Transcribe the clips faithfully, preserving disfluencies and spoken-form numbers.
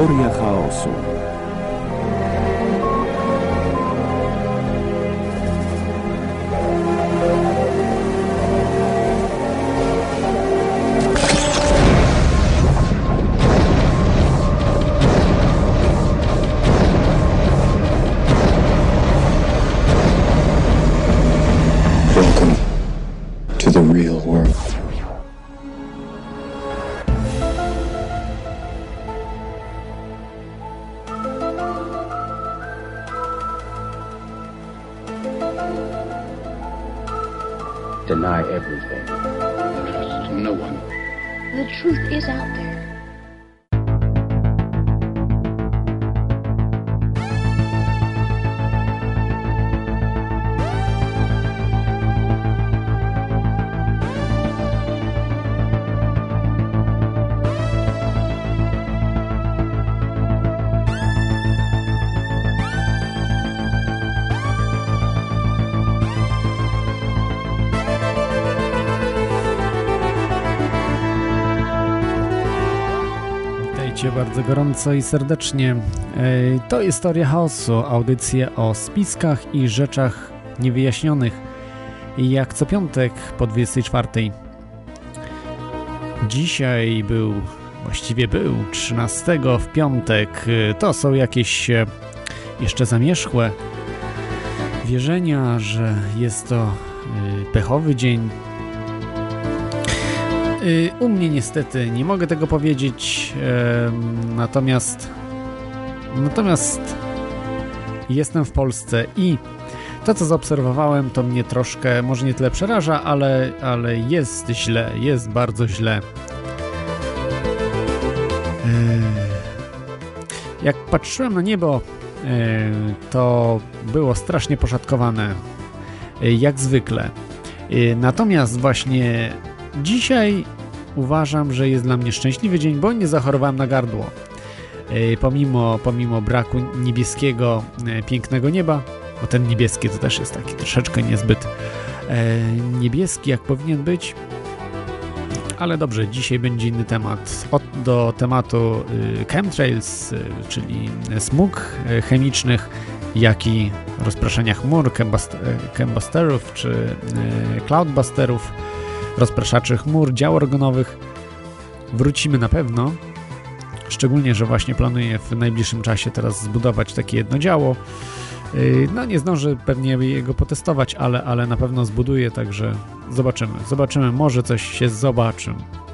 Teoria chaosu. Welcome to the real world. Deny everything. Trust no one. The truth is out there. Bardzo gorąco i serdecznie. To jest Teoria Chaosu, audycja o spiskach i rzeczach niewyjaśnionych. I jak co piątek po dwudziestej czwartej. Dzisiaj był, właściwie był trzynastego w piątek. To są jakieś jeszcze zamierzchłe wierzenia, że jest to pechowy dzień. U mnie niestety nie mogę tego powiedzieć, natomiast natomiast jestem w Polsce i to, co zaobserwowałem, to mnie troszkę, może nie tyle przeraża, ale, ale jest źle, jest bardzo źle. Jak patrzyłem na niebo, to było strasznie poszatkowane, jak zwykle. Natomiast właśnie dzisiaj uważam, że jest dla mnie szczęśliwy dzień, bo nie zachorowałem na gardło. E, pomimo, pomimo braku niebieskiego, e, pięknego nieba, bo ten niebieski to też jest taki troszeczkę niezbyt e, niebieski, jak powinien być. Ale dobrze, dzisiaj będzie inny temat. Od, do tematu y, chemtrails, y, czyli smug y, chemicznych, jak i rozpraszania chmur, chembusterów czy y, cloudbusterów, rozpraszaczy chmur, dział organowych. Wrócimy na pewno, szczególnie, że właśnie planuję w najbliższym czasie teraz zbudować takie jedno działo. No nie zdążę pewnie jego potestować, ale, ale na pewno zbuduję, także zobaczymy. Zobaczymy, może coś się zobaczy.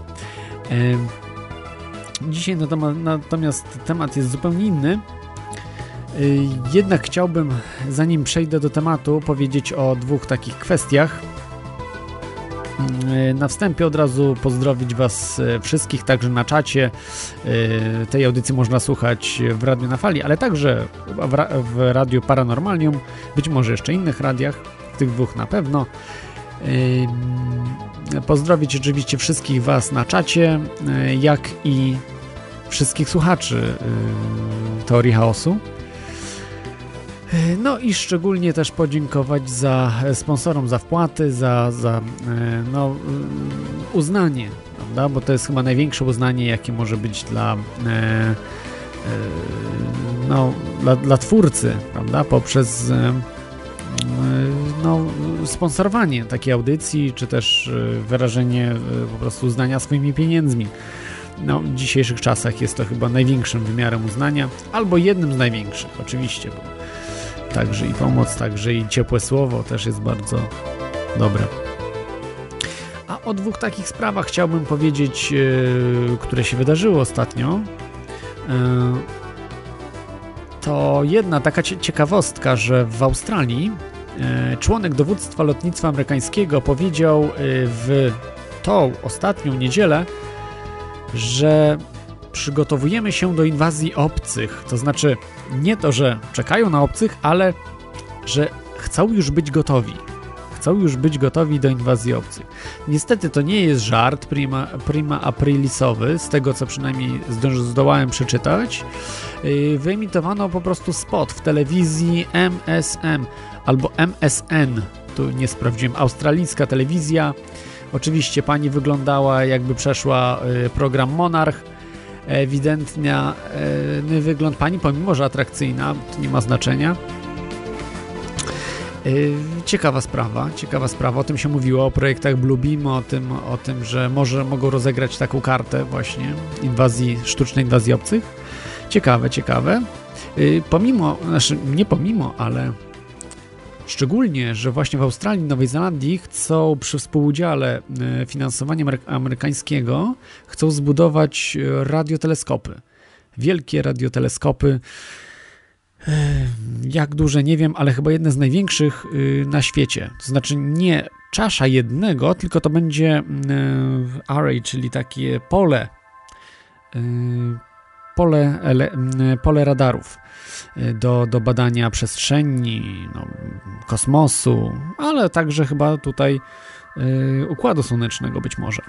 Dzisiaj natomiast temat jest zupełnie inny. Jednak chciałbym, zanim przejdę do tematu, powiedzieć o dwóch takich kwestiach. Na wstępie od razu pozdrowić Was wszystkich, także na czacie. Tej audycji można słuchać w Radiu na Fali, ale także w, ra- w Radiu Paranormalium, być może jeszcze innych radiach, tych dwóch na pewno. Pozdrowić oczywiście wszystkich Was na czacie, jak i wszystkich słuchaczy Teorii Chaosu. No i szczególnie też podziękować za sponsorom, za wpłaty, za, za no, uznanie, prawda? Bo to jest chyba największe uznanie, jakie może być dla, no, dla, dla twórcy, prawda? Poprzez no, sponsorowanie takiej audycji, czy też wyrażenie po prostu uznania swoimi pieniędzmi. No, w dzisiejszych czasach jest to chyba największym wymiarem uznania, albo jednym z największych, oczywiście, bo także i pomoc, także i ciepłe słowo też jest bardzo dobre. A o dwóch takich sprawach chciałbym powiedzieć, yy, które się wydarzyły ostatnio. Yy, to jedna taka ciekawostka, że w Australii yy, członek dowództwa lotnictwa amerykańskiego powiedział yy, w tą ostatnią niedzielę, że przygotowujemy się do inwazji obcych. To znaczy nie to, że czekają na obcych, ale że chcą już być gotowi. Chcą już być gotowi do inwazji obcych. Niestety to nie jest żart prima, prima aprilisowy, z tego co przynajmniej zdołałem przeczytać. Wyemitowano po prostu spot w telewizji M S M albo M S N. Tu nie sprawdziłem. Australijska telewizja. Oczywiście pani wyglądała, jakby przeszła program Monarch. ewidentny wygląd pani, pomimo że atrakcyjna, to nie ma znaczenia. Ciekawa sprawa, ciekawa sprawa, o tym się mówiło, o projektach Bluebeam, o tym, o tym, że może mogą rozegrać taką kartę właśnie inwazji, sztucznej inwazji obcych. Ciekawe, ciekawe. Pomimo, znaczy nie pomimo, ale szczególnie, że właśnie w Australii, Nowej Zelandii chcą przy współudziale finansowania amerykańskiego chcą zbudować radioteleskopy. Wielkie radioteleskopy. Jak duże, nie wiem, ale chyba jedne z największych na świecie. To znaczy nie czasza jednego, tylko to będzie array, czyli takie pole pole, pole radarów do, do badania przestrzeni, no, kosmosu, ale także chyba tutaj Układu Słonecznego być może.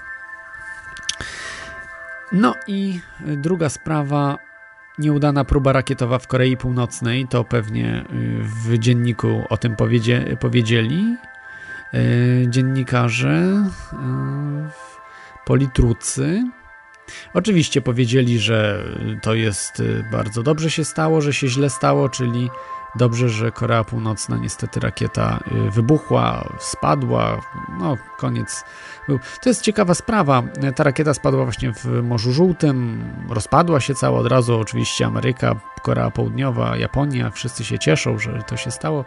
No i druga sprawa, nieudana próba rakietowa w Korei Północnej, to pewnie w dzienniku o tym powiedzie, powiedzieli dziennikarze, politrucy. Oczywiście powiedzieli, że to jest bardzo dobrze się stało, że się źle stało, czyli dobrze, że Korea Północna, niestety rakieta wybuchła, spadła, no koniec był. To jest ciekawa sprawa, ta rakieta spadła właśnie w Morzu Żółtym, rozpadła się cała od razu, oczywiście Ameryka, Korea Południowa, Japonia, wszyscy się cieszą, że to się stało.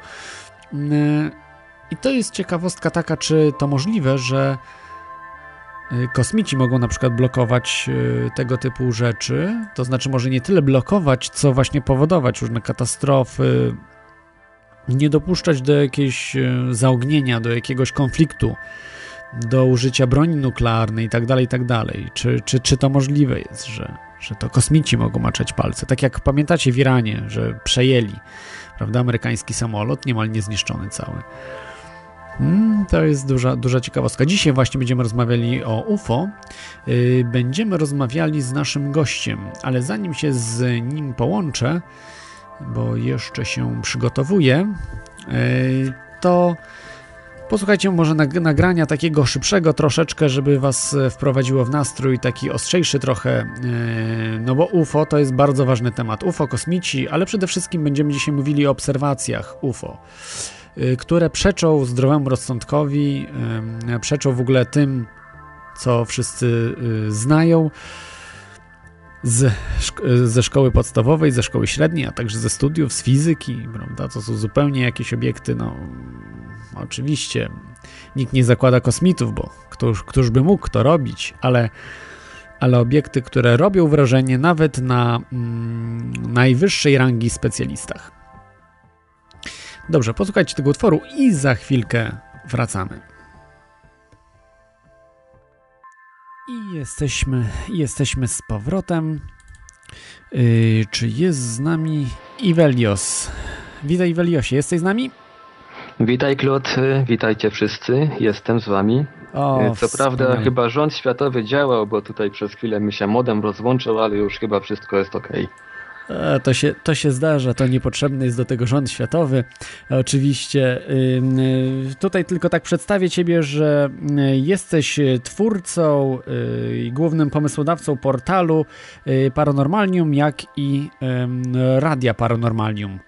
I to jest ciekawostka taka, czy to możliwe, że kosmici mogą na przykład blokować tego typu rzeczy, to znaczy może nie tyle blokować, co właśnie powodować różne katastrofy, nie dopuszczać do jakiegoś zaognienia, do jakiegoś konfliktu, do użycia broni nuklearnej i tak dalej, i tak dalej. Czy, czy, czy to możliwe jest, że, że to kosmici mogą maczać palce? Tak jak pamiętacie w Iranie, że przejęli, prawda, amerykański samolot, niemal niezniszczony cały. Hmm, to jest duża, duża ciekawostka. Dzisiaj właśnie będziemy rozmawiali o U F O. Yy, będziemy rozmawiali z naszym gościem, ale zanim się z nim połączę, bo jeszcze się przygotowuję, yy, to posłuchajcie może nagrania takiego szybszego troszeczkę, żeby was wprowadziło w nastrój, taki ostrzejszy trochę, yy, no bo U F O to jest bardzo ważny temat. U F O, kosmici, ale przede wszystkim będziemy dzisiaj mówili o obserwacjach U F O, które przeczą zdrowemu rozsądkowi, przeczą w ogóle tym, co wszyscy znają z, ze szkoły podstawowej, ze szkoły średniej, a także ze studiów, z fizyki, prawda? To są zupełnie jakieś obiekty, no oczywiście nikt nie zakłada kosmitów, bo któż, któż by mógł to robić, ale, ale obiekty, które robią wrażenie nawet na mm, najwyższej rangi specjalistach. Dobrze, posłuchajcie tego utworu i za chwilkę wracamy. I jesteśmy, jesteśmy z powrotem. Yy, czy jest z nami Ivelios? Witaj, Iveliosie, jesteś z nami? Witaj, Claude, witajcie wszyscy, jestem z wami. O, Co wspaniale. Prawda chyba rząd światowy działał, bo tutaj przez chwilę mi się modem rozłączył, ale już chyba wszystko jest okej. Okay. To się, to się zdarza, to niepotrzebny jest do tego rząd światowy. Oczywiście tutaj tylko tak przedstawię Ciebie, że jesteś twórcą i głównym pomysłodawcą portalu Paranormalium, jak i Radia Paranormalium.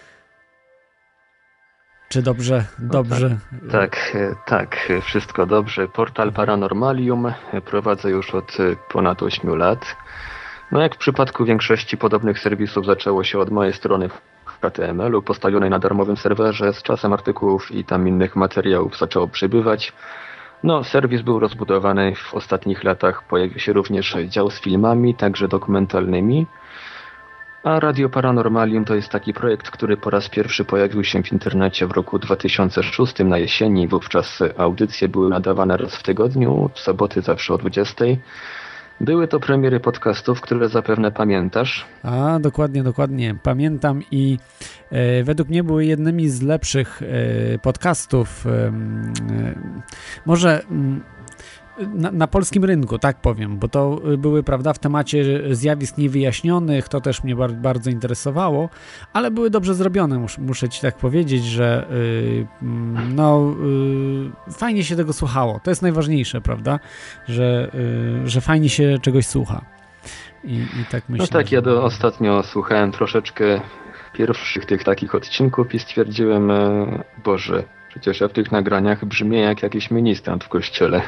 Czy dobrze? Dobrze. No tak, tak, tak, wszystko dobrze. Portal Paranormalium prowadzę już od ponad ośmiu lat. No jak w przypadku większości podobnych serwisów zaczęło się od mojej strony w H T M L u postawionej na darmowym serwerze, z czasem artykułów i tam innych materiałów zaczęło przybywać. No serwis był rozbudowany, w ostatnich latach pojawił się również dział z filmami, także dokumentalnymi. A Radio Paranormalium to jest taki projekt, który po raz pierwszy pojawił się w internecie w roku dwa tysiące szóstym na jesieni. Wówczas audycje były nadawane raz w tygodniu, w soboty zawsze o dwudziestej. Były to premiery podcastów, które zapewne pamiętasz. A, dokładnie, dokładnie. Pamiętam i e, według mnie były jednymi z lepszych e, podcastów. E, e, może na, na polskim rynku, tak powiem, bo to były, prawda, w temacie zjawisk niewyjaśnionych, to też mnie bar- bardzo interesowało, ale były dobrze zrobione, mus, muszę Ci tak powiedzieć, że yy, no yy, fajnie się tego słuchało, to jest najważniejsze, prawda, że, yy, że fajnie się czegoś słucha. I, i tak myślę. No tak, że... ja do, ostatnio słuchałem troszeczkę pierwszych tych takich odcinków i stwierdziłem, e, Boże, przecież ja w tych nagraniach brzmię jak jakiś ministrant w kościele.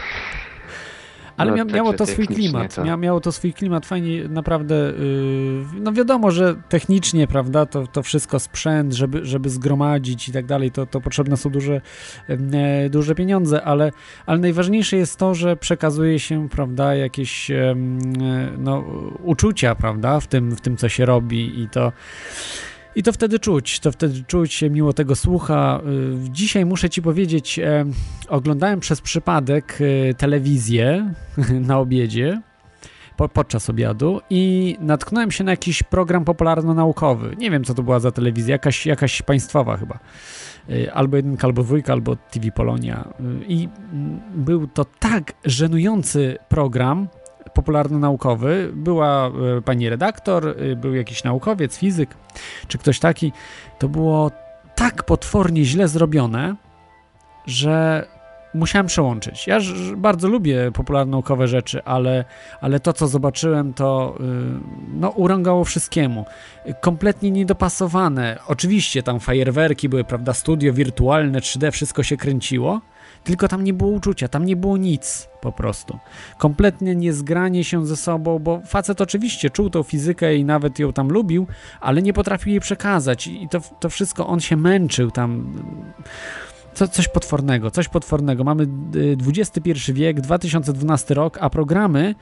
Ale no, mia, miało to swój klimat, to... Mia, miało to swój klimat, fajnie, naprawdę, yy, no wiadomo, że technicznie, prawda, to, to wszystko sprzęt, żeby, żeby zgromadzić i tak dalej, to, to potrzebne są duże, yy, duże pieniądze, ale, ale najważniejsze jest to, że przekazuje się, prawda, jakieś yy, no, uczucia, prawda, w tym, w tym, co się robi i to I to wtedy czuć, to wtedy czuć się, miło tego słucha. Dzisiaj muszę ci powiedzieć, e, oglądałem przez przypadek e, telewizję na obiedzie, po, podczas obiadu i natknąłem się na jakiś program popularno-naukowy. Nie wiem, co to była za telewizja, jakaś, jakaś państwowa chyba. E, albo jedynka, albo dwójka, albo T V Polonia. E, I m, był to tak żenujący program, popularno-naukowy. Była y, pani redaktor, y, był jakiś naukowiec, fizyk, czy ktoś taki. To było tak potwornie źle zrobione, że musiałem przełączyć. Ja ż, bardzo lubię popularno-naukowe rzeczy, ale, ale to, co zobaczyłem, to y, no, urągało wszystkiemu. Kompletnie niedopasowane. Oczywiście tam fajerwerki były, prawda, studio wirtualne, trzy D, wszystko się kręciło, tylko tam nie było uczucia, tam nie było nic po prostu. Kompletnie niezgranie się ze sobą, bo facet oczywiście czuł tą fizykę i nawet ją tam lubił, ale nie potrafił jej przekazać i to, to wszystko, on się męczył tam. Co, coś potwornego, coś potwornego. Mamy dwudziesty pierwszy wiek, dwa tysiące dwunasty rok, a programy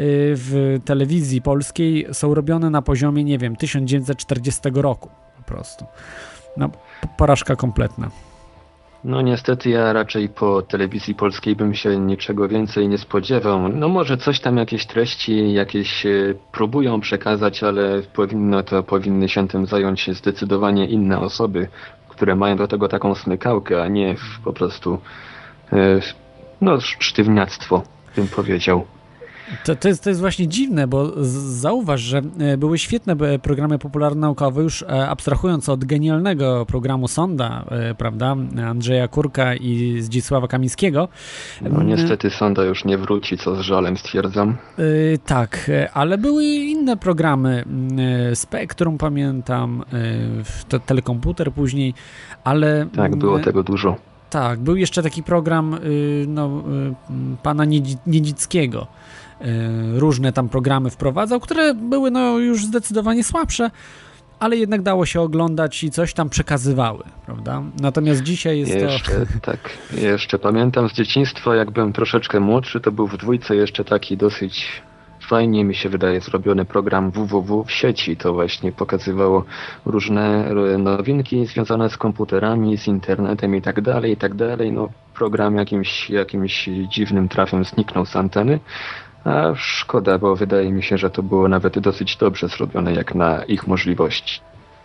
w telewizji polskiej są robione na poziomie, nie wiem, tysiąc dziewięćset czterdziestego roku po prostu. No, porażka kompletna. No niestety ja raczej po telewizji polskiej bym się niczego więcej nie spodziewał. No może coś tam, jakieś treści jakieś e, próbują przekazać, ale powinno to, powinny się tym zająć zdecydowanie inne osoby, które mają do tego taką smykałkę, a nie w, po prostu e, no sztywniactwo, bym powiedział. To, to, jest, to jest właśnie dziwne, bo z, zauważ, że były świetne programy popularno-naukowe, już abstrahując od genialnego programu Sonda, prawda, Andrzeja Kurka i Zdzisława Kamińskiego. No niestety Sonda już nie wróci, co z żalem stwierdzam. Yy, tak, ale były inne programy, Spektrum pamiętam, yy, telekomputer później, ale... Tak, było tego dużo. Tak, był jeszcze taki program yy, no, yy, pana Niedzi- Niedzickiego. Różne tam programy wprowadzał, które były no już zdecydowanie słabsze, ale jednak dało się oglądać i coś tam przekazywały, prawda? Natomiast dzisiaj jest jeszcze, to... Tak, jeszcze pamiętam z dzieciństwa, jak byłem troszeczkę młodszy, to był w dwójce jeszcze taki dosyć fajnie, mi się wydaje, zrobiony program W W W w sieci. To właśnie pokazywało różne nowinki związane z komputerami, z internetem i tak dalej, i tak dalej. No, program jakimś, jakimś dziwnym trafem zniknął z anteny. A szkoda, bo wydaje mi się, że to było nawet dosyć dobrze zrobione jak na ich możliwości.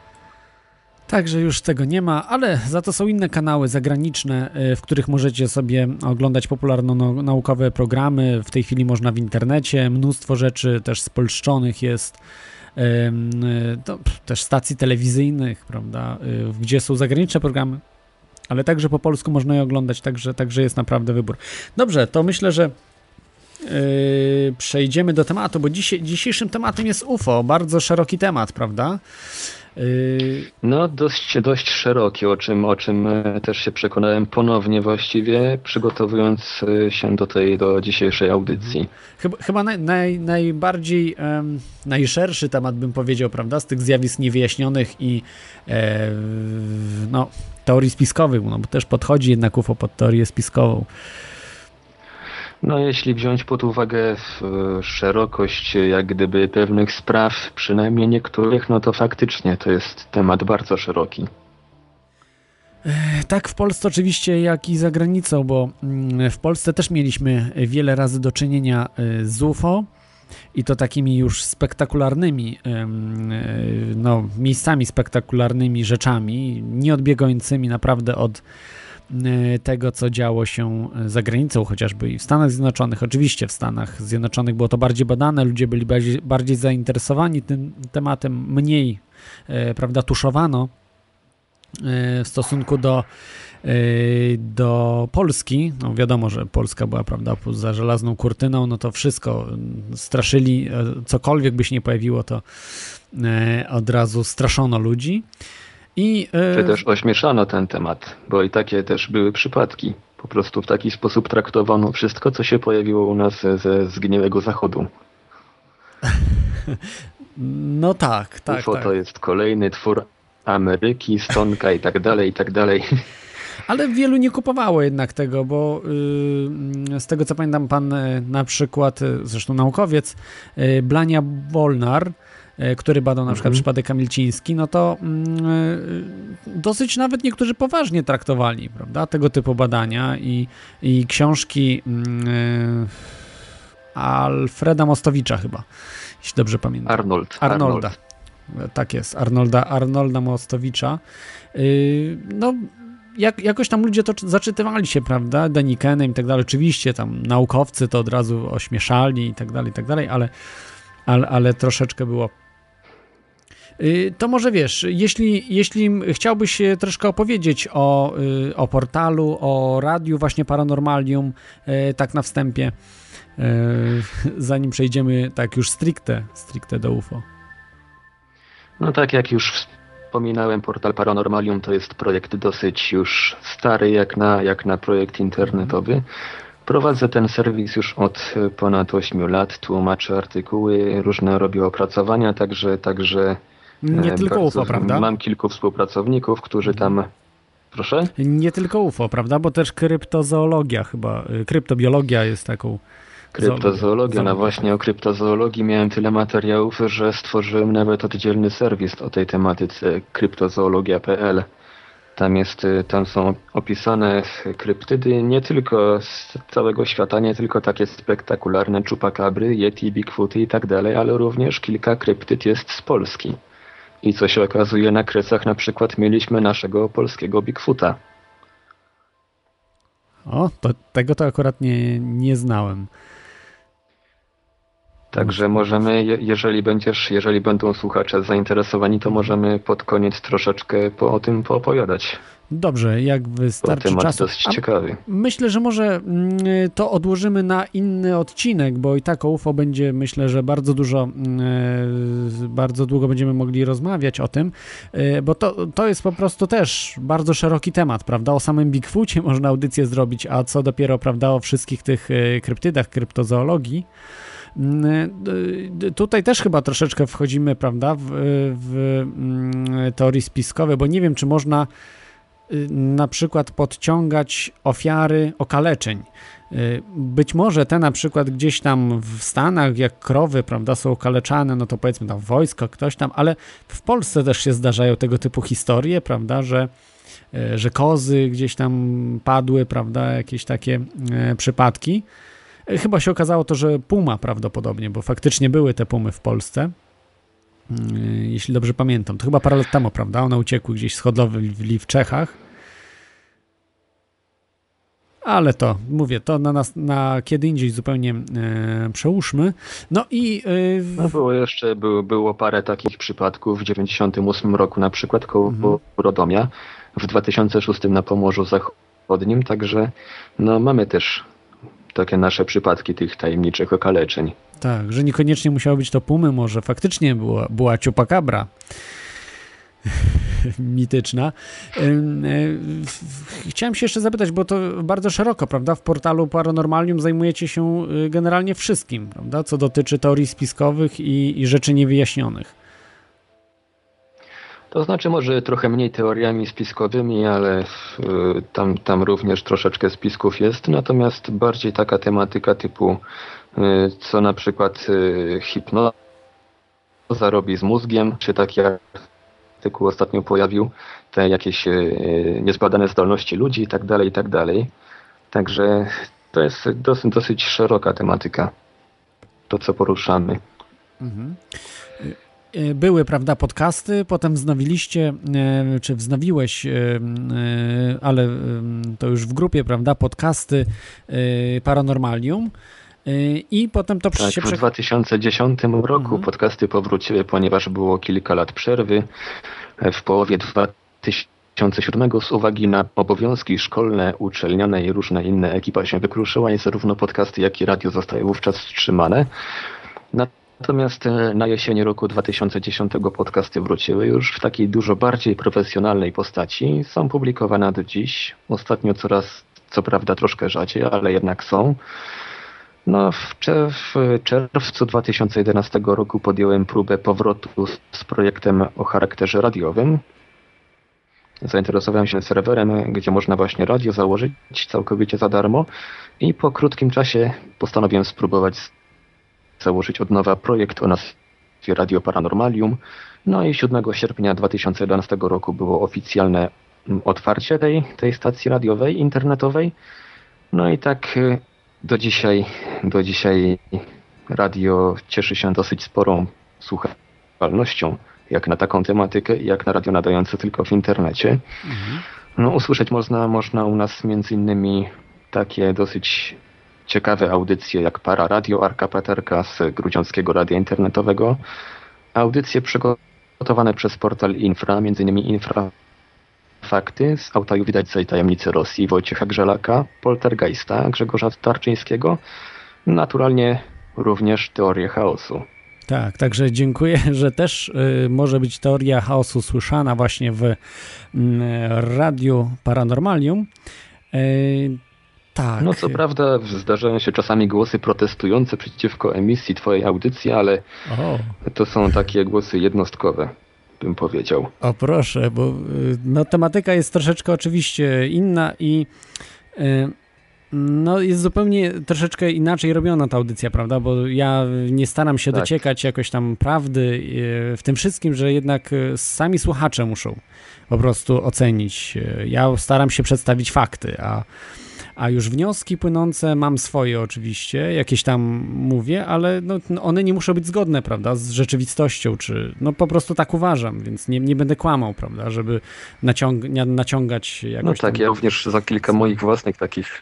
Także już tego nie ma, ale za to są inne kanały zagraniczne, w których możecie sobie oglądać popularno-naukowe programy. W tej chwili można w internecie, mnóstwo rzeczy też spolszczonych jest, to, też stacji telewizyjnych, prawda, gdzie są zagraniczne programy, ale także po polsku można je oglądać, także, także jest naprawdę wybór. Dobrze, to myślę, że Yy, przejdziemy do tematu, bo dzisiaj, dzisiejszym tematem jest U F O, bardzo szeroki temat, prawda? Yy... No dość, dość szeroki, o czym, o czym też się przekonałem ponownie właściwie, przygotowując się do tej, do dzisiejszej audycji. Chyba, chyba naj, naj, najbardziej, um, najszerszy temat bym powiedział, prawda, z tych zjawisk niewyjaśnionych i e, no, teorii spiskowych, no bo też podchodzi jednak U F O pod teorię spiskową. No jeśli wziąć pod uwagę szerokość jak gdyby pewnych spraw, przynajmniej niektórych, no to faktycznie to jest temat bardzo szeroki. Tak w Polsce oczywiście, jak i za granicą, bo w Polsce też mieliśmy wiele razy do czynienia z U F O i to takimi już spektakularnymi, no miejscami spektakularnymi rzeczami, nieodbiegającymi naprawdę od tego, co działo się za granicą, chociażby i w Stanach Zjednoczonych. Oczywiście w Stanach Zjednoczonych było to bardziej badane, ludzie byli bardziej, bardziej zainteresowani tym tematem, mniej, e, prawda, tuszowano w stosunku do do Polski. No wiadomo, że Polska była, prawda, za żelazną kurtyną, no to wszystko straszyli, cokolwiek by się nie pojawiło, to od razu straszono ludzi. I, Czy też ośmieszano ten temat, bo i takie też były przypadki. Po prostu w taki sposób traktowano wszystko, co się pojawiło u nas ze, ze zgniłego zachodu. No tak, tak. U F O tak. to jest kolejny twór Ameryki, stonka i tak dalej, i tak dalej. Ale wielu nie kupowało jednak tego, bo yy, z tego co pamiętam, pan yy, na przykład, yy, zresztą naukowiec, yy, Blania Wolnar, yy, który badał na przykład Mhm. przypadek kamilciński, no to yy, dosyć nawet niektórzy poważnie traktowali, prawda, tego typu badania i, i książki yy, Alfreda Mostowicza chyba, jeśli dobrze pamiętam. Arnold. Arnolda. Arnold. Tak jest, Arnolda, Arnolda Mostowicza. Yy, no, jak, jakoś tam ludzie to zaczytywali się, prawda, Denikenem i tak dalej. Oczywiście tam naukowcy to od razu ośmieszali i tak dalej, i tak dalej, ale, ale, ale troszeczkę było. Yy, to może wiesz, jeśli, jeśli chciałbyś troszkę opowiedzieć o, yy, o portalu, o radiu właśnie Paranormalium, yy, tak na wstępie, yy, zanim przejdziemy tak już stricte, stricte do U F O. No tak jak już wspominałem, portal Paranormalium to jest projekt dosyć już stary jak na, jak na projekt internetowy. Prowadzę ten serwis już od ponad ośmiu lat, tłumaczę artykuły, różne robię opracowania, także... także Nie e, tylko U F O, bardzo- prawda? Mam kilku współpracowników, którzy tam... Proszę? Nie tylko U F O, prawda? Bo też kryptozoologia chyba, y, kryptobiologia jest taką... Kryptozoologia, no zoologią. właśnie o kryptozoologii miałem tyle materiałów, że stworzyłem nawet oddzielny serwis o tej tematyce kryptozoologia kropka p l. Tam jest, y, tam są opisane kryptydy nie tylko z całego świata, nie tylko takie spektakularne czupakabry, yeti, bigfooty i tak dalej, ale również kilka kryptyd jest z Polski. I co się okazuje, na Kresach na przykład mieliśmy naszego polskiego bigfoota. O, to, tego to akurat nie, nie znałem. Także możemy, je- jeżeli będziesz, jeżeli będą słuchacze zainteresowani, to możemy pod koniec troszeczkę po, o tym poopowiadać. Dobrze, jak Bo wystarczy temat czasu. dosyć A ciekawy. myślę, że może mm, to odłożymy na inny odcinek, bo i tak o U F O będzie, myślę, że bardzo dużo, mm, e, bardzo długo będziemy mogli rozmawiać o tym, e, bo to, to jest po prostu też bardzo szeroki temat, prawda? O samym Bigfoocie można audycję zrobić, a co dopiero, prawda, o wszystkich tych e, kryptydach, kryptozoologii. Mm, d- Tutaj też chyba troszeczkę wchodzimy, prawda, w, w mm, teorie spiskowe, bo nie wiem, czy można y, na przykład podciągać ofiary okaleczeń. Y, Być może te na przykład gdzieś tam w Stanach, jak krowy, prawda, są okaleczane, no to powiedzmy tam wojsko, ktoś tam, ale w Polsce też się zdarzają tego typu historie, prawda, że, y, że kozy gdzieś tam padły, prawda, jakieś takie y, przypadki. Chyba się okazało to, że puma prawdopodobnie, bo faktycznie były te pumy w Polsce, yy, jeśli dobrze pamiętam. To chyba parę lat temu, prawda? One uciekły gdzieś z hodowli w Czechach. Ale to, mówię, to na, nas, na kiedy indziej zupełnie yy, przełóżmy. No i... Yy, No było jeszcze, było, było parę takich przypadków w dziewięćdziesiątym ósmym roku, na przykład koło Mhm. Rodomia, w dwa tysiące szóstym na Pomorzu Zachodnim, także no mamy też takie nasze przypadki tych tajemniczych okaleczeń. Tak, że niekoniecznie musiało być to pumy, może faktycznie była, była ciupakabra mityczna. Ym, y, Chciałem się jeszcze zapytać, bo to bardzo szeroko, prawda? W portalu Paranormalium zajmujecie się y, generalnie wszystkim, prawda? Co dotyczy teorii spiskowych i, i rzeczy niewyjaśnionych. To znaczy może trochę mniej teoriami spiskowymi, ale y, tam, tam również troszeczkę spisków jest, natomiast bardziej taka tematyka typu y, co na przykład y, hipnoza robi z mózgiem, czy taki artykuł ostatnio pojawił, te jakieś y, niezbadane zdolności ludzi i tak dalej, i tak dalej. Także to jest dosyć, dosyć szeroka tematyka, to co poruszamy. Mhm. Były, prawda, podcasty, potem wznowiliście, e, czy wznowiłeś, e, e, ale e, to już w grupie, prawda, podcasty e, Paranormalium e, i potem to Tak, się... w Prze... dwa tysiące dziesiątym roku Mhm. podcasty powróciły, ponieważ było kilka lat przerwy. W połowie dwa tysiące tysiące siódmego z uwagi na obowiązki szkolne, uczelniane i różne inne ekipa się wykruszyła i zarówno podcasty, jak i radio zostały wówczas wstrzymane. Natomiast na jesieni roku dwa tysiące dziesiątego podcasty wróciły już w takiej dużo bardziej profesjonalnej postaci. Są publikowane do dziś. Ostatnio coraz, co prawda troszkę rzadziej, ale jednak są. No, w, w czerwcu dwa tysiące jedenastego roku podjąłem próbę powrotu z projektem o charakterze radiowym. Zainteresowałem się serwerem, gdzie można właśnie radio założyć całkowicie za darmo i po krótkim czasie postanowiłem spróbować założyć od nowa projekt o nazwie Radio Paranormalium. No i siódmego sierpnia dwa tysiące jedenastego roku było oficjalne otwarcie tej, tej stacji radiowej, internetowej. No i tak do dzisiaj, do dzisiaj radio cieszy się dosyć sporą słuchalnością, jak na taką tematykę, jak na radio nadające tylko w internecie. Mhm. No, usłyszeć można, można u nas między innymi takie dosyć ciekawe audycje jak Para Radio Arka Paterka z Grudziąckiego Radia Internetowego. Audycje przygotowane przez portal Infra, między innymi Infra Fakty, z Autaju widać i tajemnice Rosji Wojciecha Grzelaka, Poltergeista Grzegorza Tarczyńskiego, naturalnie również Teorię Chaosu. Tak, także dziękuję, że też y, może być Teoria Chaosu słyszana właśnie w y, Radiu Paranormalium. Y, tak. No co prawda zdarzają się czasami głosy protestujące przeciwko emisji twojej audycji, ale o. to są takie głosy jednostkowe, bym powiedział. O proszę, bo y, no, tematyka jest troszeczkę oczywiście inna i y, no jest zupełnie troszeczkę inaczej robiona ta audycja, prawda, bo ja nie staram się tak. dociekać jakoś tam prawdy w tym wszystkim, że jednak sami słuchacze muszą po prostu ocenić. Ja staram się przedstawić fakty, a, a już wnioski płynące mam swoje oczywiście, jakieś tam mówię, ale no, one nie muszą być zgodne, prawda, z rzeczywistością, czy no po prostu tak uważam, więc nie, nie będę kłamał, prawda, żeby naciąg- naciągać jakoś No tak, tam... ja również za kilka moich własnych takich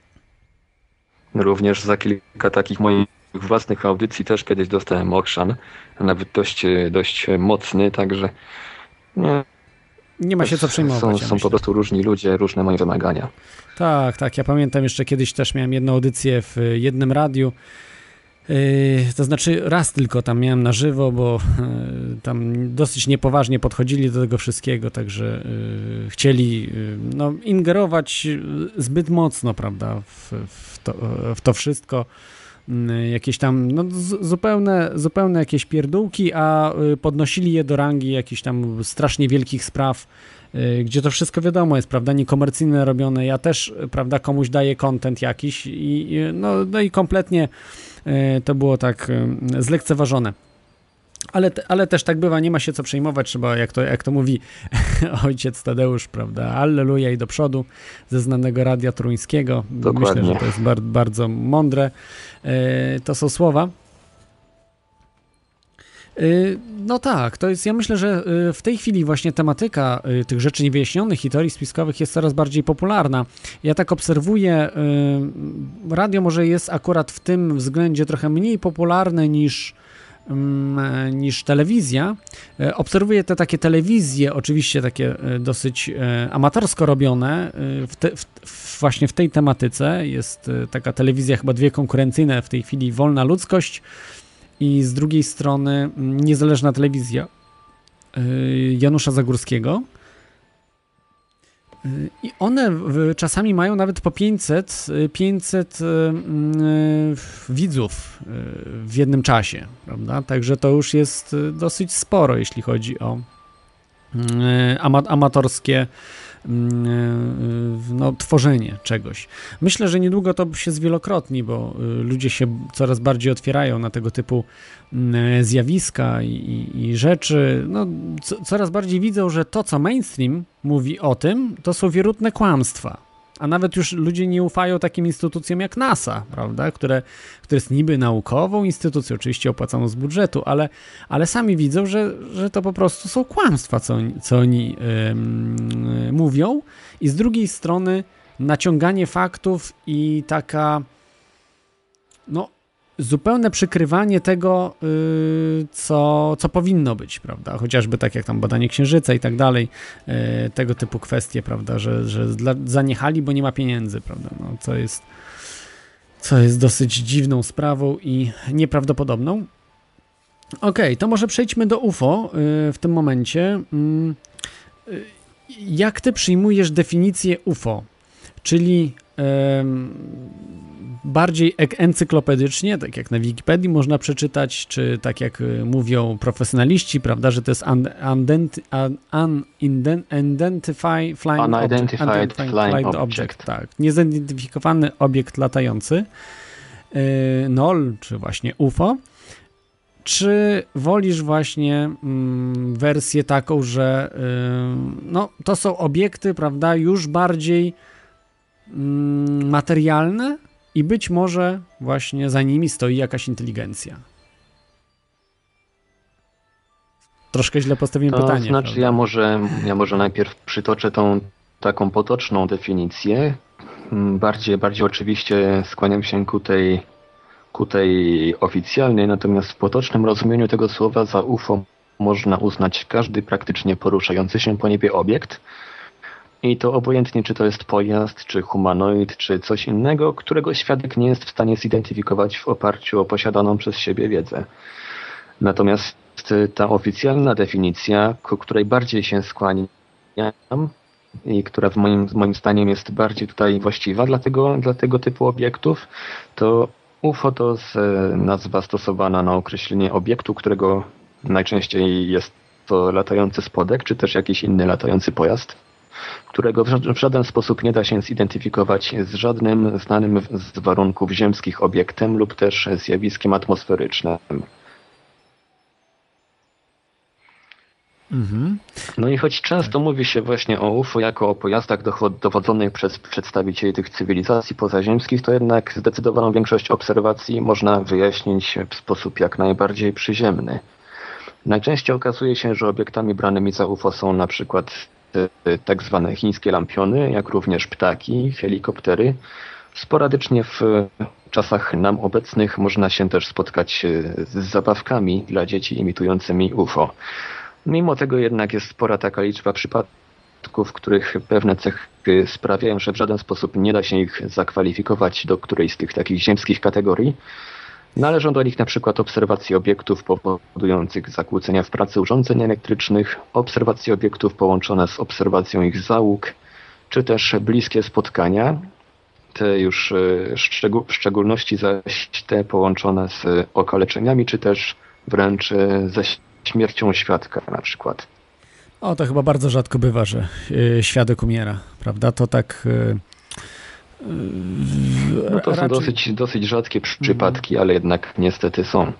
Również za kilka takich moich własnych audycji też kiedyś dostałem okrzan, nawet dość, dość mocny, także nie, nie ma się co przejmować. Są, ja są po prostu różni ludzie, różne moje wymagania. Tak, tak, ja pamiętam jeszcze kiedyś też miałem jedną audycję w jednym radiu, yy, to znaczy raz tylko tam miałem na żywo, bo yy, tam dosyć niepoważnie podchodzili do tego wszystkiego, także yy, chcieli yy, no, ingerować zbyt mocno, prawda, w, w, to, w to wszystko. Yy, jakieś tam no, z, zupełne, zupełne jakieś pierdółki, a yy, podnosili je do rangi jakichś tam strasznie wielkich spraw, yy, gdzie to wszystko wiadomo jest, prawda, niekomercyjne robione. Ja też, prawda, komuś daję content jakiś i, i no, no i kompletnie to było tak zlekceważone. Ale, ale też tak bywa, nie ma się co przejmować, trzeba, jak to, jak to mówi ojciec Tadeusz, prawda, alleluja i do przodu, ze znanego radia toruńskiego. Dokładnie. Myślę, że to jest bar- bardzo mądre. To są słowa. No tak, to jest, ja myślę, że w tej chwili właśnie tematyka tych rzeczy niewyjaśnionych i teorii spiskowych jest coraz bardziej popularna. Ja tak obserwuję, radio może jest akurat w tym względzie trochę mniej popularne niż, niż telewizja. Obserwuję te takie telewizje, oczywiście takie dosyć amatorsko robione, w te, w, właśnie w tej tematyce. Jest taka telewizja chyba dwie konkurencyjne w tej chwili, Wolna Ludzkość, i z drugiej strony niezależna telewizja Janusza Zagórskiego. I one czasami mają nawet po pięćset, pięćset widzów w jednym czasie, prawda? Także to już jest dosyć sporo, jeśli chodzi o amatorskie no, tworzenie czegoś. Myślę, że niedługo to się zwielokrotni, bo ludzie się coraz bardziej otwierają na tego typu zjawiska i, i, i rzeczy. No, co, coraz bardziej widzą, że to, co mainstream mówi o tym, to są wierutne kłamstwa. A nawet już ludzie nie ufają takim instytucjom jak NASA, prawda, które, które jest niby naukową instytucją, oczywiście opłacaną z budżetu, ale, ale sami widzą, że, że to po prostu są kłamstwa, co, co oni yy, mówią. I z drugiej strony naciąganie faktów i taka no zupełne przykrywanie tego, yy, co, co powinno być, prawda? Chociażby tak jak tam badanie księżyca i tak dalej, yy, tego typu kwestie, prawda, że, że dla, zaniechali, bo nie ma pieniędzy, prawda, no, co jest, co jest dosyć dziwną sprawą i nieprawdopodobną. Okej, okay, to może przejdźmy do U F O yy, w tym momencie. Yy, jak ty przyjmujesz definicję U F O? Czyli yy, bardziej encyklopedycznie, tak jak na Wikipedii można przeczytać, czy tak jak mówią profesjonaliści, prawda, że to jest unidentified flying Unidentified object, flying object. object. Tak, niezidentyfikowany obiekt latający, yy, N O L, czy właśnie U F O. Czy wolisz właśnie mm, wersję taką, że yy, no, to są obiekty, prawda, już bardziej mm, materialne i być może właśnie za nimi stoi jakaś inteligencja? Troszkę źle postawiłem to pytanie. To znaczy, prawda? ja może, ja może najpierw przytoczę tą taką potoczną definicję. Bardziej, bardziej oczywiście skłaniam się ku tej ku tej oficjalnej, natomiast w potocznym rozumieniu tego słowa za U F O można uznać każdy praktycznie poruszający się po niebie obiekt i to obojętnie, czy to jest pojazd, czy humanoid, czy coś innego, którego świadek nie jest w stanie zidentyfikować w oparciu o posiadaną przez siebie wiedzę. Natomiast ta oficjalna definicja, ku której bardziej się skłaniam i która w moim, moim zdaniem jest bardziej tutaj właściwa dla tego, dla tego typu obiektów, to U F O to jest nazwa stosowana na określenie obiektu, którego najczęściej jest to latający spodek, czy też jakiś inny latający pojazd, którego w żaden sposób nie da się zidentyfikować z żadnym znanym z warunków ziemskich obiektem lub też zjawiskiem atmosferycznym. Mhm. No i choć często mówi się właśnie o U F O jako o pojazdach dowodzonych przez przedstawicieli tych cywilizacji pozaziemskich, to jednak zdecydowaną większość obserwacji można wyjaśnić w sposób jak najbardziej przyziemny. Najczęściej okazuje się, że obiektami branymi za U F O są na przykład tak zwane chińskie lampiony, jak również ptaki, helikoptery. Sporadycznie w czasach nam obecnych można się też spotkać z zabawkami dla dzieci imitującymi U F O. Mimo tego jednak jest spora taka liczba przypadków, w których pewne cechy sprawiają, że w żaden sposób nie da się ich zakwalifikować do którejś z tych takich ziemskich kategorii. Należą do nich na przykład obserwacje obiektów powodujących zakłócenia w pracy urządzeń elektrycznych, obserwacje obiektów połączone z obserwacją ich załóg, czy też bliskie spotkania, te już szczegół, w szczególności zaś te połączone z okaleczeniami, czy też wręcz ze śmiercią świadka na przykład. O, to chyba bardzo rzadko bywa, że yy, świadek umiera, prawda? To tak... Yy, yy, no to raczej... są dosyć, dosyć rzadkie przypadki, hmm. ale jednak niestety są.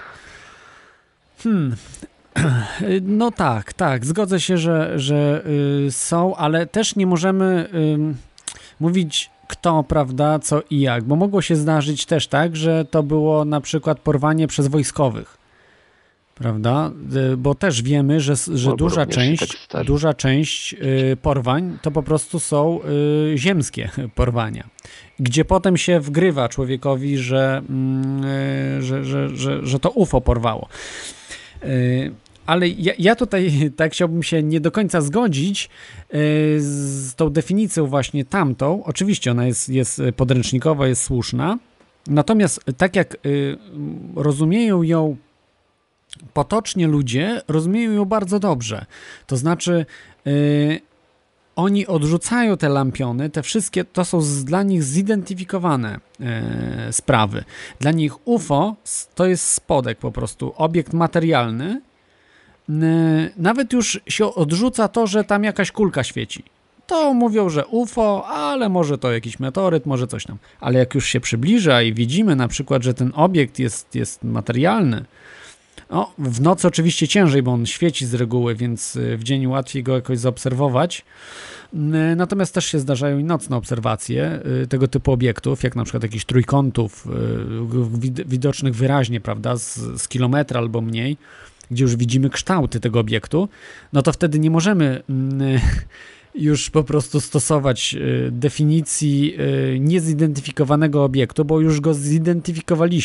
Hmm. No tak, tak. Zgodzę się, że, że yy, są, ale też nie możemy yy, mówić kto, prawda, co i jak, bo mogło się zdarzyć też tak, że to było na przykład porwanie przez wojskowych. Prawda? Bo też wiemy, że, że duża część, tak duża część porwań to po prostu są ziemskie porwania, gdzie potem się wgrywa człowiekowi, że, że, że, że, że to U F O porwało. Ale ja, ja tutaj tak chciałbym się nie do końca zgodzić z tą definicją właśnie tamtą. Oczywiście ona jest, jest podręcznikowa, jest słuszna, natomiast tak jak rozumieją ją potocznie ludzie, rozumieją ją bardzo dobrze. To znaczy yy, oni odrzucają te lampiony, te wszystkie, to są z, dla nich zidentyfikowane yy, sprawy. Dla nich U F O to jest spodek po prostu, obiekt materialny. Yy, nawet już się odrzuca to, że tam jakaś kulka świeci. To mówią, że U F O, ale może to jakiś meteoryt, może coś tam. Ale jak już się przybliża i widzimy na przykład, że ten obiekt jest, jest materialny, no, w nocy oczywiście ciężej, bo on świeci z reguły, więc w dzień łatwiej go jakoś zaobserwować. Natomiast też się zdarzają i nocne obserwacje tego typu obiektów, jak na przykład jakichś trójkątów widocznych wyraźnie, prawda, z, z kilometra albo mniej, gdzie już widzimy kształty tego obiektu, no to wtedy nie możemy już po prostu stosować definicji niezidentyfikowanego obiektu, bo już go zidentyfikowaliśmy.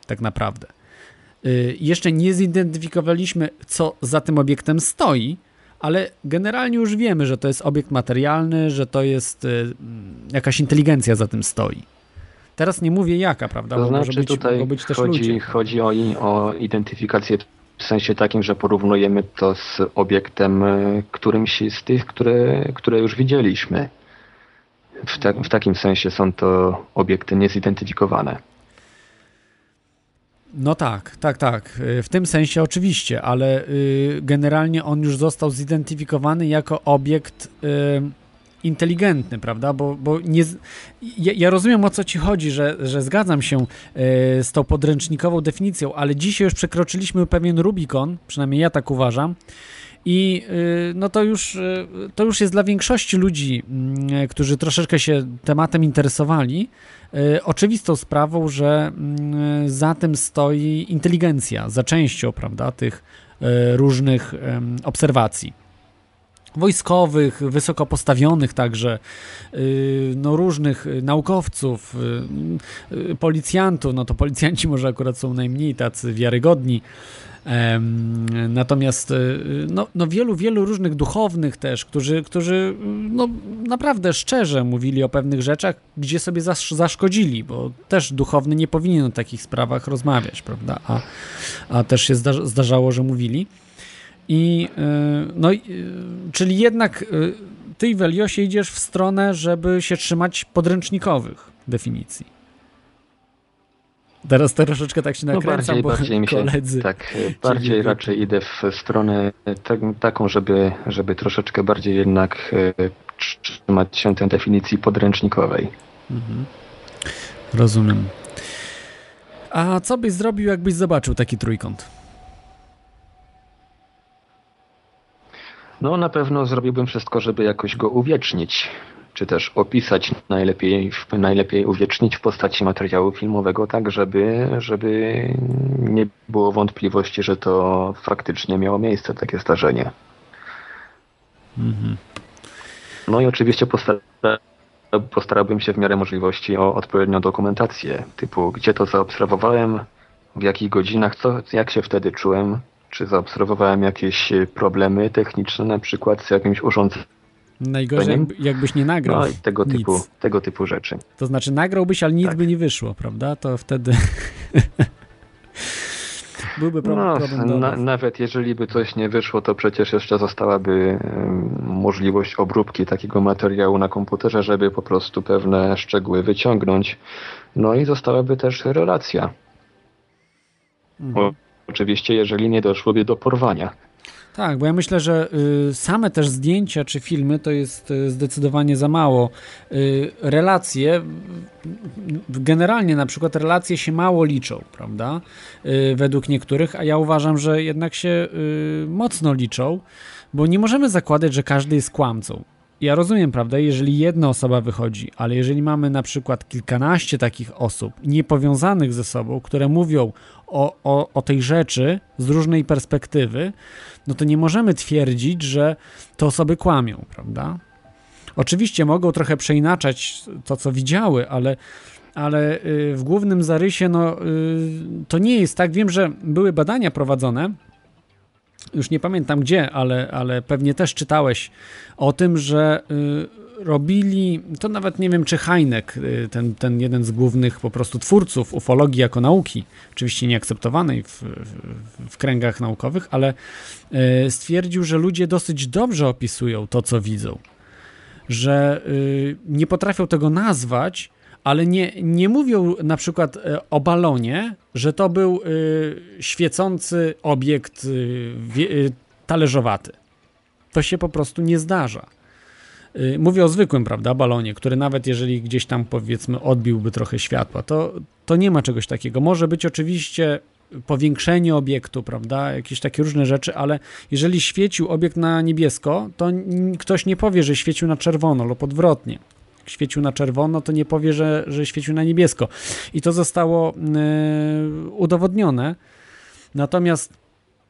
tak naprawdę. Jeszcze nie zidentyfikowaliśmy, co za tym obiektem stoi, ale generalnie już wiemy, że to jest obiekt materialny, że to jest jakaś inteligencja za tym stoi. Teraz nie mówię jaka, prawda? To Bo znaczy może być, tutaj mogą być też chodzi, ludzie. chodzi o, o identyfikację w sensie takim, że porównujemy to z obiektem którymś z tych, które, które już widzieliśmy. W, ta, w takim sensie są to obiekty niezidentyfikowane. No tak, tak, tak. W tym sensie oczywiście, ale y, generalnie on już został zidentyfikowany jako obiekt y, inteligentny, prawda? Bo, bo nie, ja, ja rozumiem, o co ci chodzi, że, że zgadzam się y, z tą podręcznikową definicją, ale dzisiaj już przekroczyliśmy pewien Rubikon, przynajmniej ja tak uważam. I y, no to już, y, to już jest dla większości ludzi, y, którzy troszeczkę się tematem interesowali, y, oczywistą sprawą, że y, za tym stoi inteligencja, za częścią, prawda, tych y, różnych y, obserwacji. Wojskowych, wysoko postawionych także, y, no różnych naukowców, y, y, policjantów, no to policjanci może akurat są najmniej tacy wiarygodni. Natomiast no, no wielu, wielu różnych duchownych też, którzy, którzy no, naprawdę szczerze mówili o pewnych rzeczach, gdzie sobie zaszkodzili, bo też duchowny nie powinien o takich sprawach rozmawiać, prawda, a, a też się zda, zdarzało, że mówili. I no, czyli jednak ty i Weliosie idziesz w stronę, żeby się trzymać podręcznikowych definicji. Teraz troszeczkę tak się nakręcam, no bardziej, bo bardziej mi się, koledzy... Tak, bardziej raczej idę w stronę tak, taką, żeby, żeby troszeczkę bardziej jednak trzymać się tej definicji podręcznikowej. Mhm. Rozumiem. A co byś zrobił, jakbyś zobaczył taki trójkąt? No na pewno zrobiłbym wszystko, żeby jakoś go uwiecznić. Czy też opisać, najlepiej, najlepiej uwiecznić w postaci materiału filmowego, tak żeby, żeby nie było wątpliwości, że to faktycznie miało miejsce, takie zdarzenie. Mm-hmm. No i oczywiście postara, postarałbym się w miarę możliwości o odpowiednią dokumentację, typu gdzie to zaobserwowałem, w jakich godzinach, co, jak się wtedy czułem, czy zaobserwowałem jakieś problemy techniczne, na przykład z jakimś urządzeniem. Najgorzej, jakbyś nie nagrał. No i tego typu, tego typu rzeczy. To znaczy nagrałbyś, ale nic tak. by nie wyszło, prawda? To wtedy byłby problem. No, problem na, nawet jeżeli by coś nie wyszło, to przecież jeszcze zostałaby um, możliwość obróbki takiego materiału na komputerze, żeby po prostu pewne szczegóły wyciągnąć. No i zostałaby też relacja. Mhm. O, oczywiście, jeżeli nie doszłoby do porwania. Tak, bo ja myślę, że y, same też zdjęcia czy filmy to jest y, zdecydowanie za mało. Y, relacje, y, generalnie na przykład relacje się mało liczą, prawda? Y, według niektórych, a ja uważam, że jednak się y, mocno liczą, bo nie możemy zakładać, że każdy jest kłamcą. Ja rozumiem, prawda, jeżeli jedna osoba wychodzi, ale jeżeli mamy na przykład kilkanaście takich osób niepowiązanych ze sobą, które mówią o, o, o tej rzeczy z różnej perspektywy, no to nie możemy twierdzić, że te osoby kłamią, prawda? Oczywiście mogą trochę przeinaczać to, co widziały, ale, ale w głównym zarysie no, to nie jest tak. Wiem, że były badania prowadzone, już nie pamiętam gdzie, ale, ale pewnie też czytałeś o tym, że y, robili, to nawet nie wiem, czy Hynek, y, ten, ten jeden z głównych po prostu twórców ufologii jako nauki, oczywiście nieakceptowanej w, w, w kręgach naukowych, ale y, stwierdził, że ludzie dosyć dobrze opisują to, co widzą. Że y, nie potrafią tego nazwać, ale nie, nie mówią na przykład o balonie, że to był y, świecący obiekt y, wie, y, talerzowaty. To się po prostu nie zdarza. Y, mówię o zwykłym, prawda, balonie, który nawet jeżeli gdzieś tam powiedzmy odbiłby trochę światła, to, to nie ma czegoś takiego. Może być oczywiście powiększenie obiektu, prawda, jakieś takie różne rzeczy, ale jeżeli świecił obiekt na niebiesko, to n- ktoś nie powie, że świecił na czerwono lub odwrotnie. Świecił na czerwono, to nie powie, że, że świecił na niebiesko. I to zostało yy, udowodnione. Natomiast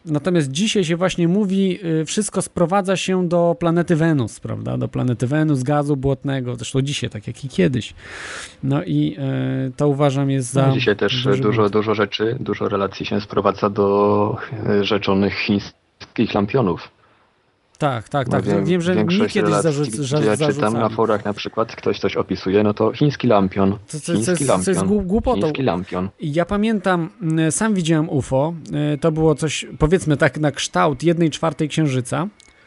Natomiast dzisiaj się właśnie mówi, wszystko sprowadza się do planety Wenus, prawda? Do planety Wenus, gazu błotnego, zresztą dzisiaj, tak jak i kiedyś. No i e, to uważam jest za... No, dzisiaj też dużo, dużo rzeczy, dużo relacji się sprowadza do rzeczonych chińskich lampionów. Tak, tak, tak. No, wiem, wiem, że mi kiedyś zarzuc, że ja czytam na forach na przykład, ktoś coś opisuje, no to chiński lampion, to, to, chiński to jest, lampion, to jest głupotą. chiński lampion. Ja pamiętam, sam widziałem U F O, to było coś, powiedzmy tak na kształt jednej czwartej księżyca.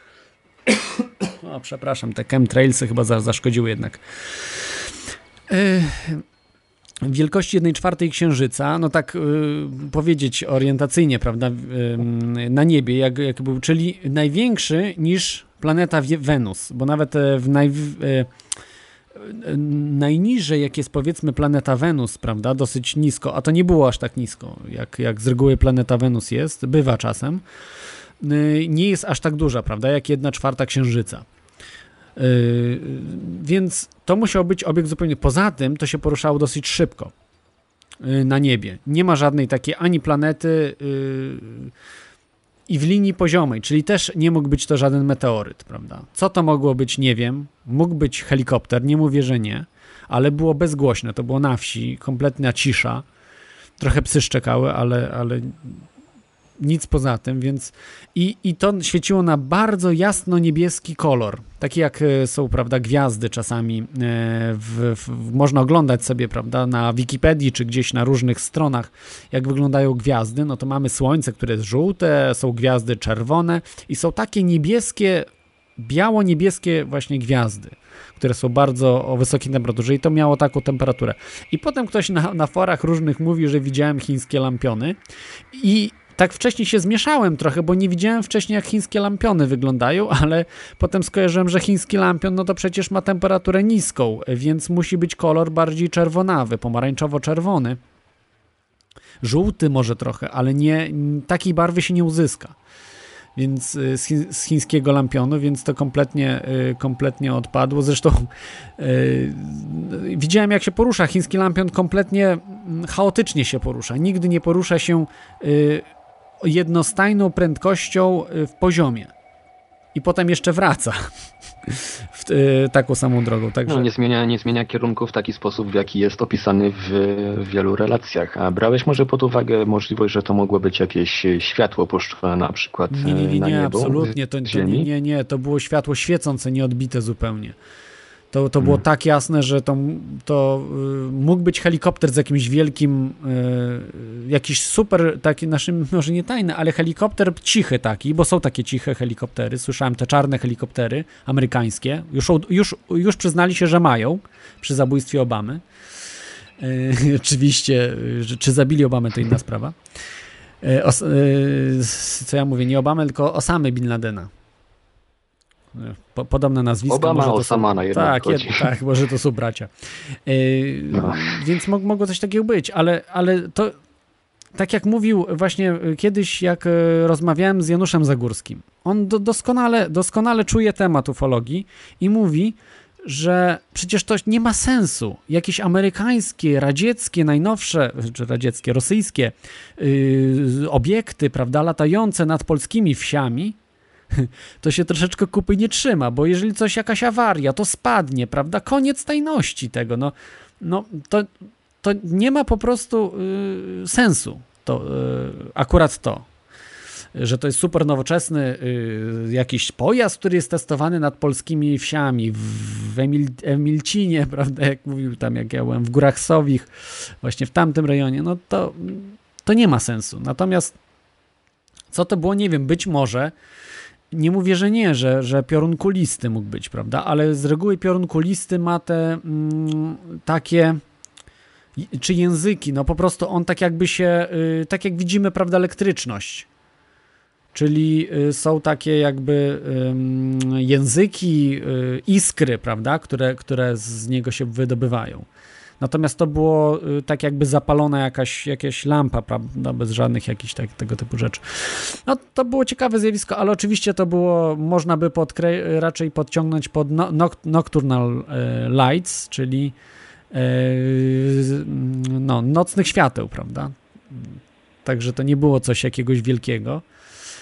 O, przepraszam, te chemtrailsy chyba zaszkodziły jednak. Wielkości jednej czwartej księżyca, no tak y, powiedzieć orientacyjnie, prawda, y, na niebie, jak, jak był, czyli największy niż planeta Wenus, bo nawet w naj, y, y, najniżej, jak jest powiedzmy planeta Wenus, prawda, dosyć nisko, a to nie było aż tak nisko, jak, jak z reguły planeta Wenus jest, bywa czasem, y, nie jest aż tak duża, prawda, jak jedna czwarta księżyca. Yy, więc to musiał być obiekt zupełnie. Poza tym to się poruszało dosyć szybko yy, na niebie. Nie ma żadnej takiej ani planety yy, i w linii poziomej, czyli też nie mógł być to żaden meteoryt, prawda? Co to mogło być, nie wiem. Mógł być helikopter, nie mówię, że nie, ale było bezgłośne, to było na wsi, kompletna cisza. Trochę psy szczekały, ale, ale nic poza tym, więc i, i to świeciło na bardzo jasno niebieski kolor, taki jak są, prawda, gwiazdy czasami w, w, można oglądać sobie, prawda, na Wikipedii czy gdzieś na różnych stronach, jak wyglądają gwiazdy, no to mamy słońce, które jest żółte, są gwiazdy czerwone i są takie niebieskie, biało-niebieskie właśnie gwiazdy, które są bardzo o wysokiej temperaturze i to miało taką temperaturę. I potem ktoś na, na forach różnych mówi, że widziałem chińskie lampiony i tak wcześniej się zmieszałem trochę, bo nie widziałem wcześniej, jak chińskie lampiony wyglądają, ale potem skojarzyłem, że chiński lampion, no to przecież ma temperaturę niską, więc musi być kolor bardziej czerwonawy, pomarańczowo-czerwony. Żółty może trochę, ale nie, takiej barwy się nie uzyska. Więc z, chi- z chińskiego lampionu, więc to kompletnie, kompletnie odpadło. Zresztą yy, widziałem, jak się porusza. Chiński lampion kompletnie chaotycznie się porusza. Nigdy nie porusza się yy, jednostajną prędkością w poziomie. I potem jeszcze wraca w, y, taką samą drogą. Także... No, nie zmienia, nie zmienia kierunku w taki sposób, w jaki jest opisany w, w wielu relacjach. A brałeś może pod uwagę możliwość, że to mogło być jakieś światło puszczone na przykład nie, nie, nie, na nie, niebo? absolutnie. To, to nie, nie, nie, to było światło świecące, nieodbite zupełnie. To, to było hmm. tak jasne, że to, to y, mógł być helikopter z jakimś wielkim, y, jakiś super, taki naszym, może nie tajny, ale helikopter cichy taki, bo są takie ciche helikoptery, słyszałem te czarne helikoptery amerykańskie, już, już, już przyznali się, że mają przy zabójstwie Obamy. Y, oczywiście, y, czy zabili Obamę, to inna sprawa. Y, os, y, co ja mówię, nie Obamę, tylko Osamy Bin Ladena. Po, podobne nazwisko. Obama, może to Osama są, na jedno tak, chodzi. jed, tak, może to są bracia. Yy, no. Więc mo, mogło coś takiego być, ale, ale to tak jak mówił właśnie kiedyś, jak rozmawiałem z Januszem Zagórskim, on do, doskonale, doskonale czuje temat ufologii i mówi, że przecież to nie ma sensu. Jakieś amerykańskie, radzieckie, najnowsze, czy radzieckie, rosyjskie yy, obiekty, prawda, latające nad polskimi wsiami, to się troszeczkę kupy nie trzyma, bo jeżeli coś, jakaś awaria, to spadnie, prawda? Koniec tajności tego. No, no to, to nie ma po prostu y, sensu. To, y, akurat to, że to jest super nowoczesny y, jakiś pojazd, który jest testowany nad polskimi wsiami w Emil, Emilcinie, prawda? Jak mówił tam, jak ja byłem w Górach Sowich, właśnie w tamtym rejonie, no to, to nie ma sensu. Natomiast co to było, nie wiem, być może nie mówię, że nie, że, że piorun kulisty mógł być, prawda, ale z reguły piorun kulisty ma te mm, takie, czy języki, no po prostu on tak jakby się, y, tak jak widzimy, prawda, elektryczność, czyli y, są takie jakby y, języki, y, iskry, prawda, które, które z niego się wydobywają. Natomiast to było y, tak jakby zapalona jakaś, jakaś lampa, prawda, bez żadnych jakichś tak, tego typu rzeczy. No to było ciekawe zjawisko, ale oczywiście to było, można by podkre- raczej podciągnąć pod no, noct- nocturnal y, lights, czyli y, no, nocnych świateł, prawda. Także to nie było coś jakiegoś wielkiego.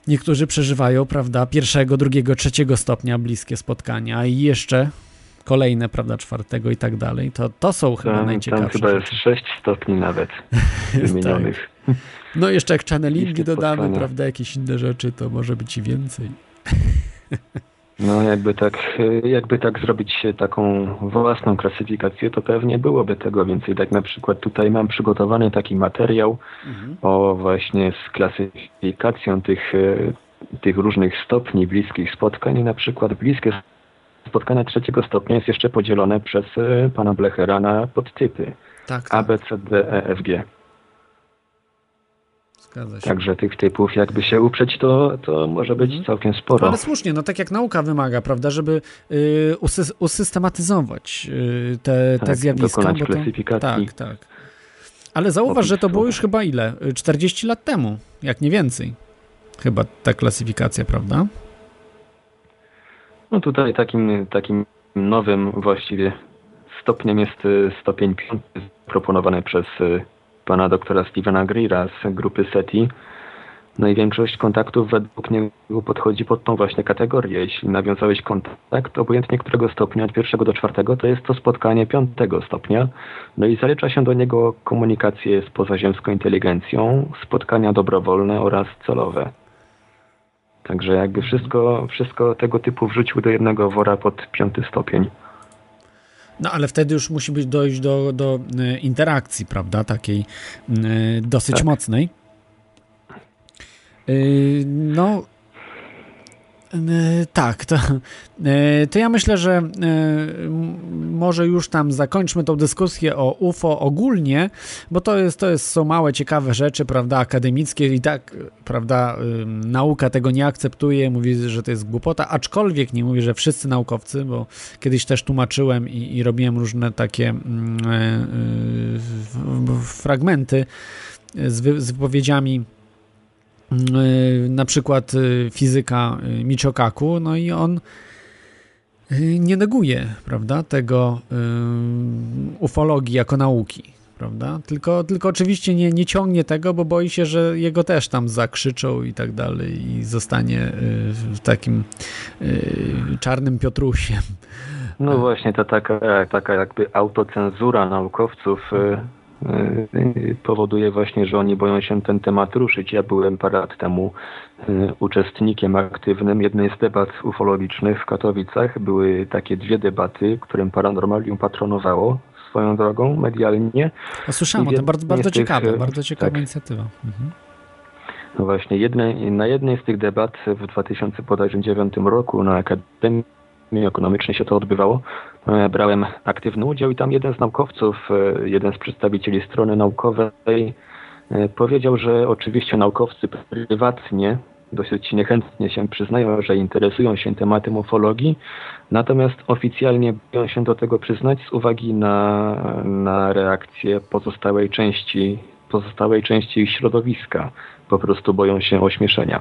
niektórzy przeżywają, prawda, pierwszego, drugiego, trzeciego stopnia bliskie spotkania i jeszcze kolejne, prawda, czwartego i tak dalej. To, to są chyba tam, najciekawsze Tam chyba jest rzeczy. sześć stopni nawet wymienionych. Tak. No jeszcze jak channelingi Bliskie dodamy, spotkania. prawda, jakieś inne rzeczy, to może być i więcej. No jakby tak, jakby tak zrobić taką własną klasyfikację, to pewnie byłoby tego więcej. Tak na przykład tutaj mam przygotowany taki materiał Mhm. o właśnie z klasyfikacją tych, e, tych różnych stopni bliskich spotkań. I na przykład bliskie spotkania trzeciego stopnia jest jeszcze podzielone przez e, pana Blechera na podtypy Tak, A, tak, B, C, D, E, F, G. zgadza się. Także tych typów jakby się uprzeć, to, to może być Mhm. całkiem sporo. Ale słusznie, no tak jak nauka wymaga, prawda, żeby y, usy, usystematyzować y, te, te Tak, zjawiska. dokonać Bo to, klasyfikacji. tak, tak. Ale zauważ, że to Opisu. było już chyba ile? Y, czterdzieści lat temu, jak nie więcej. Chyba ta klasyfikacja, prawda? No tutaj takim, takim nowym właściwie stopniem jest y, stopień piąty proponowany przez y, pana doktora Stevena Greera z grupy SETI. No i większość kontaktów według niego podchodzi pod tą właśnie kategorię. Jeśli nawiązałeś kontakt, obojętnie którego stopnia, od pierwszego do czwartego, to jest to spotkanie piątego stopnia. No i zalicza się do niego komunikację z pozaziemską inteligencją, spotkania dobrowolne oraz celowe. Także jakby wszystko, wszystko tego typu wrzucił do jednego wora pod piąty stopień. No ale wtedy już musi być dojść do, do y, interakcji, prawda, takiej y, dosyć Tak. mocnej. Y, no y, tak, to, y, to ja myślę, że y, m- może już tam zakończmy tą dyskusję o U F O ogólnie, bo to jest, to jest, są małe, ciekawe rzeczy, prawda, akademickie i tak, prawda, y, nauka tego nie akceptuje, mówi, że to jest głupota, aczkolwiek nie mówię, że wszyscy naukowcy, bo kiedyś też tłumaczyłem i, i robiłem różne takie mm, y, y, w- w- fragmenty z, wy, z wypowiedziami y, na przykład y, fizyka y, Michio Kaku, no i on y, nie neguje, prawda, tego y, ufologii jako nauki, prawda, tylko, tylko oczywiście nie, nie ciągnie tego, bo boi się, że jego też tam zakrzyczą i tak dalej i zostanie y, takim y, czarnym Piotrusiem. No właśnie, to taka, taka jakby autocenzura naukowców y, y, powoduje właśnie, że oni boją się ten temat ruszyć. Ja byłem parę lat temu y, uczestnikiem aktywnym jednej z debat ufologicznych w Katowicach. Były takie dwie debaty, którym Paranormalium patronowało swoją drogą medialnie. No, słyszałem o tym, bardzo, bardzo z tych, ciekawe, y, bardzo ciekawa tak. inicjatywa. Mhm. No właśnie, jednej, na jednej z tych debat w dwa tysiące dziewiątym roku na Akademii Ekonomicznej się to odbywało. E, Brałem aktywny udział i tam jeden z naukowców, e, jeden z przedstawicieli strony naukowej e, powiedział, że oczywiście naukowcy prywatnie dosyć niechętnie się przyznają, że interesują się tematem ufologii, natomiast oficjalnie boją się do tego przyznać z uwagi na, na reakcję pozostałej części, pozostałej części ich środowiska. Po prostu boją się ośmieszenia.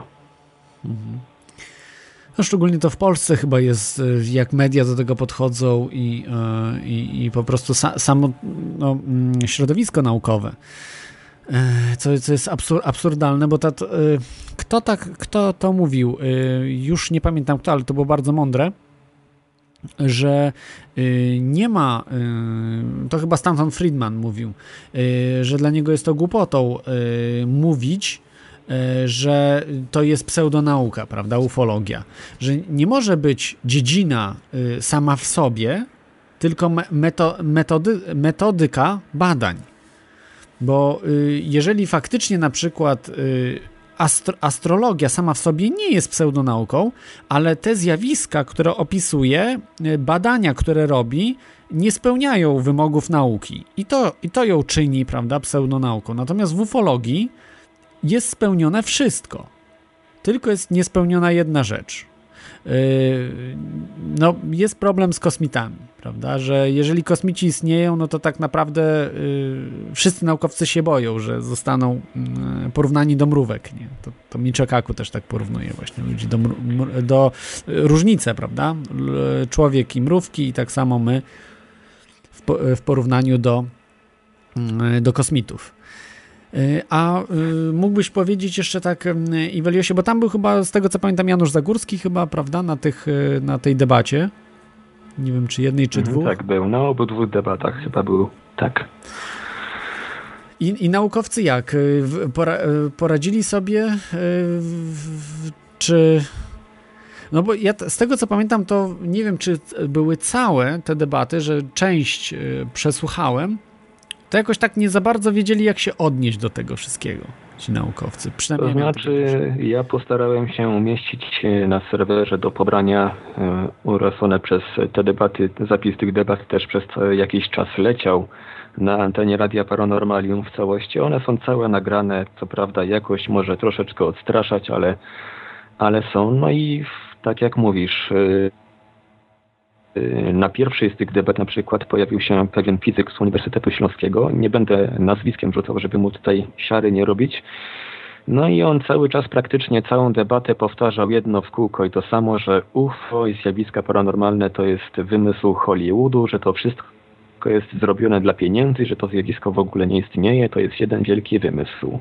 No szczególnie to w Polsce chyba jest, jak media do tego podchodzą i, i, i po prostu sa, samo no, środowisko naukowe, co, co jest absur, absurdalne, bo ta, to, kto, tak, kto to mówił, już nie pamiętam kto, ale to było bardzo mądre, że nie ma, to chyba Stanton Friedman mówił, że dla niego jest to głupotą mówić, że to jest pseudonauka, prawda, ufologia, że nie może być dziedzina sama w sobie, tylko meto, metody, metodyka badań, bo jeżeli faktycznie na przykład astro, astrologia sama w sobie nie jest pseudonauką, ale te zjawiska, które opisuje, badania, które robi, nie spełniają wymogów nauki i to, i to ją czyni, prawda, pseudonauką. Natomiast w ufologii jest spełnione wszystko. Tylko jest niespełniona jedna rzecz. Yy, no, jest problem z kosmitami, prawda? Że jeżeli kosmici istnieją, no to tak naprawdę yy, wszyscy naukowcy się boją, że zostaną yy, porównani do mrówek. Nie? To, to Michio Kaku też tak porównuje właśnie ludzi do, mru- do yy, różnice, prawda? L- człowiek i mrówki i tak samo my w, po, w porównaniu do, yy, do kosmitów. A mógłbyś powiedzieć jeszcze tak, Iweliosie, bo tam był chyba, z tego co pamiętam, Janusz Zagórski chyba, prawda, na, tych, na tej debacie. Nie wiem, czy jednej, czy dwóch. Tak, był. Na obydwu debatach chyba był, tak. I, i naukowcy jak? Pora, poradzili sobie, czy... No bo ja z tego co pamiętam, to nie wiem, czy były całe te debaty, że część przesłuchałem, to jakoś tak nie za bardzo wiedzieli, jak się odnieść do tego wszystkiego, ci naukowcy. Przynajmniej to znaczy, ja postarałem się umieścić na serwerze do pobrania oraz one przez te debaty, zapis tych debat też przez jakiś czas leciał na antenie Radia Paranormalium w całości. One są całe nagrane, co prawda jakość może troszeczkę odstraszać, ale, ale są. No i tak jak mówisz, na pierwszej z tych debat na przykład pojawił się pewien fizyk z Uniwersytetu Śląskiego. Nie będę nazwiskiem rzucał, żeby mu tutaj siary nie robić. No i on cały czas praktycznie całą debatę powtarzał jedno w kółko i to samo, że U F O i zjawiska paranormalne to jest wymysł Hollywoodu, że to wszystko jest zrobione dla pieniędzy, że to zjawisko w ogóle nie istnieje, to jest jeden wielki wymysł.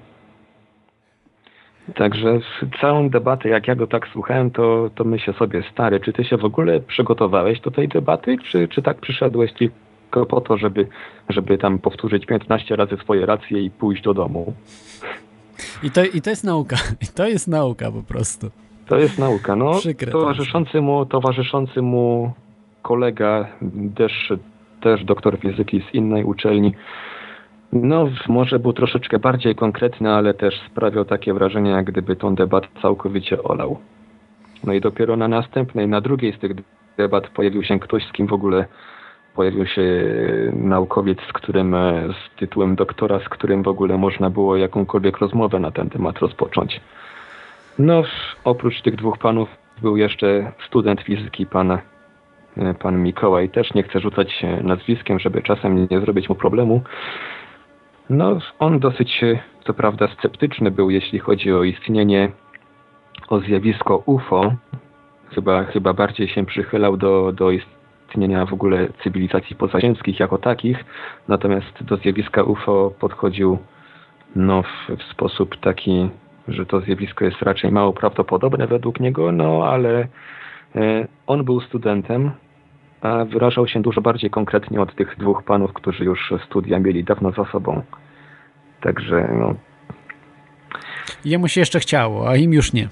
Także całą debatę, jak ja go tak słuchałem, to, to myślę sobie, stary, czy ty się w ogóle przygotowałeś do tej debaty, czy, czy tak przyszedłeś tylko po to, żeby, żeby tam powtórzyć piętnaście razy swoje racje i pójść do domu? I to, i to jest nauka. I to jest nauka po prostu. To jest nauka. No, Przykre towarzyszący mu, towarzyszący mu kolega, też, też doktor fizyki z innej uczelni, no może był troszeczkę bardziej konkretny, ale też sprawiał takie wrażenie, jak gdyby tą debatę całkowicie olał. No i dopiero na następnej, na drugiej z tych debat pojawił się ktoś, z kim w ogóle pojawił się naukowiec, z którym, z tytułem doktora, z którym w ogóle można było jakąkolwiek rozmowę na ten temat rozpocząć. No, oprócz tych dwóch panów był jeszcze student fizyki, pan, pan Mikołaj. Też nie chcę rzucać nazwiskiem, żeby czasem nie zrobić mu problemu. No, on dosyć, co prawda, sceptyczny był, jeśli chodzi o istnienie, o zjawisko U F O. Chyba, chyba bardziej się przychylał do, do istnienia w ogóle cywilizacji pozaziemskich jako takich. Natomiast do zjawiska U F O podchodził no, w, w sposób taki, że to zjawisko jest raczej mało prawdopodobne według niego, no ale e, on był studentem, a wyrażał się dużo bardziej konkretnie od tych dwóch panów, którzy już studia mieli dawno za sobą. Także no... Jemu się jeszcze chciało, a im już nie.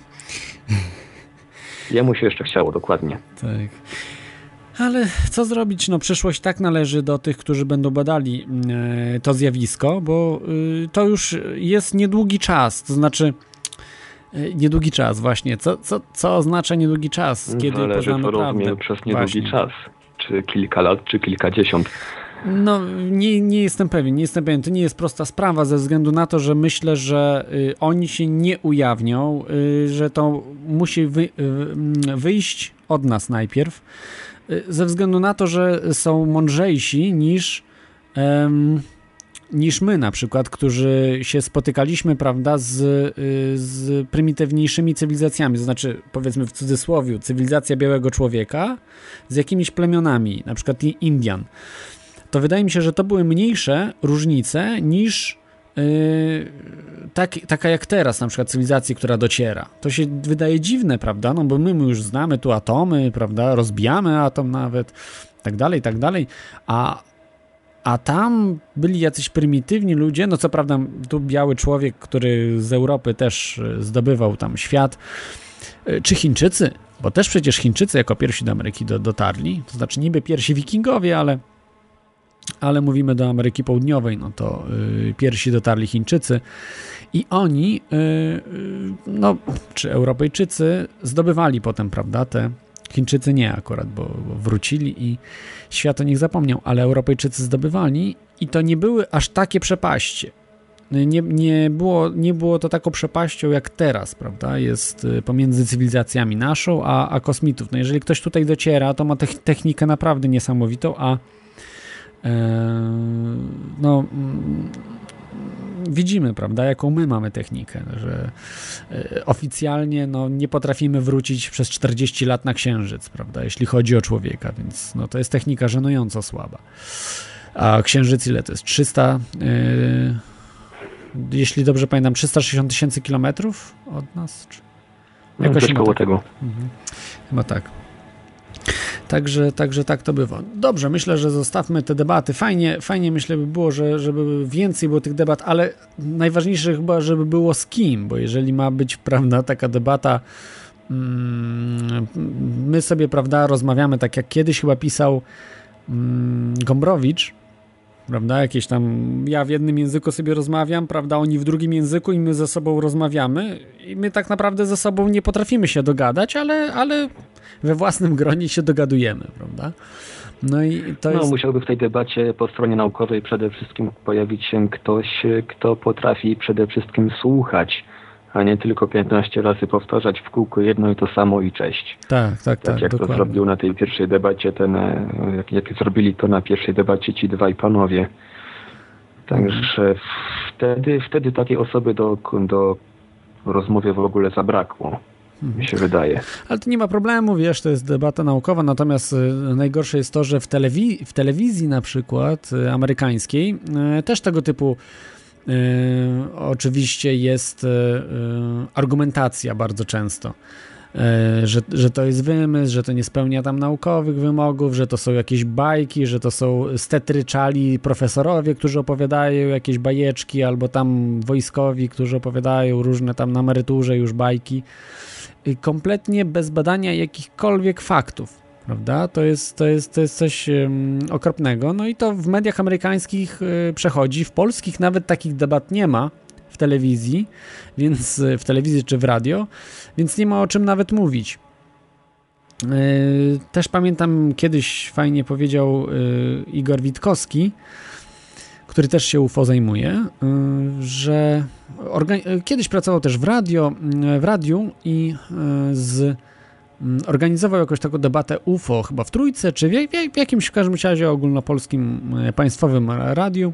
Jemu się jeszcze chciało, dokładnie. Tak. Ale co zrobić? No przyszłość tak należy do tych, którzy będą badali e, to zjawisko, bo e, to już jest niedługi czas, to znaczy e, niedługi czas właśnie. Co, co, co oznacza niedługi czas? Kiedy Zależy, poznamy co prawdę? rozumiem przez niedługi Właśnie. czas. Czy kilka lat, czy kilkadziesiąt. No, nie, nie jestem pewien, nie jestem pewien. To nie jest prosta sprawa ze względu na to, że myślę, że y, oni się nie ujawnią, y, że to musi wy, y, wyjść od nas najpierw, y, ze względu na to, że są mądrzejsi niż, ym, niż my na przykład, którzy się spotykaliśmy, prawda, z, y, z prymitywniejszymi cywilizacjami, to znaczy, powiedzmy w cudzysłowie, cywilizacja białego człowieka z jakimiś plemionami, na przykład Indian. To wydaje mi się, że to były mniejsze różnice niż yy, tak, taka jak teraz, na przykład cywilizacji, która dociera. To się wydaje dziwne, prawda? No bo my, my już znamy tu atomy, prawda? Rozbijamy atom nawet, tak dalej, tak dalej. A, a tam byli jacyś prymitywni ludzie, no co prawda tu biały człowiek, który z Europy też zdobywał tam świat, yy, czy Chińczycy, bo też przecież Chińczycy jako pierwsi do Ameryki do, dotarli, to znaczy niby pierwsi wikingowie, ale ale mówimy do Ameryki Południowej, no to yy, pierwsi dotarli Chińczycy i oni, yy, no, czy Europejczycy zdobywali potem, prawda, te Chińczycy nie akurat, bo, bo wrócili i świat o nich zapomniał, ale Europejczycy zdobywali i to nie były aż takie przepaście. Nie, nie, było, nie było to taką przepaścią jak teraz, prawda, jest pomiędzy cywilizacjami naszą, a, a kosmitów. No jeżeli ktoś tutaj dociera, to ma technikę naprawdę niesamowitą, a no widzimy, prawda, jaką my mamy technikę, że oficjalnie no, nie potrafimy wrócić przez czterdzieści lat na Księżyc, prawda, jeśli chodzi o człowieka, więc no, to jest technika żenująco słaba. A Księżyc ile to jest? trzysta? jeśli dobrze pamiętam, trzysta sześćdziesiąt tysięcy kilometrów od nas? Czy... Jakoś no, koło tak. tego. Mhm. Chyba tak. Także, także tak to bywa. Dobrze, myślę, że zostawmy te debaty. Fajnie, fajnie myślę by było, że, żeby więcej było tych debat, ale najważniejsze chyba, żeby było z kim, bo jeżeli ma być, prawda, taka debata, mm, my sobie, prawda, rozmawiamy tak jak kiedyś chyba pisał mm, Gombrowicz, prawda, jakieś tam, ja w jednym języku sobie rozmawiam, prawda, oni w drugim języku i my ze sobą rozmawiamy i my tak naprawdę ze sobą nie potrafimy się dogadać, ale, ale we własnym gronie się dogadujemy, prawda. No i to no, jest... musiałby w tej debacie po stronie naukowej przede wszystkim pojawić się ktoś, kto potrafi przede wszystkim słuchać, a nie tylko piętnaście razy powtarzać w kółko jedno i to samo i cześć. Tak, tak, tak. Tak jak dokładnie. to zrobił na tej pierwszej debacie ten, jak, jak zrobili to na pierwszej debacie ci dwaj panowie. Także wtedy, wtedy takiej osoby do, do rozmowy w ogóle zabrakło, mi się wydaje. Ale to nie ma problemu, wiesz, to jest debata naukowa, natomiast y, najgorsze jest to, że w, telewi- w telewizji na przykład y, amerykańskiej y, też tego typu Yy, oczywiście jest yy, argumentacja bardzo często, yy, że, że to jest wymysł, że to nie spełnia tam naukowych wymogów, że to są jakieś bajki, że to są stetryczali profesorowie, którzy opowiadają jakieś bajeczki, albo tam wojskowi, którzy opowiadają różne tam na emeryturze już bajki, yy, kompletnie bez badania jakichkolwiek faktów. Prawda? To jest, to jest, to jest coś um, okropnego. No i to w mediach amerykańskich y, przechodzi. W polskich nawet takich debat nie ma w telewizji, więc y, w telewizji czy w radio, więc nie ma o czym nawet mówić. Y, też pamiętam, kiedyś fajnie powiedział y, Igor Witkowski, który też się U F O zajmuje, y, że organ- kiedyś pracował też w radio, y, w radiu i y, z organizował jakąś taką debatę U F O, chyba w Trójce, czy w, w jakimś w każdym razie ogólnopolskim państwowym radiu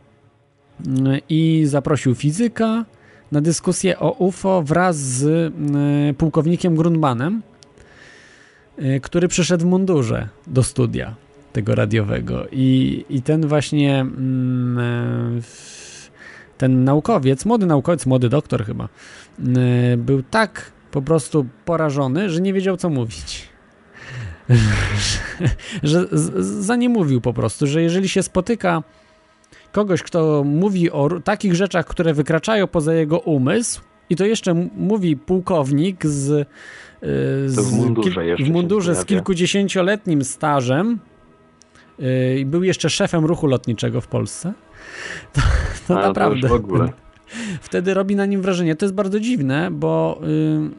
i zaprosił fizyka na dyskusję o U F O wraz z pułkownikiem Grundmanem, który przyszedł w mundurze do studia tego radiowego i, i ten właśnie ten naukowiec, młody naukowiec, młody doktor chyba, był tak po prostu porażony, że nie wiedział, co mówić. że z, za nie mówił po prostu, że jeżeli się spotyka kogoś, kto mówi o takich rzeczach, które wykraczają poza jego umysł i to jeszcze m- mówi pułkownik z, z w mundurze, kil, w mundurze z kilkudziesięcioletnim stażem i yy, był jeszcze szefem ruchu lotniczego w Polsce, to, to A, naprawdę... To już w ogóle. Wtedy robi na nim wrażenie. To jest bardzo dziwne, bo yy,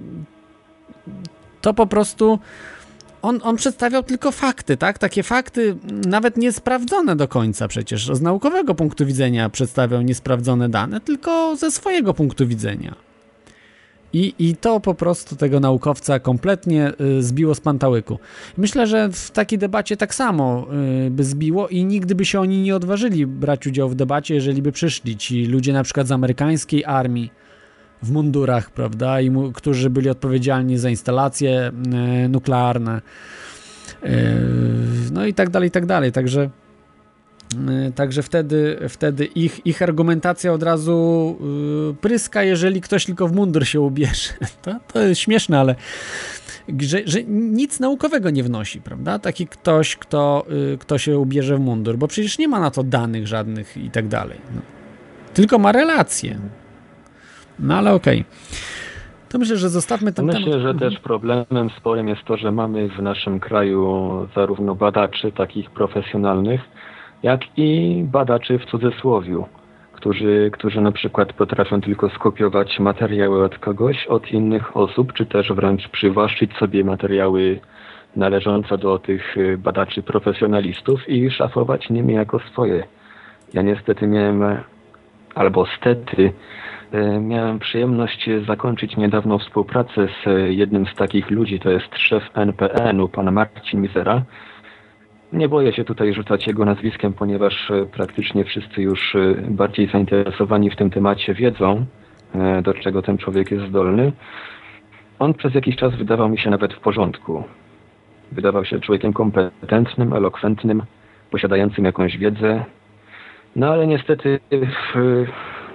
to po prostu on, on przedstawiał tylko fakty, tak? Takie fakty nawet niesprawdzone do końca przecież. Z naukowego punktu widzenia przedstawiał niesprawdzone dane, tylko ze swojego punktu widzenia. I, i to po prostu tego naukowca kompletnie y, zbiło z pantałyku. Myślę, że w takiej debacie tak samo y, by zbiło i nigdy by się oni nie odważyli brać udziału w debacie, jeżeli by przyszli ci ludzie na przykład z amerykańskiej armii w mundurach, prawda, i mu, którzy byli odpowiedzialni za instalacje y, nuklearne, y, no i tak dalej, i tak dalej. Także Także wtedy, wtedy ich, ich argumentacja od razu yy, pryska, jeżeli ktoś tylko w mundur się ubierze. To, to jest śmieszne, ale że, że nic naukowego nie wnosi, prawda? Taki ktoś, kto, yy, kto się ubierze w mundur, bo przecież nie ma na to danych żadnych i tak dalej. No. Tylko ma relacje. No ale okej. Okay. To myślę, że zostawmy ten Myślę, temat. że też problemem sporym jest to, że mamy w naszym kraju zarówno badaczy takich profesjonalnych, jak i badaczy w cudzysłowiu, którzy, którzy na przykład potrafią tylko skopiować materiały od kogoś, od innych osób, czy też wręcz przywłaszczyć sobie materiały należące do tych badaczy profesjonalistów i szafować nimi jako swoje. Ja niestety miałem, albo stety, miałem przyjemność zakończyć niedawno współpracę z jednym z takich ludzi, to jest szef N P N u, pan Marcin Mizera. Nie boję się tutaj rzucać jego nazwiskiem, ponieważ praktycznie wszyscy już bardziej zainteresowani w tym temacie wiedzą, do czego ten człowiek jest zdolny. On przez jakiś czas wydawał mi się nawet w porządku. Wydawał się człowiekiem kompetentnym, elokwentnym, posiadającym jakąś wiedzę. No ale niestety w,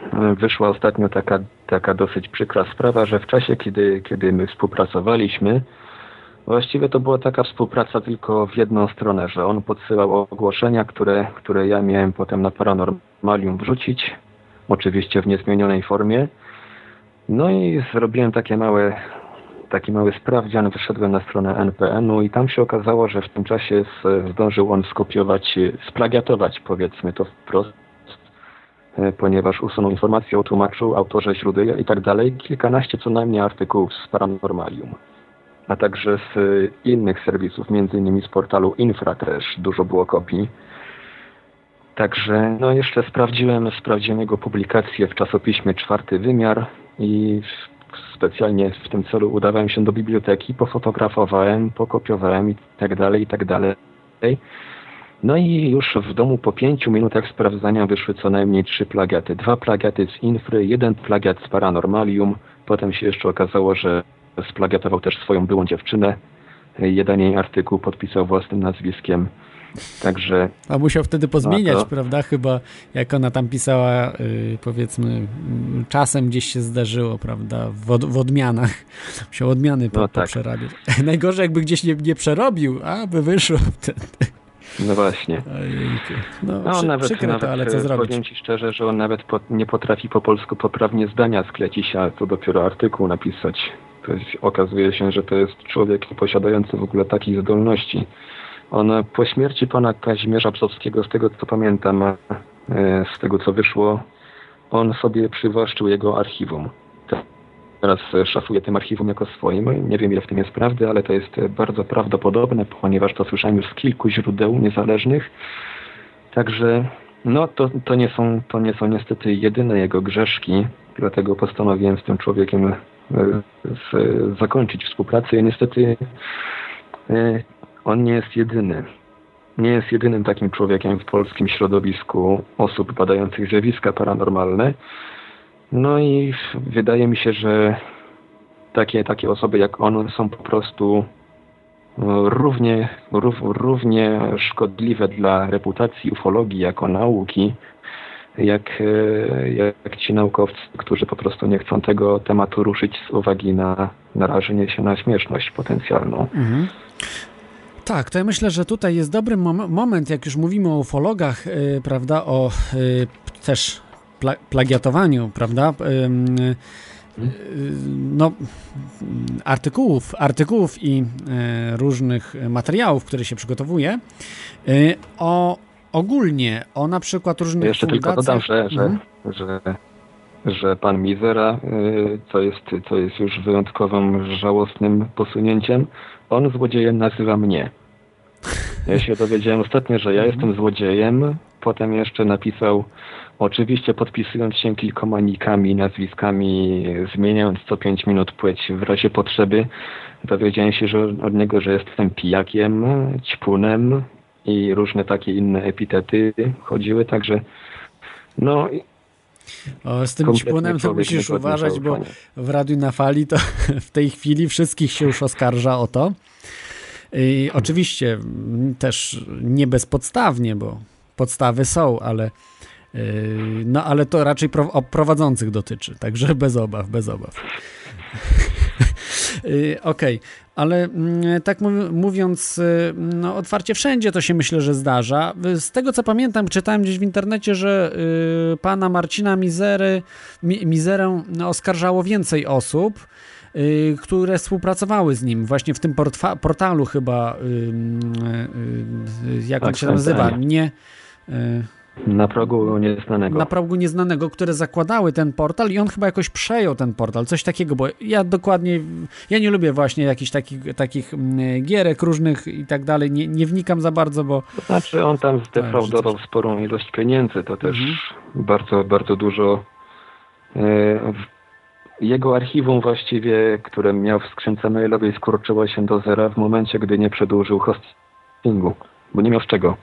wyszła ostatnio taka, taka dosyć przykra sprawa, że w czasie, kiedy, kiedy my współpracowaliśmy, właściwie to była taka współpraca tylko w jedną stronę, że on podsyłał ogłoszenia, które, które ja miałem potem na Paranormalium wrzucić, oczywiście w niezmienionej formie. No i zrobiłem takie małe, taki mały sprawdzian, wyszedłem na stronę N P N u i tam się okazało, że w tym czasie zdążył on skopiować, splagiatować, powiedzmy to wprost, ponieważ usunął informację o tłumaczu, autorze, źródeł i tak dalej, kilkanaście co najmniej artykułów z Paranormalium, a także z innych serwisów, między innymi z portalu Infra też dużo było kopii. Także no jeszcze sprawdziłem, sprawdziłem jego publikację w czasopiśmie Czwarty Wymiar i specjalnie w tym celu udawałem się do biblioteki, pofotografowałem, pokopiowałem i tak dalej, i tak dalej. No i już w domu po pięciu minutach sprawdzania wyszły co najmniej trzy plagiaty. Dwa plagiaty z Infry, jeden plagiat z Paranormalium. Potem się jeszcze okazało, że splagiatował też swoją byłą dziewczynę. Jeden jej artykuł podpisał własnym nazwiskiem. Także... A musiał wtedy pozmieniać, no to... prawda? Chyba jak ona tam pisała, yy, powiedzmy, czasem gdzieś się zdarzyło, prawda? W, od, w odmianach. Musiał odmiany po, no tak. poprzerabiać. Najgorzej jakby gdzieś nie, nie przerobił, a by wyszło wtedy. No właśnie. No, no przy, nawet, przykre nawet to, ale co zrobić? Powiem ci szczerze, że on nawet po, nie potrafi po polsku poprawnie zdania sklecić, a to dopiero artykuł napisać. To jest, okazuje się, że to jest człowiek posiadający w ogóle takich zdolności. On po śmierci pana Kazimierza Psowskiego, z tego co pamiętam, z tego co wyszło, on sobie przywłaszczył jego archiwum. Teraz szafuje tym archiwum jako swoim. Nie wiem, ile w tym jest prawdy, ale to jest bardzo prawdopodobne, ponieważ to słyszałem już z kilku źródeł niezależnych. Także no to, to, nie są, to nie są niestety jedyne jego grzeszki, dlatego postanowiłem z tym człowiekiem z, zakończyć współpracę i niestety on nie jest jedyny. Nie jest jedynym takim człowiekiem w polskim środowisku osób badających zjawiska paranormalne. No i wydaje mi się, że takie, takie osoby jak on są po prostu równie, rów, równie szkodliwe dla reputacji ufologii jako nauki, jak, jak ci naukowcy, którzy po prostu nie chcą tego tematu ruszyć z uwagi na narażenie się na śmieszność potencjalną. Mhm. Tak, to ja myślę, że tutaj jest dobry mom- moment, jak już mówimy o ufologach, yy, prawda, o yy, też pla- plagiatowaniu, prawda, yy, yy, no, artykułów, artykułów i yy, różnych materiałów, które się przygotowuje, yy, o ogólnie, o na przykład różnych Jeszcze fundacjach. tylko dodam, że, że, mhm. że, że pan Mizera, yy, co jest, co jest już wyjątkowym, żałosnym posunięciem, on złodziejem nazywa mnie. Ja się dowiedziałem ostatnio, że ja jestem złodziejem. Potem jeszcze napisał, oczywiście podpisując się kilkoma nikami, nazwiskami, zmieniając co pięć minut płeć w razie potrzeby. Dowiedziałem się że od niego, że jestem pijakiem, ćpunem i różne takie inne epitety chodziły, także no... O, z tym ćpunem to musisz uważać, bo w Radiu na Fali to w tej chwili wszystkich się już oskarża o to. I oczywiście też nie bezpodstawnie, bo podstawy są, ale no ale to raczej pro, prowadzących dotyczy, także bez obaw, bez obaw. Okej, okay. Ale tak mówiąc, no otwarcie wszędzie to się myślę, że zdarza. Z tego co pamiętam, czytałem gdzieś w internecie, że y, pana Marcina Mizery, Mi, Mizerę oskarżało więcej osób, y, które współpracowały z nim. Właśnie w tym portfa, portalu chyba, y, y, y, jak tak, on się nazywa? Nie... Y, Na progu nieznanego. Na progu nieznanego, które zakładały ten portal i on chyba jakoś przejął ten portal, coś takiego, bo ja dokładnie, ja nie lubię właśnie jakichś takich, takich gierek różnych i tak dalej, nie, nie wnikam za bardzo, bo... To znaczy on tam zdefraudował sporą ilość pieniędzy, to też mhm. bardzo, bardzo dużo. Jego archiwum właściwie, które miał w skrzynce mailowej, skurczyło się do zera w momencie, gdy nie przedłużył hostingu, bo nie miał z czego.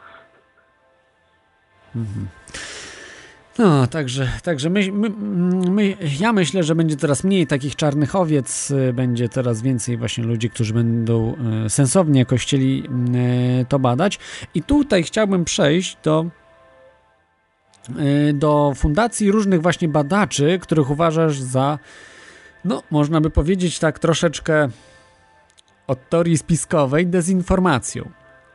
No, także, także my, my, my, ja myślę, że będzie teraz mniej takich czarnych owiec, będzie teraz więcej właśnie ludzi, którzy będą sensownie jakoś chcieli to badać. I tutaj chciałbym przejść do do fundacji różnych właśnie badaczy, których uważasz za, no można by powiedzieć tak troszeczkę od teorii spiskowej, dezinformacją.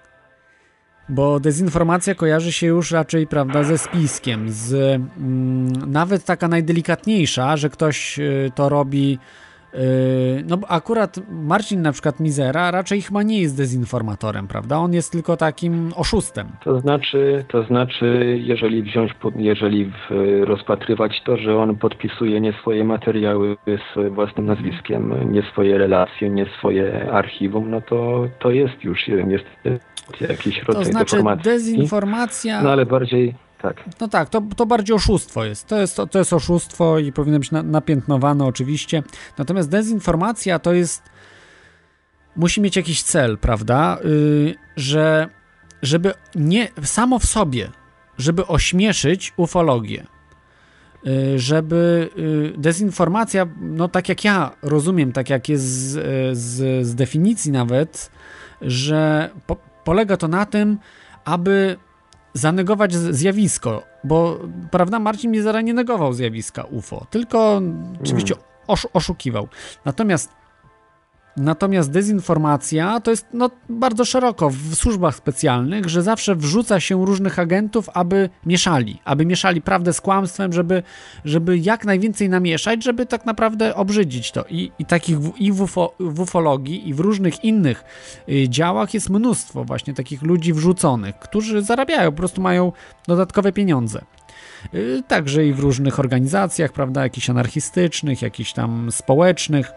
Bo dezinformacja kojarzy się już raczej, prawda, ze spiskiem, z mm, nawet taka najdelikatniejsza, że ktoś y, to robi. No akurat Marcin na przykład Mizera raczej chyba nie jest dezinformatorem, prawda? On jest tylko takim oszustem. To znaczy, to znaczy, jeżeli wziąć, jeżeli w, rozpatrywać to, że on podpisuje nie swoje materiały z własnym nazwiskiem, nie swoje relacje, nie swoje archiwum, no to, to jest już jest jakiś rodzaj to znaczy deformacji. Dezinformacja... No ale bardziej... Tak. No tak, to, to bardziej oszustwo jest. To jest, to, to jest oszustwo i powinno być na, napiętnowane oczywiście. Natomiast dezinformacja to jest... Musi mieć jakiś cel, prawda? Yy, że żeby nie... Samo w sobie, żeby ośmieszyć ufologię. Yy, żeby... Yy, dezinformacja, no tak jak ja rozumiem, tak jak jest z, z, z definicji nawet, że po, polega to na tym, aby zanegować zjawisko, bo prawda, Marcin Mizera nie negował zjawiska U F O, tylko oczywiście osz, oszukiwał. Natomiast Natomiast dezinformacja to jest no, bardzo szeroko w służbach specjalnych, że zawsze wrzuca się różnych agentów, aby mieszali, aby mieszali prawdę z kłamstwem, żeby, żeby jak najwięcej namieszać, żeby tak naprawdę obrzydzić to. I, i takich w, i w, ufo, w ufologii i w różnych innych y, działach jest mnóstwo właśnie takich ludzi wrzuconych, którzy zarabiają, po prostu mają dodatkowe pieniądze. Y, także i w różnych organizacjach, prawda, jakichś anarchistycznych, jakichś tam społecznych.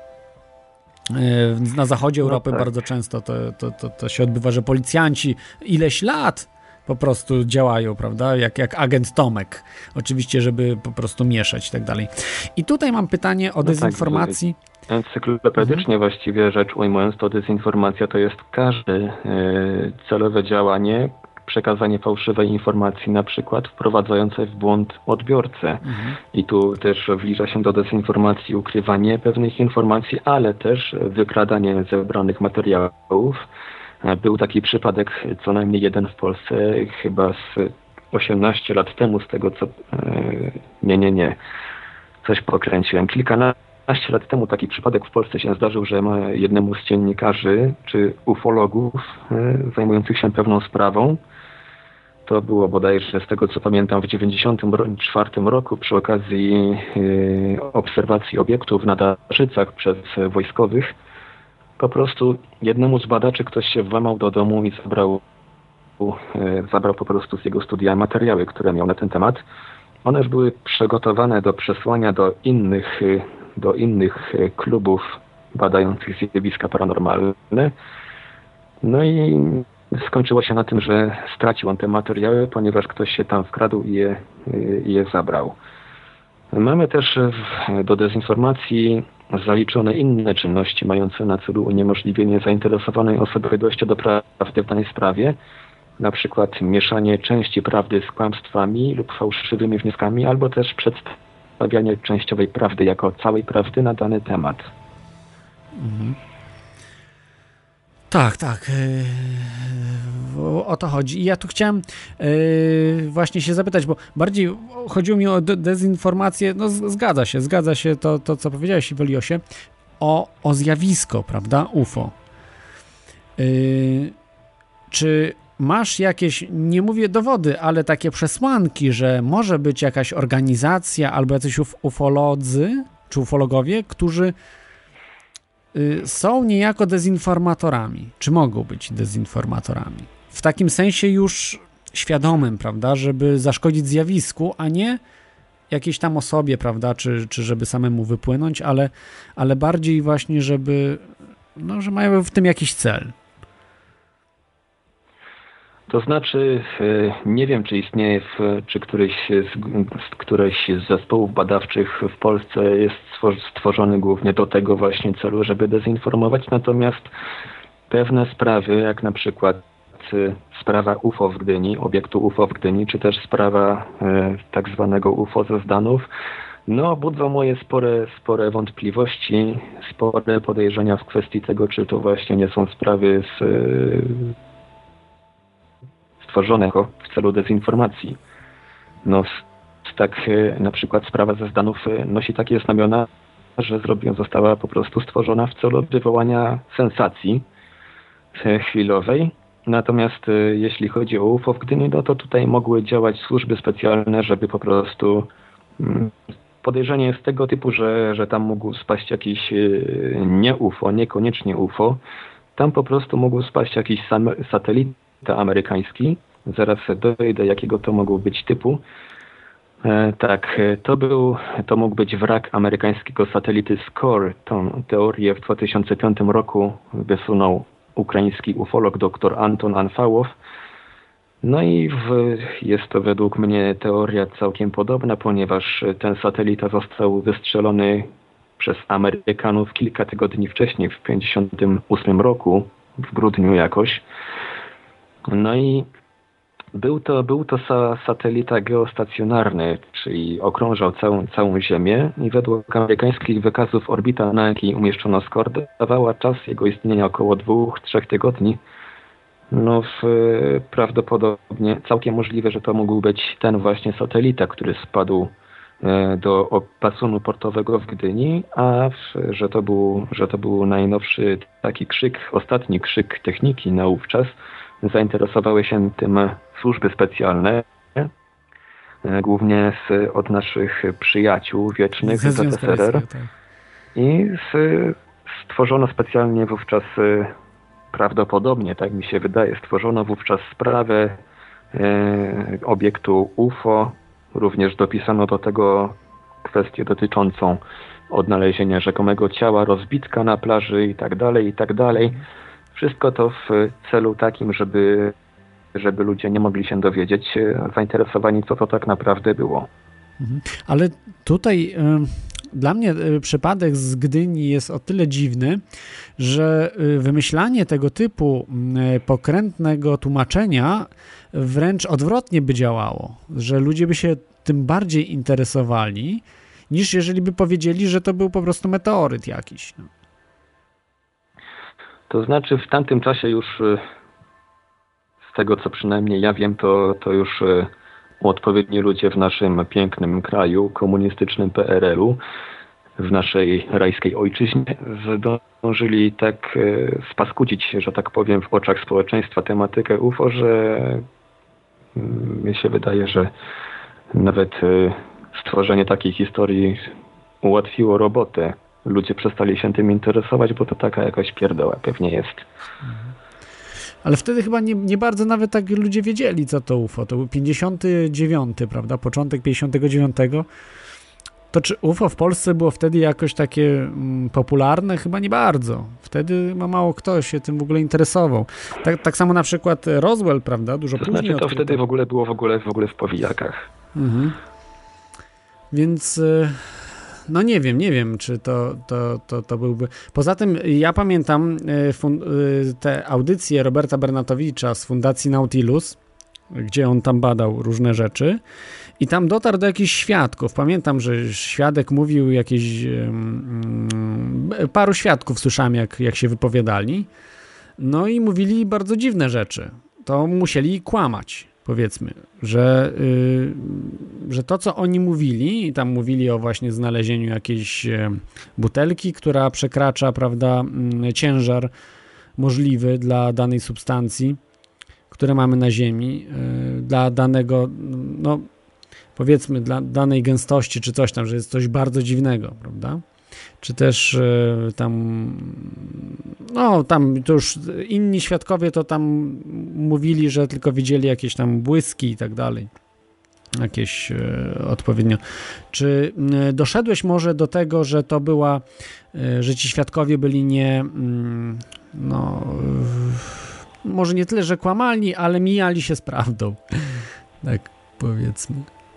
Na zachodzie Europy no tak. bardzo często to, to, to, to się odbywa, że policjanci ileś lat po prostu działają, prawda, jak, jak agent Tomek, oczywiście, żeby po prostu mieszać i tak dalej. I tutaj mam pytanie o no dezinformacji. Tak, encyklopedycznie mhm. właściwie rzecz ujmując, to dezinformacja to jest każde e, celowe działanie, przekazanie fałszywej informacji, na przykład wprowadzające w błąd odbiorcę. Mhm. I tu też wlicza się do dezinformacji ukrywanie pewnych informacji, ale też wykradanie zebranych materiałów. Był taki przypadek, co najmniej jeden w Polsce, chyba z osiemnaście lat temu, z tego co... Nie, nie, nie. Coś pokręciłem. Kilkanaście lat temu taki przypadek w Polsce się zdarzył, że jednemu z dziennikarzy czy ufologów zajmujących się pewną sprawą, to było bodajże z tego co pamiętam w dziewięćdziesiątym czwartym roku przy okazji y, obserwacji obiektów na Darzycach przez wojskowych, po prostu jednemu z badaczy ktoś się włamał do domu i zabrał, y, zabrał po prostu z jego studia materiały, które miał na ten temat. One już były przygotowane do przesłania do innych, y, do innych y, klubów badających zjawiska paranormalne. No i skończyło się na tym, że stracił on te materiały, ponieważ ktoś się tam wkradł i je, i je zabrał. Mamy też do dezinformacji zaliczone inne czynności mające na celu uniemożliwienie zainteresowanej osoby dojścia do prawdy w danej sprawie, na przykład mieszanie części prawdy z kłamstwami lub fałszywymi wnioskami, albo też przedstawianie częściowej prawdy jako całej prawdy na dany temat. Mhm. Tak, tak. Yy, o to chodzi. I ja tu chciałem yy, właśnie się zapytać, bo bardziej chodziło mi o de- dezinformację. No z- zgadza się, zgadza się to, to co powiedziałeś, Iweliosie, o, o zjawisko, prawda, U F O. Yy, czy masz jakieś, nie mówię dowody, ale takie przesłanki, że może być jakaś organizacja albo jacyś uf- ufolodzy, czy ufologowie, którzy są niejako dezinformatorami, czy mogą być dezinformatorami. W takim sensie już świadomym, prawda, żeby zaszkodzić zjawisku, a nie jakiejś tam osobie, prawda, czy, czy żeby samemu wypłynąć, ale, ale bardziej właśnie, żeby, no, że mają w tym jakiś cel. To znaczy, nie wiem, czy istnieje, w, czy któryś z, któryś z zespołów badawczych w Polsce jest stworzony głównie do tego właśnie celu, żeby dezinformować, natomiast pewne sprawy, jak na przykład sprawa U F O w Gdyni, obiektu U F O w Gdyni, czy też sprawa e, tak zwanego U F O ze Zdanów, no budzą moje spore, spore wątpliwości, spore podejrzenia w kwestii tego, czy to właśnie nie są sprawy z e, stworzone w celu dezinformacji. no tak na przykład sprawa ze Stanów nosi takie znamiona, że zrobiona została po prostu stworzona w celu wywołania sensacji chwilowej. Natomiast jeśli chodzi o U F O w Gdyni, no to tutaj mogły działać służby specjalne, żeby po prostu podejrzenie jest tego typu, że, że tam mógł spaść jakiś nie U F O, niekoniecznie U F O. Tam po prostu mógł spaść jakiś sam, satelita amerykański. Zaraz dojdę, jakiego to mogło być typu. E, tak, to był, to mógł być wrak amerykańskiego satelity SCORE. Tą teorię w dwa tysiące piątym roku wysunął ukraiński ufolog dr Anton Anfałow. No i w, jest to według mnie teoria całkiem podobna, ponieważ ten satelita został wystrzelony przez Amerykanów kilka tygodni wcześniej, w pięćdziesiątym ósmym roku, w grudniu jakoś. No i był to, był to sa, satelita geostacjonarny, czyli okrążał całą, całą Ziemię i według amerykańskich wykazów orbita, na jakiej umieszczono SCORE, dawała czas jego istnienia około dwóch, trzech tygodni. No w, prawdopodobnie całkiem możliwe, że to mógł być ten właśnie satelita, który spadł do basenu portowego w Gdyni, a w, że, to był, że to był najnowszy taki krzyk, ostatni krzyk techniki naówczas. Zainteresowały się tym służby specjalne, głównie z, od naszych przyjaciół wiecznych z Z S R R. Tak. I z, stworzono specjalnie wówczas, prawdopodobnie, tak mi się wydaje, stworzono wówczas sprawę e, obiektu U F O. Również dopisano do tego kwestię dotyczącą odnalezienia rzekomego ciała, rozbitka na plaży i tak dalej, i tak dalej. Wszystko to w celu takim, żeby, żeby ludzie nie mogli się dowiedzieć, zainteresowani, co to tak naprawdę było. Ale tutaj y, dla mnie y, przypadek z Gdyni jest o tyle dziwny, że y, wymyślanie tego typu y, pokrętnego tłumaczenia wręcz odwrotnie by działało, że ludzie by się tym bardziej interesowali, niż jeżeli by powiedzieli, że to był po prostu meteoryt jakiś. No. To znaczy w tamtym czasie już, z tego co przynajmniej ja wiem, to, to już odpowiedni ludzie w naszym pięknym kraju, komunistycznym P R L u, w naszej rajskiej ojczyźnie, zdążyli tak spaskudzić się, że tak powiem, w oczach społeczeństwa tematykę U F O, że mi się wydaje, że nawet stworzenie takiej historii ułatwiło robotę. Ludzie przestali się tym interesować, bo to taka jakaś pierdoła pewnie jest. Ale wtedy chyba nie, nie bardzo nawet tak ludzie wiedzieli, co to U F O. To był pięćdziesiąty dziewiąty, prawda? Początek pięćdziesiątego dziewiątego. To czy U F O w Polsce było wtedy jakoś takie mm, popularne? Chyba nie bardzo. Wtedy ma mało kto się tym w ogóle interesował. Tak, tak samo na przykład Roswell, prawda? Dużo to później znaczy to odkryto. Wtedy w ogóle było w ogóle, w ogóle w powijakach. Mhm. Więc no nie wiem, nie wiem, czy to, to, to, to byłby... Poza tym ja pamiętam te audycje Roberta Bernatowicza z Fundacji Nautilus, gdzie on tam badał różne rzeczy i tam dotarł do jakichś świadków. Pamiętam, że świadek mówił jakieś... Um, paru świadków słyszałem, jak, jak się wypowiadali. No i mówili bardzo dziwne rzeczy. To musieli kłamać, powiedzmy, że, yy, że to, co oni mówili, i tam mówili o właśnie znalezieniu jakiejś butelki, która przekracza, prawda, ciężar możliwy dla danej substancji, które mamy na Ziemi, yy, dla danego, no powiedzmy, dla danej gęstości, czy coś tam, że jest coś bardzo dziwnego, prawda? Czy też y, tam, no tam to już inni świadkowie to tam mówili, że tylko widzieli jakieś tam błyski i tak dalej. Jakieś y, odpowiednio. Czy y, doszedłeś może do tego, że to była, y, że ci świadkowie byli nie, y, no, y, może nie tyle, że kłamali, ale mijali się z prawdą. Tak powiedzmy.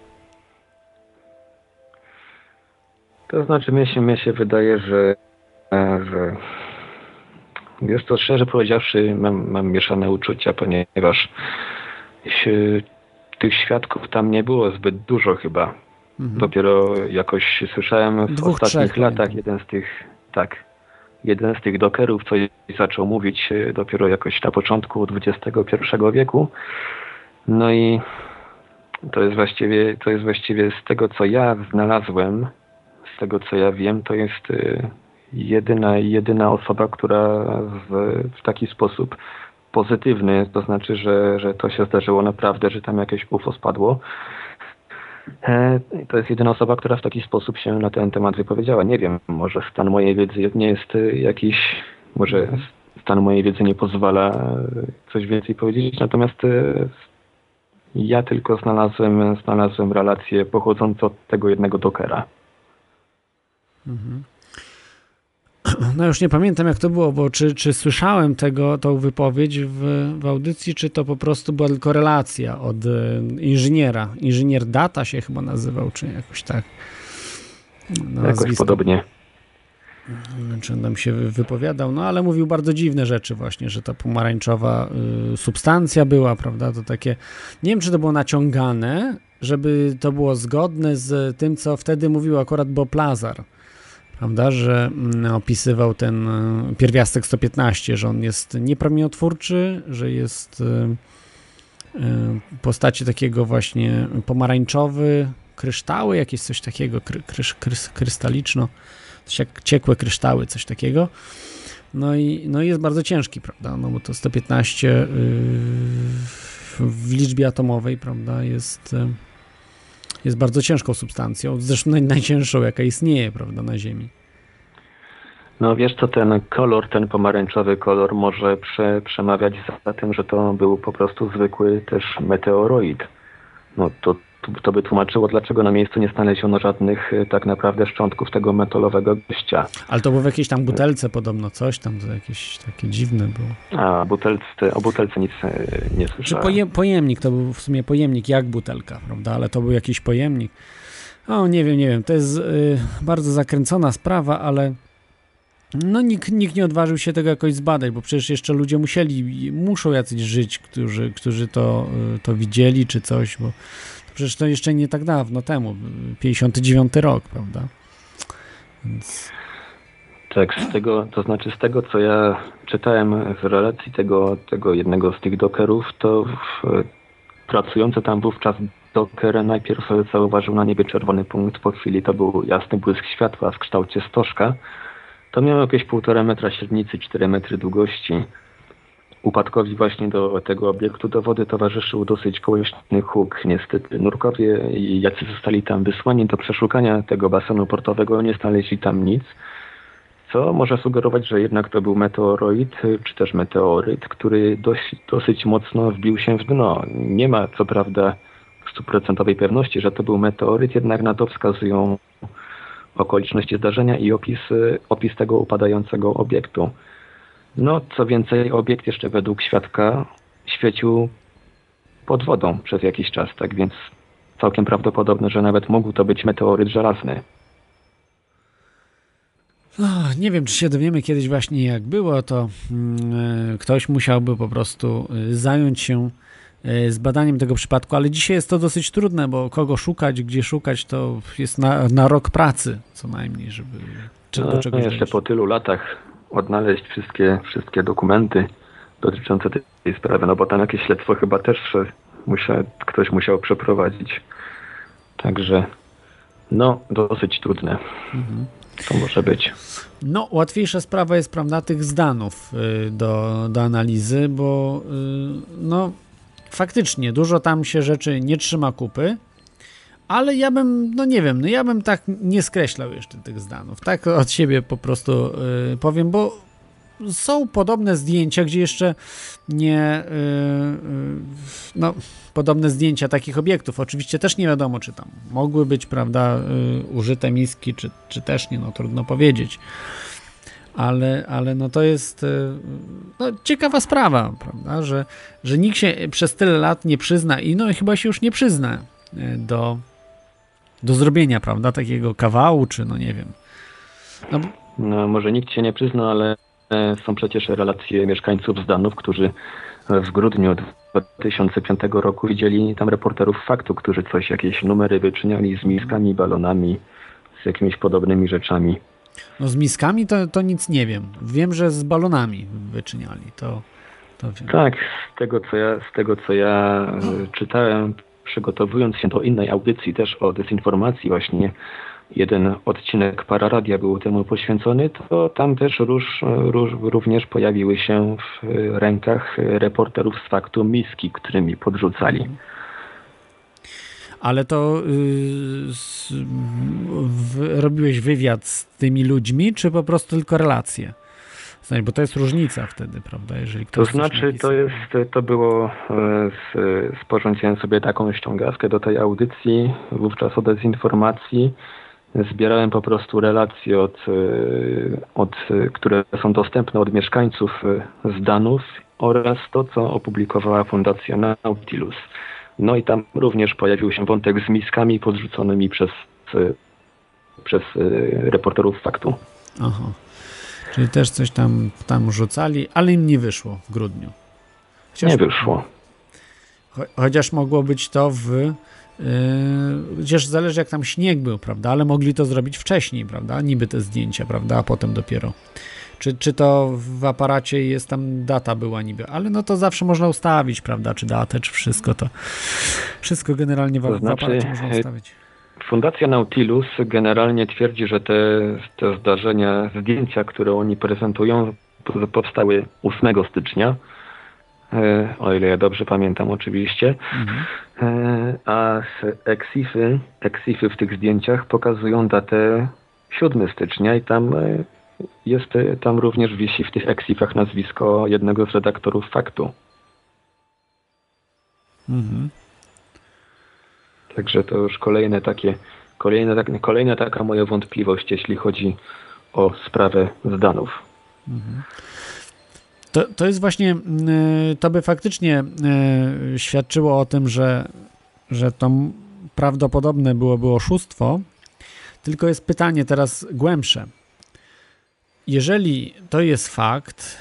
To znaczy, mnie się, mnie się wydaje, że, że jest to, szczerze powiedziawszy, mam, mam mieszane uczucia, ponieważ się, tych świadków tam nie było zbyt dużo chyba. Mhm. Dopiero jakoś słyszałem w Dwóch, ostatnich trzech, latach nie? jeden z tych, tak, jeden z tych dokerów, co zaczął mówić dopiero jakoś na początku dwudziestego pierwszego wieku. No i To jest właściwie, to jest właściwie z tego, co ja znalazłem, z tego, co ja wiem, to jest jedyna, jedyna osoba, która w, w taki sposób pozytywny, to znaczy, że, że to się zdarzyło naprawdę, że tam jakieś U F O spadło. To jest jedyna osoba, która w taki sposób się na ten temat wypowiedziała. Nie wiem, może stan mojej wiedzy nie jest jakiś, może stan mojej wiedzy nie pozwala coś więcej powiedzieć, natomiast ja tylko znalazłem, znalazłem relację pochodzącą od tego jednego dokera. Mhm. No już nie pamiętam, jak to było, bo czy, czy słyszałem tego, tą wypowiedź w, w audycji, czy to po prostu była tylko relacja od inżyniera. Inżynier Data się chyba nazywał, czy jakoś tak. No, jakoś podobnie. Czy on tam się wypowiadał, no ale mówił bardzo dziwne rzeczy właśnie, że ta pomarańczowa y, substancja była, prawda, to takie, nie wiem, czy to było naciągane, żeby to było zgodne z tym, co wtedy mówił akurat Bob Lazar, prawda, że mm, opisywał ten y, pierwiastek sto piętnaście, że on jest niepromieniotwórczy, że jest y, y, w postaci takiego właśnie pomarańczowy, kryształy, jakieś coś takiego, kry, krysz, krys, krystaliczno, coś jak ciekłe kryształy, coś takiego. No i, no i jest bardzo ciężki, prawda, no bo to sto piętnaście yy, w liczbie atomowej, prawda, jest, yy, jest bardzo ciężką substancją, zresztą naj, najcięższą, jaka istnieje, prawda, na Ziemi. No wiesz co, ten kolor, ten pomarańczowy kolor może prze, przemawiać za tym, że to był po prostu zwykły też meteoroid. No to to by tłumaczyło, dlaczego na miejscu nie znaleziono żadnych tak naprawdę szczątków tego metalowego gościa. Ale to było w jakiejś tam butelce podobno, coś tam, to jakieś takie dziwne było. A, butelce, o butelce nic nie słyszałem. Czy pojem, pojemnik, to był w sumie pojemnik jak butelka, prawda, ale to był jakiś pojemnik. O, nie wiem, nie wiem, to jest y, bardzo zakręcona sprawa, ale no nikt, nikt nie odważył się tego jakoś zbadać, bo przecież jeszcze ludzie musieli, muszą jacyś żyć, którzy, którzy to, y, to widzieli, czy coś, bo przecież to jeszcze nie tak dawno temu, pięćdziesiąty dziewiąty rok, prawda? Więc... Tak, z tego, to znaczy z tego, co ja czytałem w relacji tego, tego jednego z tych dokerów, to w, pracujący tam wówczas doker najpierw zauważył na niebie czerwony punkt, po chwili to był jasny błysk światła w kształcie stożka. To miało jakieś półtora metra średnicy, cztery metry długości. Upadkowi właśnie do tego obiektu do wody towarzyszył dosyć głośny huk. Niestety nurkowie, jacy zostali tam wysłani do przeszukania tego basenu portowego, nie znaleźli tam nic, co może sugerować, że jednak to był meteoroid, czy też meteoryt, który dość, dosyć mocno wbił się w dno. Nie ma co prawda stuprocentowej pewności, że to był meteoryt, jednak na to wskazują okoliczności zdarzenia i opis, opis tego upadającego obiektu. No, co więcej, obiekt jeszcze według świadka świecił pod wodą przez jakiś czas, tak więc całkiem prawdopodobne, że nawet mógł to być meteoryt żelazny. No, nie wiem, czy się dowiemy kiedyś właśnie jak było, to yy, ktoś musiałby po prostu yy, zająć się yy, zbadaniem tego przypadku, ale dzisiaj jest to dosyć trudne, bo kogo szukać, gdzie szukać, to jest na, na rok pracy co najmniej, żeby czy no, do czegoś jeszcze dojść. Po tylu latach odnaleźć wszystkie, wszystkie dokumenty dotyczące tej sprawy, no bo tam jakieś śledztwo chyba też musiał, ktoś musiał przeprowadzić. Także no, dosyć trudne. Mhm. To może być. No, łatwiejsza sprawa jest, prawda, tych zdanów y, do, do analizy, bo y, no faktycznie dużo tam się rzeczy nie trzyma kupy, ale ja bym, no nie wiem, no ja bym tak nie skreślał jeszcze tych zdanów. Tak od siebie po prostu y, powiem, bo są podobne zdjęcia, gdzie jeszcze nie, y, y, no podobne zdjęcia takich obiektów. Oczywiście też nie wiadomo, czy tam mogły być, prawda, y, użyte miski, czy, czy też nie, no trudno powiedzieć. Ale, ale no to jest y, no, ciekawa sprawa, prawda, że, że nikt się przez tyle lat nie przyzna i no chyba się już nie przyzna y, do do zrobienia, prawda, takiego kawału, czy no nie wiem. No, no może nikt się nie przyzna, ale są przecież relacje mieszkańców Zdanów, którzy w grudniu dwa tysiące piątego roku widzieli tam reporterów Faktu, którzy coś, jakieś numery wyczyniali z miskami, balonami, z jakimiś podobnymi rzeczami. No z miskami to, to nic nie wiem. Wiem, że z balonami wyczyniali. To, to wiem. Tak, z tego co ja, z tego, co ja no. czytałem, przygotowując się do innej audycji też o dezinformacji właśnie, jeden odcinek Pararadia był temu poświęcony, to tam też róż, róż, również pojawiły się w rękach reporterów z Faktu miski, którymi podrzucali. Ale to yy, z, w, robiłeś wywiad z tymi ludźmi, czy po prostu tylko relacje? Bo to jest różnica wtedy, prawda? Jeżeli ktoś to znaczy, to jest, to było, z, sporządziłem sobie taką ściągawkę do tej audycji, wówczas o dezinformacji. Zbierałem po prostu relacje, od, od, które są dostępne od mieszkańców z Danów oraz to, co opublikowała Fundacja Nautilus. No i tam również pojawił się wątek z miskami podrzuconymi przez, przez reporterów Faktu. Aha. Czyli też coś tam, tam rzucali, ale im nie wyszło w grudniu. Chociaż, nie wyszło. Cho- chociaż mogło być to w... Yy, chociaż zależy jak tam śnieg był, prawda? Ale mogli to zrobić wcześniej, prawda? Niby te zdjęcia, prawda? A potem dopiero. Czy, czy to w aparacie jest tam data była niby, ale no to zawsze można ustawić, prawda? Czy datę, czy wszystko to. Wszystko generalnie w, to znaczy, w aparacie można ustawić. Fundacja Nautilus generalnie twierdzi, że te, te zdarzenia, zdjęcia, które oni prezentują, powstały ósmego stycznia, o ile ja dobrze pamiętam oczywiście, mhm. a eksify, eksify w tych zdjęciach pokazują datę siódmego stycznia i tam jest, tam również wisi w tych eksifach nazwisko jednego z redaktorów Faktu. Mhm. Także to już kolejne takie, kolejne, kolejna taka moja wątpliwość, jeśli chodzi o sprawę z Danów. Mhm. To, to jest właśnie, to by faktycznie świadczyło o tym, że, że to prawdopodobne byłoby oszustwo, tylko jest pytanie teraz głębsze. Jeżeli to jest fakt,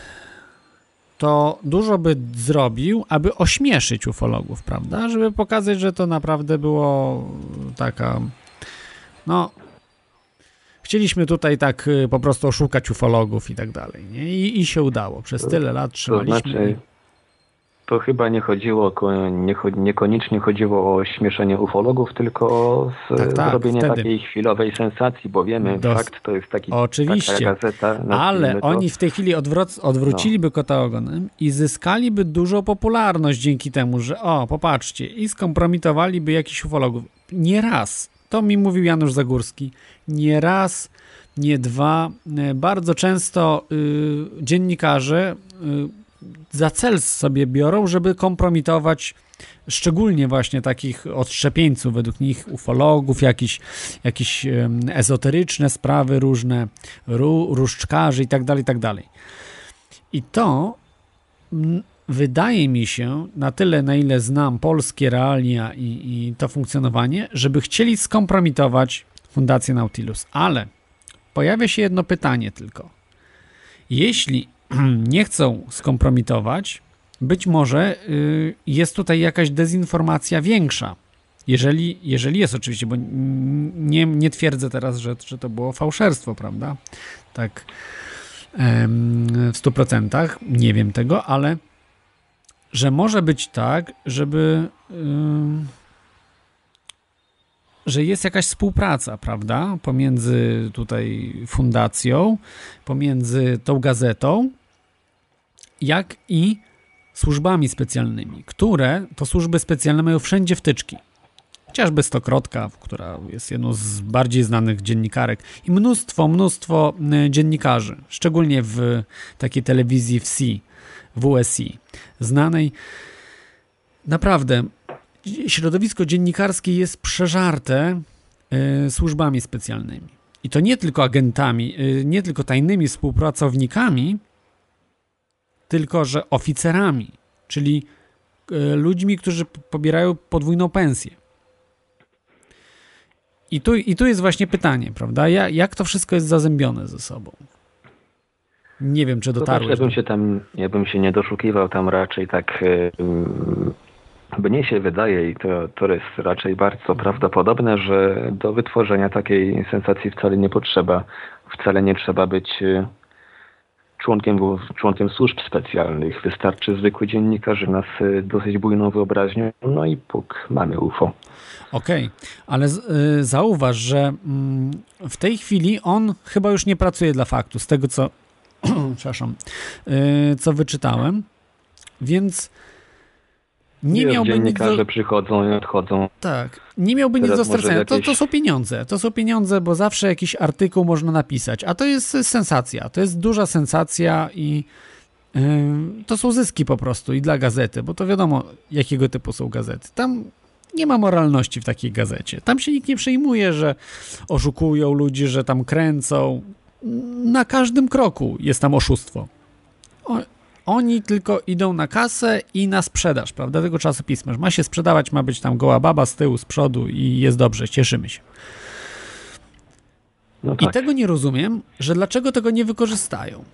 to dużo by zrobił, aby ośmieszyć ufologów, prawda? Żeby pokazać, że to naprawdę było taka, no, chcieliśmy tutaj tak po prostu oszukać ufologów i tak dalej, nie? I, i się udało. Przez tyle lat trzymaliśmy. To znaczy, to chyba nie chodziło, nie, niekoniecznie chodziło o śmieszenie ufologów, tylko o tak, tak, zrobienie wtedy. takiej chwilowej sensacji, bo wiemy, Dos... fakt to jest taki, Oczywiście, taka gazeta. ale to... oni w tej chwili odwroc, odwróciliby no. kota ogonem i zyskaliby dużą popularność dzięki temu, że o, popatrzcie, i skompromitowaliby jakichś ufologów. Nie raz, to mi mówił Janusz Zagórski, nie raz, nie dwa, bardzo często y, dziennikarze y, za cel sobie biorą, żeby kompromitować szczególnie właśnie takich odszczepieńców, według nich ufologów, jakieś, jakieś ezoteryczne sprawy różne, ró, różdżkarzy i tak dalej, i tak dalej. I to m, wydaje mi się, na tyle, na ile znam polskie realia i, i to funkcjonowanie, żeby chcieli skompromitować Fundację Nautilus. Ale pojawia się jedno pytanie tylko. Jeśli nie chcą skompromitować, być może y, jest tutaj jakaś dezinformacja większa. Jeżeli, jeżeli jest oczywiście, bo nie, nie twierdzę teraz, że, że to było fałszerstwo, prawda? Tak em, w stu procentach, nie wiem tego, ale że może być tak, żeby y, że jest jakaś współpraca, prawda? Pomiędzy tutaj fundacją, pomiędzy tą gazetą, jak i służbami specjalnymi, które to służby specjalne mają wszędzie wtyczki. Chociażby Stokrotka, która jest jedną z bardziej znanych dziennikarek i mnóstwo, mnóstwo dziennikarzy, szczególnie w takiej telewizji W S I, W S I, znanej. Naprawdę, środowisko dziennikarskie jest przeżarte y, służbami specjalnymi. I to nie tylko agentami, y, nie tylko tajnymi współpracownikami, tylko że oficerami, czyli y, ludźmi, którzy pobierają podwójną pensję. I tu, i tu jest właśnie pytanie, prawda? Ja, jak to wszystko jest zazębione ze sobą? Nie wiem, czy dotarłeś. Ja bym się tam, ja bym się nie doszukiwał tam raczej tak... Yy... Mnie się wydaje, i to, to jest raczej bardzo prawdopodobne, że do wytworzenia takiej sensacji wcale nie potrzeba, wcale nie trzeba być członkiem, członkiem służb specjalnych. Wystarczy zwykły dziennikarz nas dosyć bujną wyobraźnią, no i puk, mamy U F O. Okej, okay. ale z, y, zauważ, że mm, w tej chwili on chyba już nie pracuje dla Faktu, z tego co przepraszam, y, co wyczytałem, więc nie Wiesz, miałby dziennikarze nic do... przychodzą i odchodzą. Tak, nie miałby Teraz nic do stracenia. jakieś... To, to są pieniądze, to są pieniądze, bo zawsze jakiś artykuł można napisać, a to jest sensacja, to jest duża sensacja i yy, to są zyski po prostu i dla gazety, bo to wiadomo, jakiego typu są gazety. Tam nie ma moralności w takiej gazecie. Tam się nikt nie przejmuje, że oszukują ludzi, że tam kręcą. Na każdym kroku jest tam oszustwo. O, oni tylko idą na kasę i na sprzedaż, prawda, tego czasopisma. Ma się sprzedawać, ma być tam goła baba z tyłu, z przodu i jest dobrze, cieszymy się. No I tak. tego nie rozumiem, że dlaczego tego nie wykorzystają.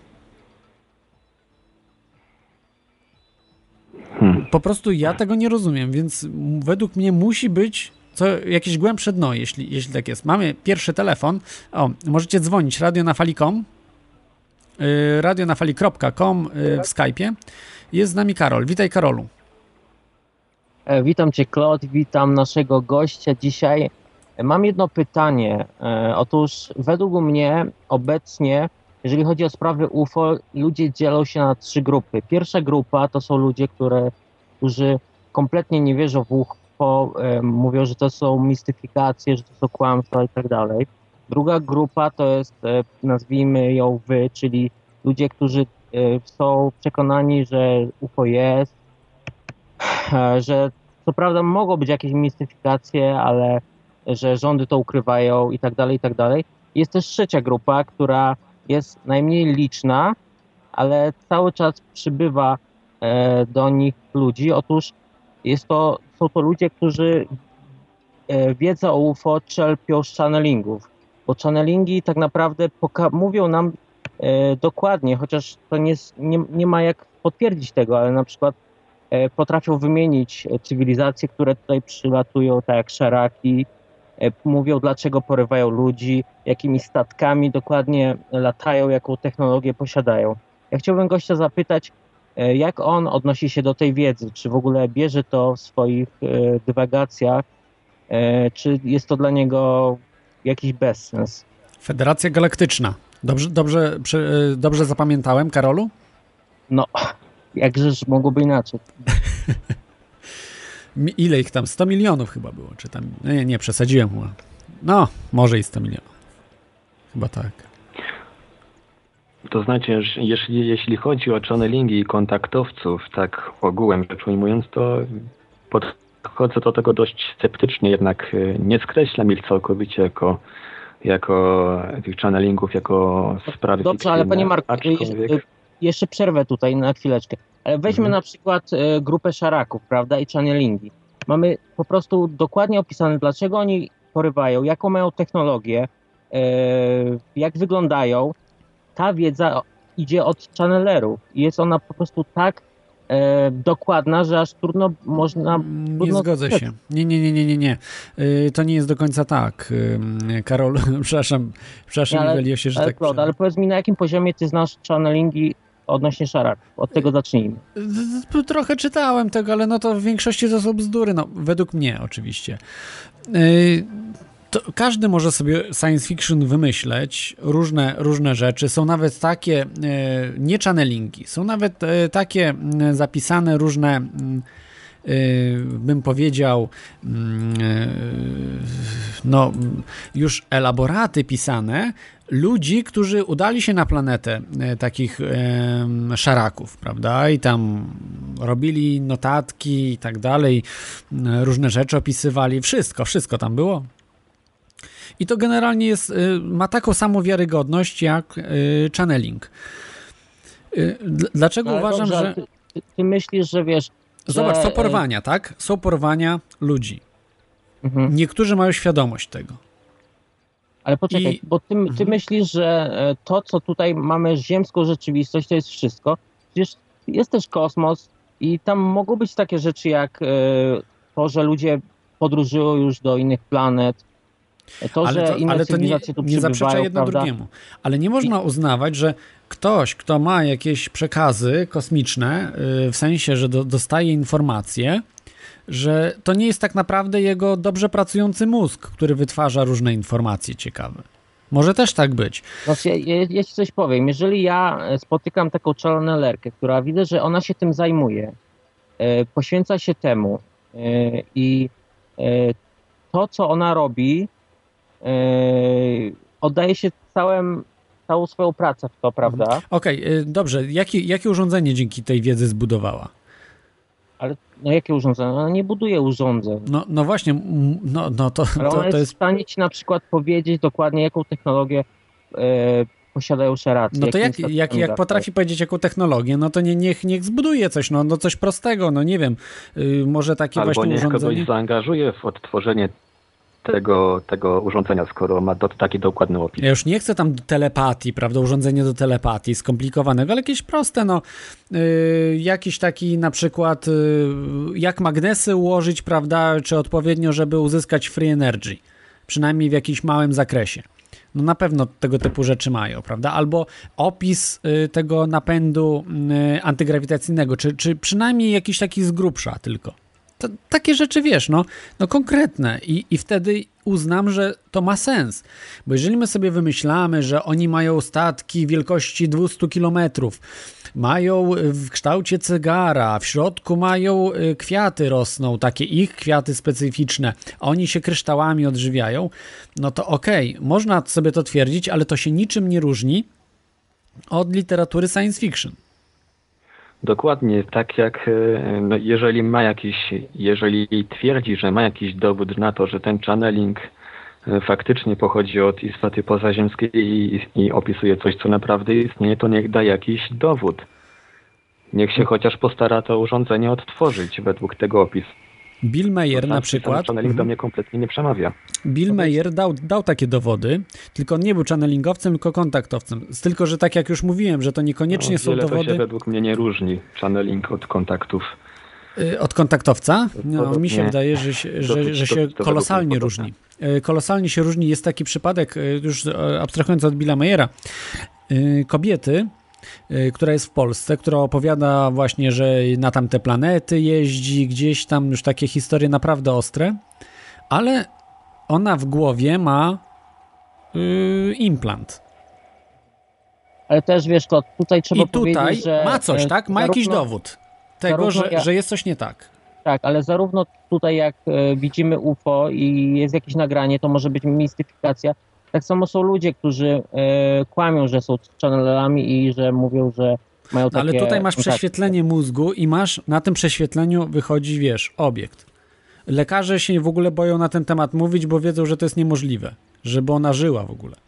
Hmm. Po prostu ja tego nie rozumiem, więc według mnie musi być co, jakieś głębsze dno, jeśli, jeśli tak jest. Mamy pierwszy telefon. O, możecie dzwonić radio na fali kropka com, yy, radio na fali kropka com yy, w Skype'ie. Jest z nami Karol. Witaj, Karolu. E, witam Cię, Claude, witam naszego gościa dzisiaj. E, mam jedno pytanie. E, otóż według mnie obecnie, jeżeli chodzi o sprawy U F O, ludzie dzielą się na trzy grupy. Pierwsza grupa to są ludzie, które, którzy kompletnie nie wierzą w U F O, e, mówią, że to są mistyfikacje, że to są kłamstwa i tak dalej. Druga grupa to jest, e, nazwijmy ją wy, czyli ludzie, którzy e, są przekonani, że U F O jest, e, że co prawda mogą być jakieś mistyfikacje, ale że rządy to ukrywają i tak dalej, i tak dalej. Jest też trzecia grupa, która jest najmniej liczna, ale cały czas przybywa e, do nich ludzi. Otóż jest to, są to ludzie, którzy e, wiedzę o U F O czerpią z channelingów, bo channelingi tak naprawdę poka- mówią nam e, dokładnie, chociaż to nie, nie, nie ma jak potwierdzić tego, ale na przykład e, potrafią wymienić cywilizacje, które tutaj przylatują, tak jak szaraki, mówią, dlaczego porywają ludzi, jakimi statkami dokładnie latają, jaką technologię posiadają. Ja chciałbym gościa zapytać, jak on odnosi się do tej wiedzy, czy w ogóle bierze to w swoich dywagacjach, czy jest to dla niego jakiś bezsens. Federacja Galaktyczna. Dobrze, dobrze, dobrze zapamiętałem, Karolu? No, jakżeż mogłoby inaczej. Ile ich tam? sto milionów chyba było, czy tam... Nie, nie, przesadziłem chyba. No, może i sto milionów. Chyba tak. To znaczy, że jeśli, jeśli chodzi o channelingi i kontaktowców, tak ogółem rzecz ujmując, to podchodzę do tego dość sceptycznie, jednak nie skreślam ich całkowicie jako, jako tych channelingów, jako sprawy Dobrze, fikcyjne. ale panie Marku, aczkolwiek... jeszcze przerwę tutaj na chwileczkę. Ale weźmy mhm. na przykład e, grupę szaraków, prawda, i channelingi. Mamy po prostu dokładnie opisane, dlaczego oni porywają, jaką mają technologię, e, jak wyglądają. Ta wiedza idzie od channelerów i jest ona po prostu tak e, dokładna, że aż trudno można... Nie trudno zgodzę się. Nie, nie, nie, nie, nie, nie. Yy, to nie jest do końca tak. Yy, Karol, przepraszam, przepraszam, ale, Ewelio, się, że ale, tak... Claude, ale powiedz mi, na jakim poziomie ty znasz channelingi odnośnie szaraków? Od tego zacznijmy. Trochę czytałem tego, ale no to w większości to są bzdury, no według mnie oczywiście. Yy, to każdy może sobie science fiction wymyśleć, różne, różne rzeczy. Są nawet takie, yy, nie channelingi, są nawet yy, takie yy, zapisane różne, yy, bym powiedział, yy, no już elaboraty pisane ludzi, którzy udali się na planetę e, takich e, szaraków, prawda, i tam robili notatki i tak dalej, e, różne rzeczy opisywali, wszystko, wszystko tam było. I to generalnie jest, e, ma taką samą wiarygodność jak e, channeling. E, d- dlaczego Ale uważam, dobrze, że... Ty, ty, ty myślisz, że wiesz... Zobacz, że... są porwania, tak? Są porwania ludzi. Mhm. Niektórzy mają świadomość tego. Ale poczekaj, I... bo ty, ty mhm. myślisz, że to, co tutaj mamy, ziemską rzeczywistość, to jest wszystko. Przecież jest też kosmos i tam mogą być takie rzeczy jak to, że ludzie podróżują już do innych planet. To, ale że to, inne ale to nie, cywilizacje tu nie zaprzecza przybywają, jedno prawda? drugiemu. Ale nie można uznawać, że ktoś, kto ma jakieś przekazy kosmiczne, w sensie, że do, dostaje informacje, że to nie jest tak naprawdę jego dobrze pracujący mózg, który wytwarza różne informacje ciekawe. Może też tak być. Znaczy, ja, ja, ja ci coś powiem. Jeżeli ja spotykam taką czaronelerkę, która widzę, że ona się tym zajmuje, e, poświęca się temu e, i e, to, co ona robi, e, oddaje się całym, całą swoją pracę w to, prawda? Okej, okay, dobrze. Jakie, jakie urządzenie dzięki tej wiedzy zbudowała? Ale no jakie urządzenia? Ona nie buduje urządzeń. No, no właśnie, no, no to, Ale to, ona to jest jest... w stanie ci na przykład powiedzieć dokładnie, jaką technologię e, posiadają szeracy. No to jak, jakim jak, jak potrafi powiedzieć jaką technologię, no to nie, niech, niech zbuduje coś, no, no coś prostego, no nie wiem, yy, może takie Albo właśnie niech urządzenie... kogoś zaangażuje w odtworzenie tego, tego urządzenia, skoro ma do, taki dokładny opis. Ja już nie chcę tam telepatii, prawda, urządzenie do telepatii, skomplikowanego, ale jakieś proste, no, yy, jakiś taki na przykład, yy, jak magnesy ułożyć, prawda, czy odpowiednio, żeby uzyskać free energy, przynajmniej w jakimś małym zakresie. No na pewno tego typu rzeczy mają, prawda, albo opis yy, tego napędu yy, antygrawitacyjnego, czy, czy przynajmniej jakiś taki z grubsza tylko. To, takie rzeczy, wiesz, no, no konkretne I, i wtedy uznam, że to ma sens, bo jeżeli my sobie wymyślamy, że oni mają statki wielkości dwieście kilometrów, mają w kształcie cygara, w środku mają kwiaty rosną, takie ich kwiaty specyficzne, a oni się kryształami odżywiają, no to okej, okay, można sobie to twierdzić, ale to się niczym nie różni od literatury science fiction. Dokładnie, tak jak no, jeżeli ma jakiś, jeżeli twierdzi, że ma jakiś dowód na to, że ten channeling faktycznie pochodzi od istoty pozaziemskiej i, i opisuje coś, co naprawdę istnieje, to niech da jakiś dowód. Niech się chociaż postara to urządzenie odtworzyć według tego opisu. Bill Mayer to na przykład. Channeling do mnie kompletnie nie przemawia. Bill Mayer dał, dał takie dowody, tylko on nie był channelingowcem, tylko kontaktowcem. Tylko, że tak jak już mówiłem, że to niekoniecznie no, są wiele dowody... to się według mnie nie różni, channeling od kontaktów. Od kontaktowca? No, Podobnie. mi się wydaje, że, się- że, To- że to- się to kolosalnie według różni. Kolosalnie się różni. Jest taki przypadek, już abstrahując od Billa Mayera, kobiety, która jest w Polsce, która opowiada właśnie, że na tamte planety jeździ, gdzieś tam już takie historie naprawdę ostre, ale ona w głowie ma yy, implant. Ale też wiesz, to tutaj trzeba I tutaj powiedzieć, że ma coś, e, tak? Ma zarówno- jakiś dowód tego, zarówno że, ja- że jest coś nie tak. Tak, ale zarówno tutaj jak e, widzimy U F O i jest jakieś nagranie, to może być mistyfikacja. Tak samo są ludzie, którzy e, kłamią, że są channelerami i że mówią, że mają No, takie ale tutaj masz kontakty. prześwietlenie mózgu i masz, na tym prześwietleniu wychodzi, wiesz, obiekt. Lekarze się w ogóle boją na ten temat mówić, bo wiedzą, że to jest niemożliwe, żeby ona żyła w ogóle.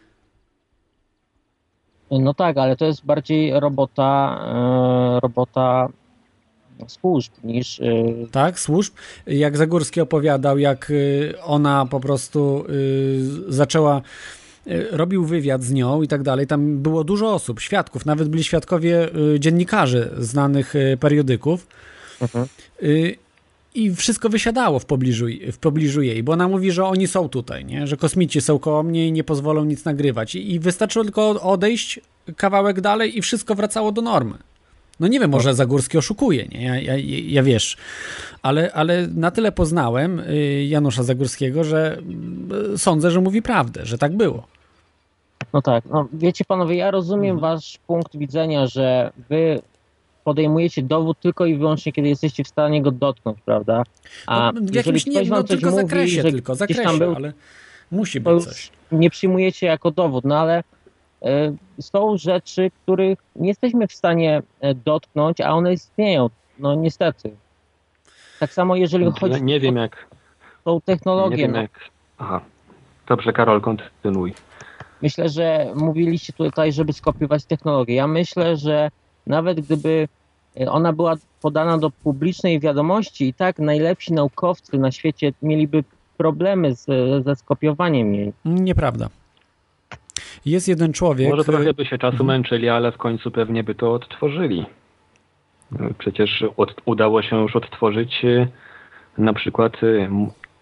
No tak, ale to jest bardziej robota, e, robota służb niż... E, Tak, służb. Jak Zagórski opowiadał, jak y, ona po prostu y, zaczęła, y, robił wywiad z nią i tak dalej. Tam było dużo osób, świadków, nawet byli świadkowie y, dziennikarzy znanych y, periodyków. mhm. Y, I wszystko wysiadało w pobliżu, w pobliżu jej, bo ona mówi, że oni są tutaj, nie? Że kosmici są koło mnie i nie pozwolą nic nagrywać. I, i wystarczyło tylko odejść kawałek dalej i wszystko wracało do normy. No nie wiem, może Zagórski oszukuje, nie? Ja, ja, ja wiesz, ale, ale na tyle poznałem y, Janusza Zagórskiego, że y, sądzę, że mówi prawdę, że tak było. No tak, no wiecie panowie, ja rozumiem Mhm. wasz punkt widzenia, że wy podejmujecie dowód tylko i wyłącznie, kiedy jesteście w stanie go dotknąć, prawda? A No, w jeżeli jakimś ktoś nie, wam no, coś tylko mówi, zakresie, że tylko gdzieś tam zakresie, był, ale musi to być już coś. nie przyjmujecie jako dowód, no ale e, są rzeczy, których nie jesteśmy w stanie e, dotknąć, a one istnieją, no niestety. Tak samo jeżeli chodzi Nie, nie wiem o jak... tą Nie technologię, wiem no, jak... Aha. Dobrze, Karol, kontynuuj. myślę, że mówiliście tutaj, żeby skopiować technologię. Ja myślę, że nawet gdyby ona była podana do publicznej wiadomości i tak najlepsi naukowcy na świecie mieliby problemy z, ze skopiowaniem jej. Nieprawda. Jest jeden człowiek... Może trochę by się czasu Mhm. męczyli, ale w końcu pewnie by to odtworzyli. Przecież od, udało się już odtworzyć e, na przykład e, m-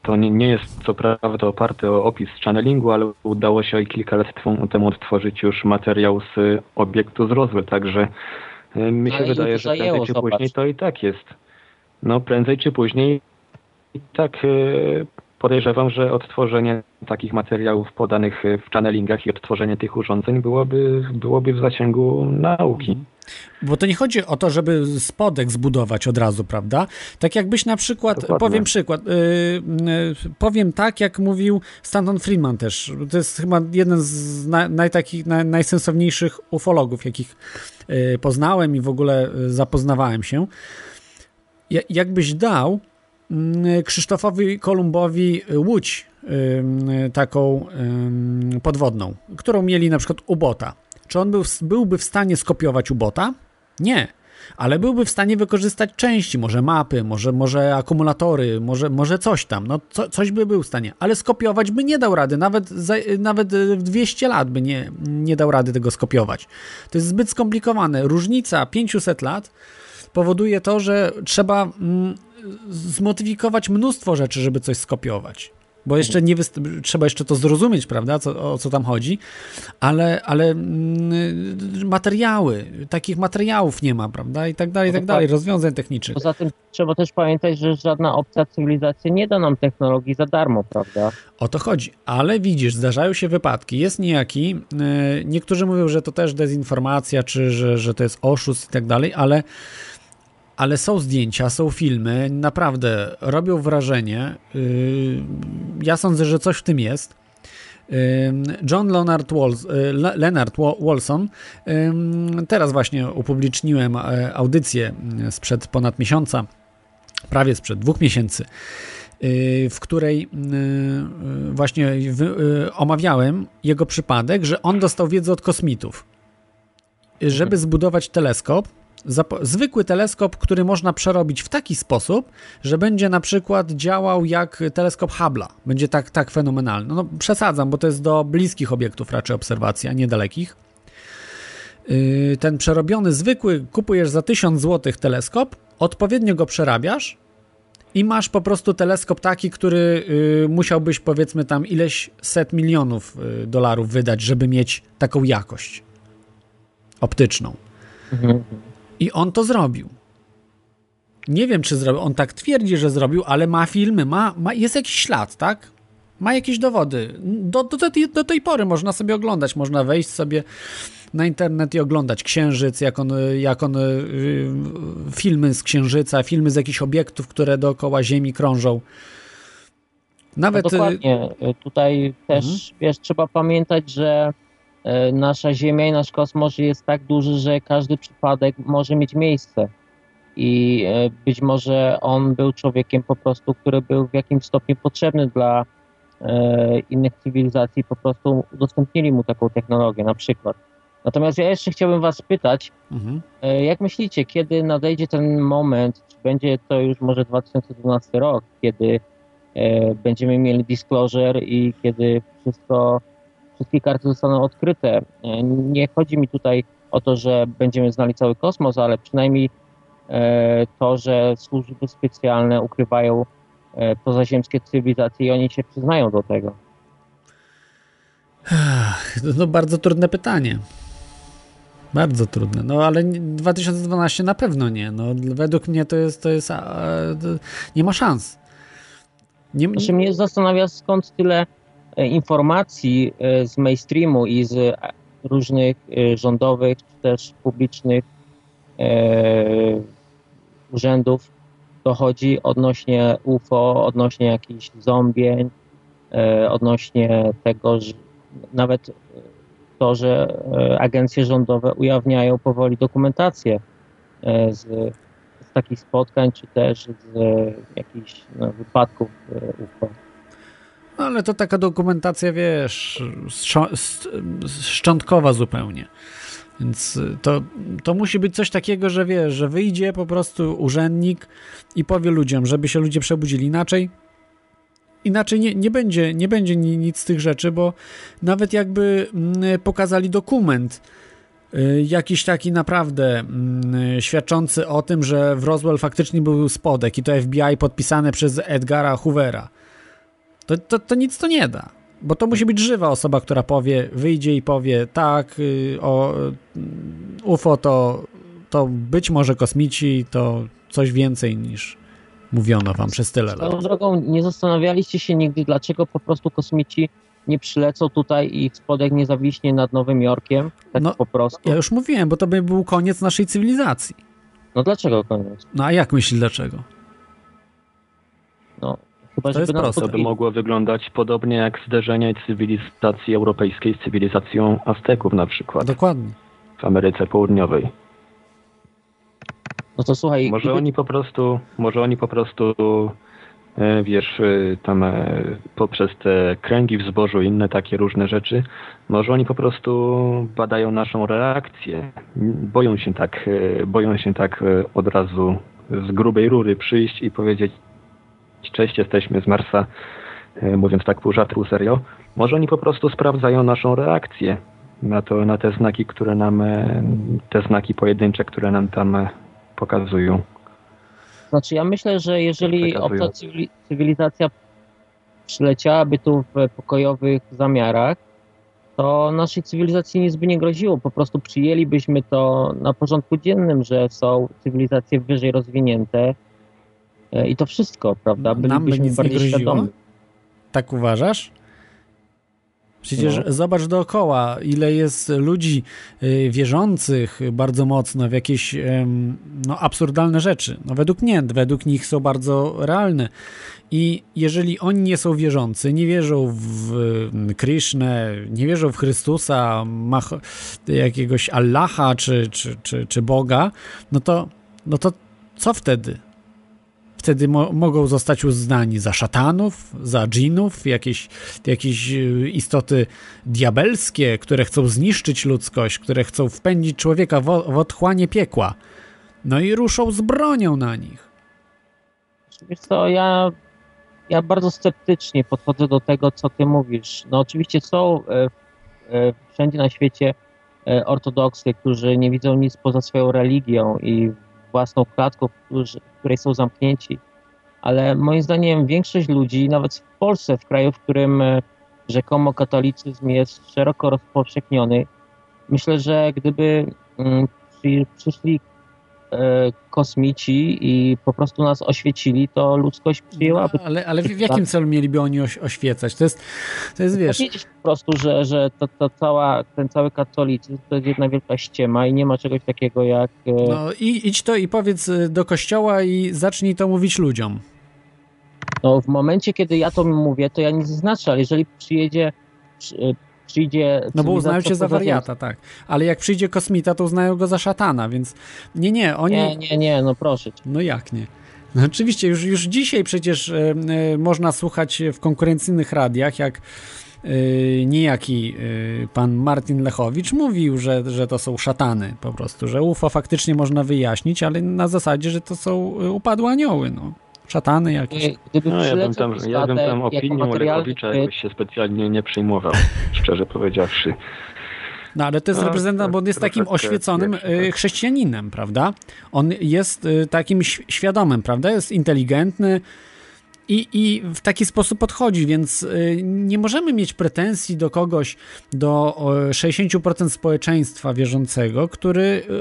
To nie, nie jest co prawda oparte o opis channelingu, ale udało się kilka lat temu odtworzyć już materiał z obiektu z Roswell, także mi się Ale wydaje, już że zajęło, prędzej czy zobacz. później to i tak jest. No prędzej czy później i tak e, podejrzewam, że odtworzenie takich materiałów podanych w channelingach i odtworzenie tych urządzeń byłoby, byłoby w zasięgu nauki. Bo to nie chodzi o to, żeby spodek zbudować od razu, prawda? Tak jakbyś na przykład, Dokładnie. powiem przykład, yy, yy, powiem tak, jak mówił Stanton Friedman też. To jest chyba jeden z na, naj, takich, na, najsensowniejszych ufologów, jakich yy, poznałem i w ogóle yy, zapoznawałem się. Ja, jakbyś dał yy, Krzysztofowi Kolumbowi łódź yy, taką yy, podwodną, którą mieli na przykład u Bota. Czy on był, byłby w stanie skopiować U-Bota? Nie, ale byłby w stanie wykorzystać części, może mapy, może, może akumulatory, może, może coś tam, no co, coś by był w stanie, ale skopiować by nie dał rady, nawet, za, nawet w dwieście lat by nie, nie dał rady tego skopiować. To jest zbyt skomplikowane. Różnica pięćset lat powoduje to, że trzeba mm, zmodyfikować mnóstwo rzeczy, żeby coś skopiować. Bo jeszcze nie wyst- trzeba jeszcze to zrozumieć, prawda, co, o co tam chodzi, ale, ale mm, materiały, takich materiałów nie ma, prawda, i tak dalej, i tak dalej, rozwiązań technicznych. Poza tym trzeba też pamiętać, że żadna obca cywilizacja nie da nam technologii za darmo, prawda? O to chodzi, ale widzisz, zdarzają się wypadki, jest niejaki, yy, niektórzy mówią, że to też dezinformacja, czy że, że to jest oszust i tak dalej, ale Ale są zdjęcia, są filmy, naprawdę robią wrażenie. Ja sądzę, że coś w tym jest. John Leonard, Wals, Leonard Wolson, teraz właśnie upubliczniłem audycję sprzed ponad miesiąca, prawie sprzed dwóch miesięcy, w której właśnie omawiałem jego przypadek, że on dostał wiedzę od kosmitów, żeby zbudować teleskop, zwykły teleskop, który można przerobić w taki sposób, że będzie na przykład działał jak teleskop Hubble'a. Będzie tak, tak fenomenalny. No przesadzam, bo to jest do bliskich obiektów raczej obserwacji, a nie dalekich. Ten przerobiony, zwykły, kupujesz za tysiąc złotych teleskop, odpowiednio go przerabiasz i masz po prostu teleskop taki, który musiałbyś, powiedzmy, tam ileś set milionów dolarów wydać, żeby mieć taką jakość optyczną. Mhm. I on to zrobił. Nie wiem, czy zrobił. On tak twierdzi, że zrobił, ale ma filmy, ma, ma, jest jakiś ślad, tak? Ma jakieś dowody. Do, do, do, do tej pory można sobie oglądać, można wejść sobie na internet i oglądać Księżyc, jak on, jak on yy, filmy z Księżyca, filmy z jakichś obiektów, które dookoła Ziemi krążą. Nawet... No dokładnie. Tutaj też, mhm. wiesz, trzeba pamiętać, że nasza Ziemia i nasz kosmos jest tak duży, że każdy przypadek może mieć miejsce i być może on był człowiekiem po prostu, który był w jakimś stopniu potrzebny dla innych cywilizacji, po prostu udostępnili mu taką technologię na przykład. Natomiast ja jeszcze chciałbym was pytać, mhm. jak myślicie, kiedy nadejdzie ten moment, czy będzie to już może dwa tysiące dwunasty rok, kiedy będziemy mieli disclosure i kiedy wszystko wszystkie karty zostaną odkryte. Nie chodzi mi tutaj o to, że będziemy znali cały kosmos, ale przynajmniej to, że służby specjalne ukrywają pozaziemskie cywilizacje i oni się przyznają do tego. To, to bardzo trudne pytanie. Bardzo trudne. No ale dwa tysiące dwunasty na pewno nie. No, według mnie to jest, to jest to nie ma szans. Nie... Znaczy mnie zastanawia, skąd tyle informacji z mainstreamu i z różnych rządowych, czy też publicznych e, urzędów dochodzi odnośnie U F O, odnośnie jakichś zombień, e, odnośnie tego, że nawet to, że agencje rządowe ujawniają powoli dokumentację z, z takich spotkań, czy też z jakichś no, wypadków U F O. Ale to taka dokumentacja, wiesz, szczątkowa zupełnie. Więc to, to musi być coś takiego, że wiesz, że wyjdzie po prostu urzędnik i powie ludziom, żeby się ludzie przebudzili. Inaczej inaczej nie, nie będzie, nie będzie nic z tych rzeczy, bo nawet jakby pokazali dokument jakiś taki naprawdę świadczący o tym, że w Roswell faktycznie był spodek i to F B I podpisane przez Edgara Hoovera. To, to, to nic to nie da. Bo to musi być żywa osoba, która powie, wyjdzie i powie, tak, o U F O to, to być może kosmici, to coś więcej niż mówiono wam przez tyle lat. Swoją drogą, nie zastanawialiście się nigdy, dlaczego po prostu kosmici nie przylecą tutaj i ich spodek nie zawiśnie nad Nowym Jorkiem? Tak no, po prostu. Ja już mówiłem, bo to by był koniec naszej cywilizacji. No dlaczego koniec? No a jak myślisz dlaczego? No, chyba, to jest żeby proste. To by mogło wyglądać podobnie jak zderzenie cywilizacji europejskiej z cywilizacją Azteków na przykład. Dokładnie. W Ameryce Południowej. No to słuchaj... Może gdyby... oni po prostu, może oni po prostu, e, wiesz, e, tam e, poprzez te kręgi w zbożu i inne takie różne rzeczy, może oni po prostu badają naszą reakcję. Boją się tak, e, boją się tak e, od razu z grubej rury przyjść i powiedzieć: cześć, jesteśmy z Marsa, e, mówiąc tak pół żartu, serio. Może oni po prostu sprawdzają naszą reakcję na to, na te znaki, które nam, e, te znaki pojedyncze, które nam tam e, pokazują. Znaczy ja myślę, że jeżeli Przekazują. obca cywili- cywilizacja przyleciałaby tu w pokojowych zamiarach, to naszej cywilizacji nic by nie groziło. Po prostu przyjęlibyśmy to na porządku dziennym, że są cywilizacje wyżej rozwinięte e, i to wszystko, prawda? Nam by Bylibyśmy nic nie bardziej groziło? świadomi. Tak uważasz? Przecież No. zobacz dookoła, ile jest ludzi y, wierzących bardzo mocno w jakieś ym, no, absurdalne rzeczy. No według mnie, według nich są bardzo realne. I jeżeli oni nie są wierzący, nie wierzą w Krishnę, nie wierzą w Chrystusa, Mach- jakiegoś Allaha czy, czy, czy, czy Boga, no to, no to co wtedy? Wtedy mo- mogą zostać uznani za szatanów, za dżinów, jakieś, jakieś istoty diabelskie, które chcą zniszczyć ludzkość, które chcą wpędzić człowieka w, w otchłanie piekła. No i ruszą z bronią na nich. Wiesz co, ja, ja bardzo sceptycznie podchodzę do tego, co ty mówisz. No oczywiście są e, e, wszędzie na świecie e, ortodoksy, którzy nie widzą nic poza swoją religią i własną klatką, w, którzy, w której są zamknięci. Ale moim zdaniem większość ludzi, nawet w Polsce, w kraju, w którym e, rzekomo katolicyzm jest szeroko rozpowszechniony, myślę, że gdyby mm, przy, przyszli e, kosmici i po prostu nas oświecili, to ludzkość przyjęłaby. No, ale, ale w, w jakim celu mieliby oni oś, oświecać? To jest, to jest wiesz... Powiedzieć po prostu, że, że to, to cała, ten cały katolicyzm to jest jedna wielka ściema i nie ma czegoś takiego jak... e, No i idź to i powiedz do kościoła i zacznij to mówić ludziom. No w momencie, kiedy ja to mówię, to ja nic nie znaczę, ale jeżeli przyjedzie, przy, przyjdzie... No bo uznają cię za poza- wariata, tak. Ale jak przyjdzie kosmita, to uznają go za szatana, więc nie, nie, oni... Nie, nie, nie, no proszę cię. No jak nie? No oczywiście, już, już dzisiaj przecież e, e, można słuchać w konkurencyjnych radiach, jak e, niejaki e, pan Martin Lechowicz mówił, że, że to są szatany po prostu, że U F O faktycznie można wyjaśnić, ale na zasadzie, że to są e, upadłe anioły, no. Szatany jakieś. Gdyby No, ja bym przylecał tam, ja bym tam statek jako opinią materialny Lechowicza byt, jakoś się specjalnie nie przejmował, szczerze powiedziawszy. No ale to jest No, reprezentant, bo on jest takim troszeczkę oświeconym pierwszy, y, tak. chrześcijaninem, prawda? On jest y, takim ś- świadomym, prawda? Jest inteligentny i, i w taki sposób podchodzi, więc y, nie możemy mieć pretensji do kogoś, do o, sześćdziesiąt procent społeczeństwa wierzącego, który y,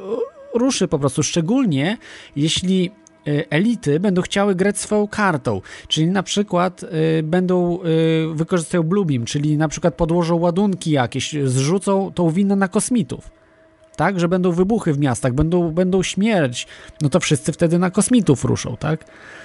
y, ruszy po prostu, szczególnie jeśli elity będą chciały grać swoją kartą, czyli na przykład y, będą y, wykorzystają Bluebeam, czyli na przykład podłożą ładunki jakieś, zrzucą tą winę na kosmitów. Tak, że będą wybuchy w miastach, będą, będą śmierć, no to wszyscy wtedy na kosmitów ruszą, tak?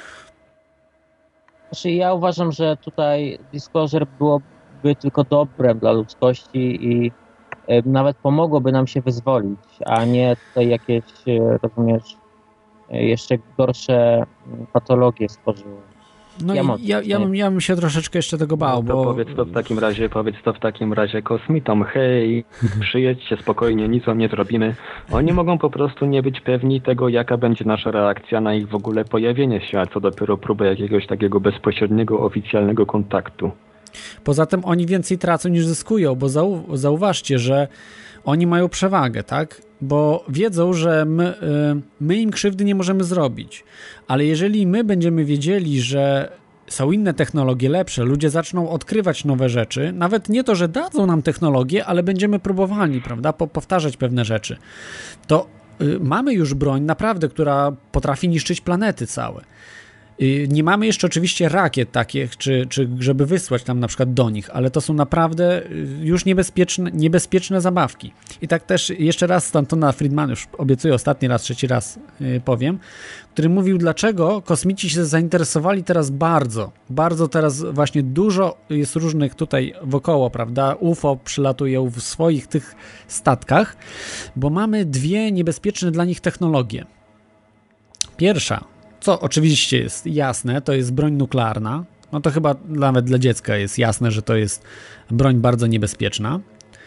Znaczy, ja uważam, że tutaj Disclosure byłoby tylko dobrem dla ludzkości i e, nawet pomogłoby nam się wyzwolić, a nie tutaj jakieś, e, rozumiesz, e, jeszcze gorsze m, patologie stworzyło. No Ja i mam- ja, ja, bym, ja bym się troszeczkę jeszcze tego bał, No to bo... powiedz to w takim razie, powiedz to w takim razie kosmitom, hej, przyjedźcie spokojnie, nic wam nie zrobimy. Oni mogą po prostu nie być pewni tego, jaka będzie nasza reakcja na ich w ogóle pojawienie się, a co dopiero próbę jakiegoś takiego bezpośredniego, oficjalnego kontaktu. Poza tym oni więcej tracą niż zyskują, bo zau- zauważcie, że oni mają przewagę, tak? Bo wiedzą, że my, y, my im krzywdy nie możemy zrobić. Ale jeżeli my będziemy wiedzieli, że są inne technologie lepsze, ludzie zaczną odkrywać nowe rzeczy, nawet nie to, że dadzą nam technologię, ale będziemy próbowali, prawda, po, powtarzać pewne rzeczy, to y, mamy już broń naprawdę, która potrafi niszczyć planety całe. Nie mamy jeszcze oczywiście rakiet takich, czy, czy żeby wysłać tam na przykład do nich, ale to są naprawdę już niebezpieczne, niebezpieczne zabawki. I tak też jeszcze raz Stantona Friedmana, już obiecuję ostatni raz, trzeci raz yy, powiem, który mówił, dlaczego kosmici się zainteresowali teraz bardzo, bardzo teraz właśnie dużo jest różnych tutaj wokoło, prawda, U F O przylatują w swoich tych statkach, bo mamy dwie niebezpieczne dla nich technologie. Pierwsza, co oczywiście jest jasne, to jest broń nuklearna. No to chyba nawet dla dziecka jest jasne, że to jest broń bardzo niebezpieczna.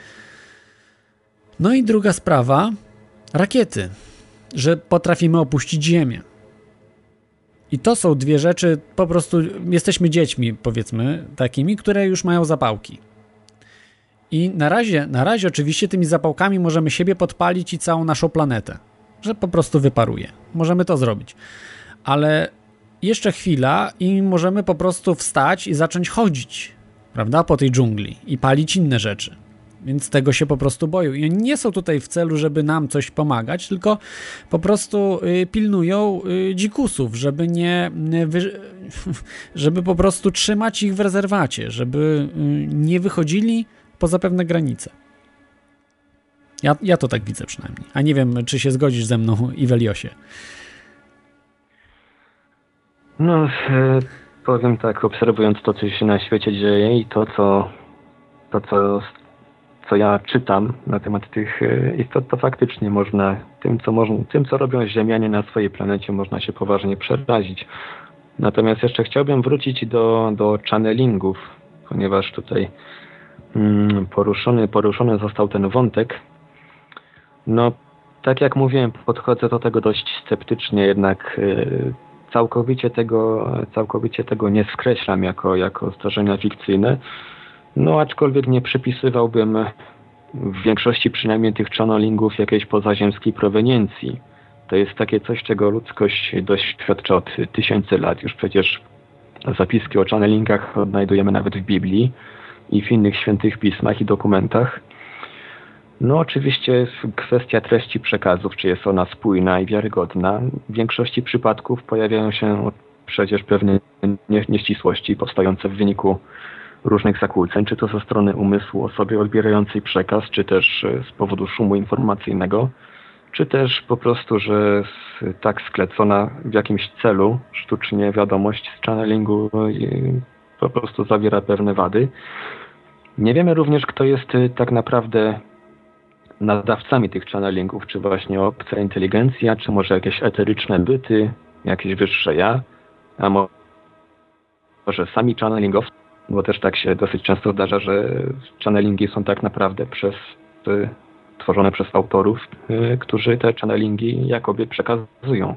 No i druga sprawa, rakiety, że potrafimy opuścić Ziemię. I to są dwie rzeczy, po prostu jesteśmy dziećmi, powiedzmy, takimi, które już mają zapałki. I na razie, na razie oczywiście tymi zapałkami możemy siebie podpalić i całą naszą planetę, że po prostu wyparuje. Możemy to zrobić. Ale jeszcze chwila i możemy po prostu wstać i zacząć chodzić, prawda, po tej dżungli i palić inne rzeczy. Więc tego się po prostu boją. I oni nie są tutaj w celu, żeby nam coś pomagać, tylko po prostu y, pilnują y, dzikusów, żeby nie, y, wy, żeby po prostu trzymać ich w rezerwacie, żeby y, nie wychodzili poza pewne granice. Ja, ja to tak widzę przynajmniej. A nie wiem, czy się zgodzisz ze mną, Iweliosie. No, e, powiem tak, obserwując to, co się na świecie dzieje i to, co, to, co, co ja czytam na temat tych e, istot, to faktycznie można, tym co, można, tym, co robią Ziemianie na swojej planecie, można się poważnie przerazić. Natomiast jeszcze chciałbym wrócić do, do channelingów, ponieważ tutaj mm, poruszony, poruszony został ten wątek. No, tak jak mówiłem, podchodzę do tego dość sceptycznie, jednak e, Całkowicie tego, całkowicie tego nie skreślam jako, jako zdarzenia fikcyjne, no aczkolwiek nie przypisywałbym w większości przynajmniej tych channelingów jakiejś pozaziemskiej proweniencji. To jest takie coś, czego ludzkość doświadcza od tysięcy lat. Już przecież zapiski o channelingach odnajdujemy nawet w Biblii i w innych świętych pismach i dokumentach. No oczywiście kwestia treści przekazów, czy jest ona spójna i wiarygodna. W większości przypadków pojawiają się przecież pewne nie, nieścisłości powstające w wyniku różnych zakłóceń, czy to ze strony umysłu osoby odbierającej przekaz, czy też z powodu szumu informacyjnego, czy też po prostu, że tak sklecona w jakimś celu sztucznie wiadomość z channelingu po prostu zawiera pewne wady. Nie wiemy również, kto jest tak naprawdę nadawcami tych channelingów, czy właśnie obca inteligencja, czy może jakieś eteryczne byty, jakieś wyższe ja, a może sami channelingowcy, bo też tak się dosyć często zdarza, że channelingi są tak naprawdę przez, tworzone przez autorów, którzy te channelingi jakoby przekazują.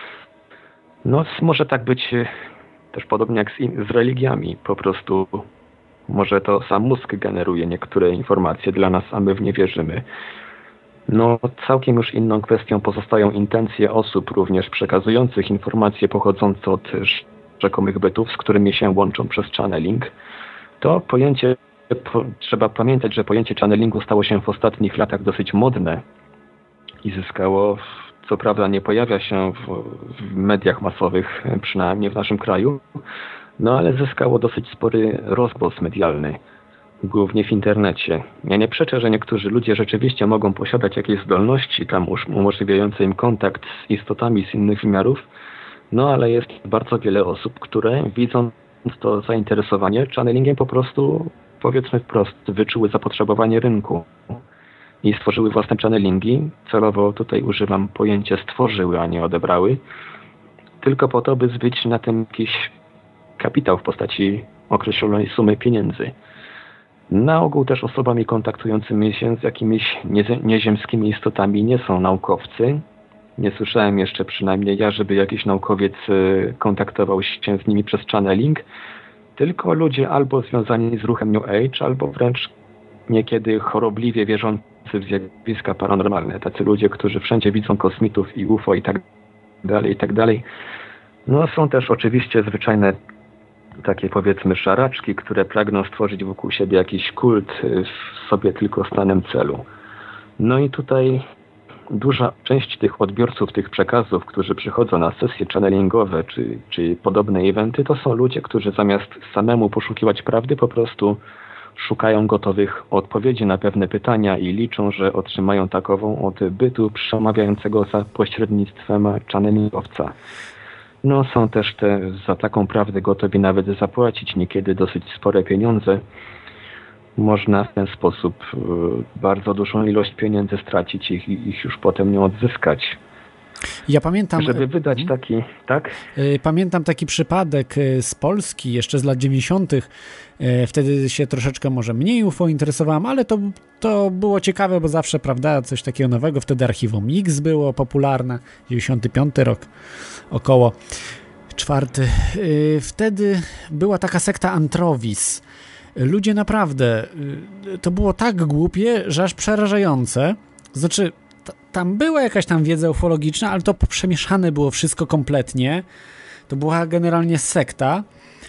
No może tak być też podobnie jak z, in, z religiami, po prostu może to sam mózg generuje niektóre informacje dla nas, a my w nie wierzymy. No, całkiem już inną kwestią pozostają intencje osób również przekazujących informacje pochodzące od rzekomych bytów, z którymi się łączą przez channeling. To pojęcie, po, trzeba pamiętać, że pojęcie channelingu stało się w ostatnich latach dosyć modne i zyskało, co prawda nie pojawia się w, w mediach masowych, przynajmniej w naszym kraju, no ale zyskało dosyć spory rozgłos medialny, głównie w internecie. Ja nie przeczę, że niektórzy ludzie rzeczywiście mogą posiadać jakieś zdolności tam umożliwiające im kontakt z istotami z innych wymiarów, no ale jest bardzo wiele osób, które widząc to zainteresowanie channelingiem po prostu, powiedzmy wprost, wyczuły zapotrzebowanie rynku i stworzyły własne channelingi. Celowo tutaj używam pojęcia stworzyły, a nie odebrały, tylko po to, by zbyć na tym jakiś kapitał w postaci określonej sumy pieniędzy. Na ogół też osobami kontaktującymi się z jakimiś nieziemskimi istotami nie są naukowcy. Nie słyszałem jeszcze przynajmniej ja, żeby jakiś naukowiec kontaktował się z nimi przez channeling, tylko ludzie albo związani z ruchem New Age, albo wręcz niekiedy chorobliwie wierzący w zjawiska paranormalne. Tacy ludzie, którzy wszędzie widzą kosmitów i U F O i tak dalej, i tak dalej. No są też oczywiście zwyczajne takie powiedzmy szaraczki, które pragną stworzyć wokół siebie jakiś kult w sobie tylko stanem celu. No i tutaj duża część tych odbiorców tych przekazów, którzy przychodzą na sesje channelingowe czy, czy podobne eventy, to są ludzie, którzy zamiast samemu poszukiwać prawdy, po prostu szukają gotowych odpowiedzi na pewne pytania i liczą, że otrzymają takową od bytu przemawiającego za pośrednictwem channelingowca. No są też te za taką prawdę gotowi nawet zapłacić niekiedy dosyć spore pieniądze. Można w ten sposób y, bardzo dużą ilość pieniędzy stracić i ich, ich już potem nie odzyskać. Ja pamiętam... Żeby wydać taki, tak? Pamiętam taki przypadek z Polski, jeszcze z lat dziewięćdziesiątych. Wtedy się troszeczkę może mniej U F O interesowałem, ale to, to było ciekawe, bo zawsze, prawda, coś takiego nowego. Wtedy Archiwum X było popularne, dziewięćdziesiąty piąty rok około, czwarty. Wtedy była taka sekta Antrowis. Ludzie naprawdę, to było tak głupie, że aż przerażające. Znaczy, t- tam była jakaś tam wiedza ufologiczna, ale to przemieszane było wszystko kompletnie. To była generalnie sekta.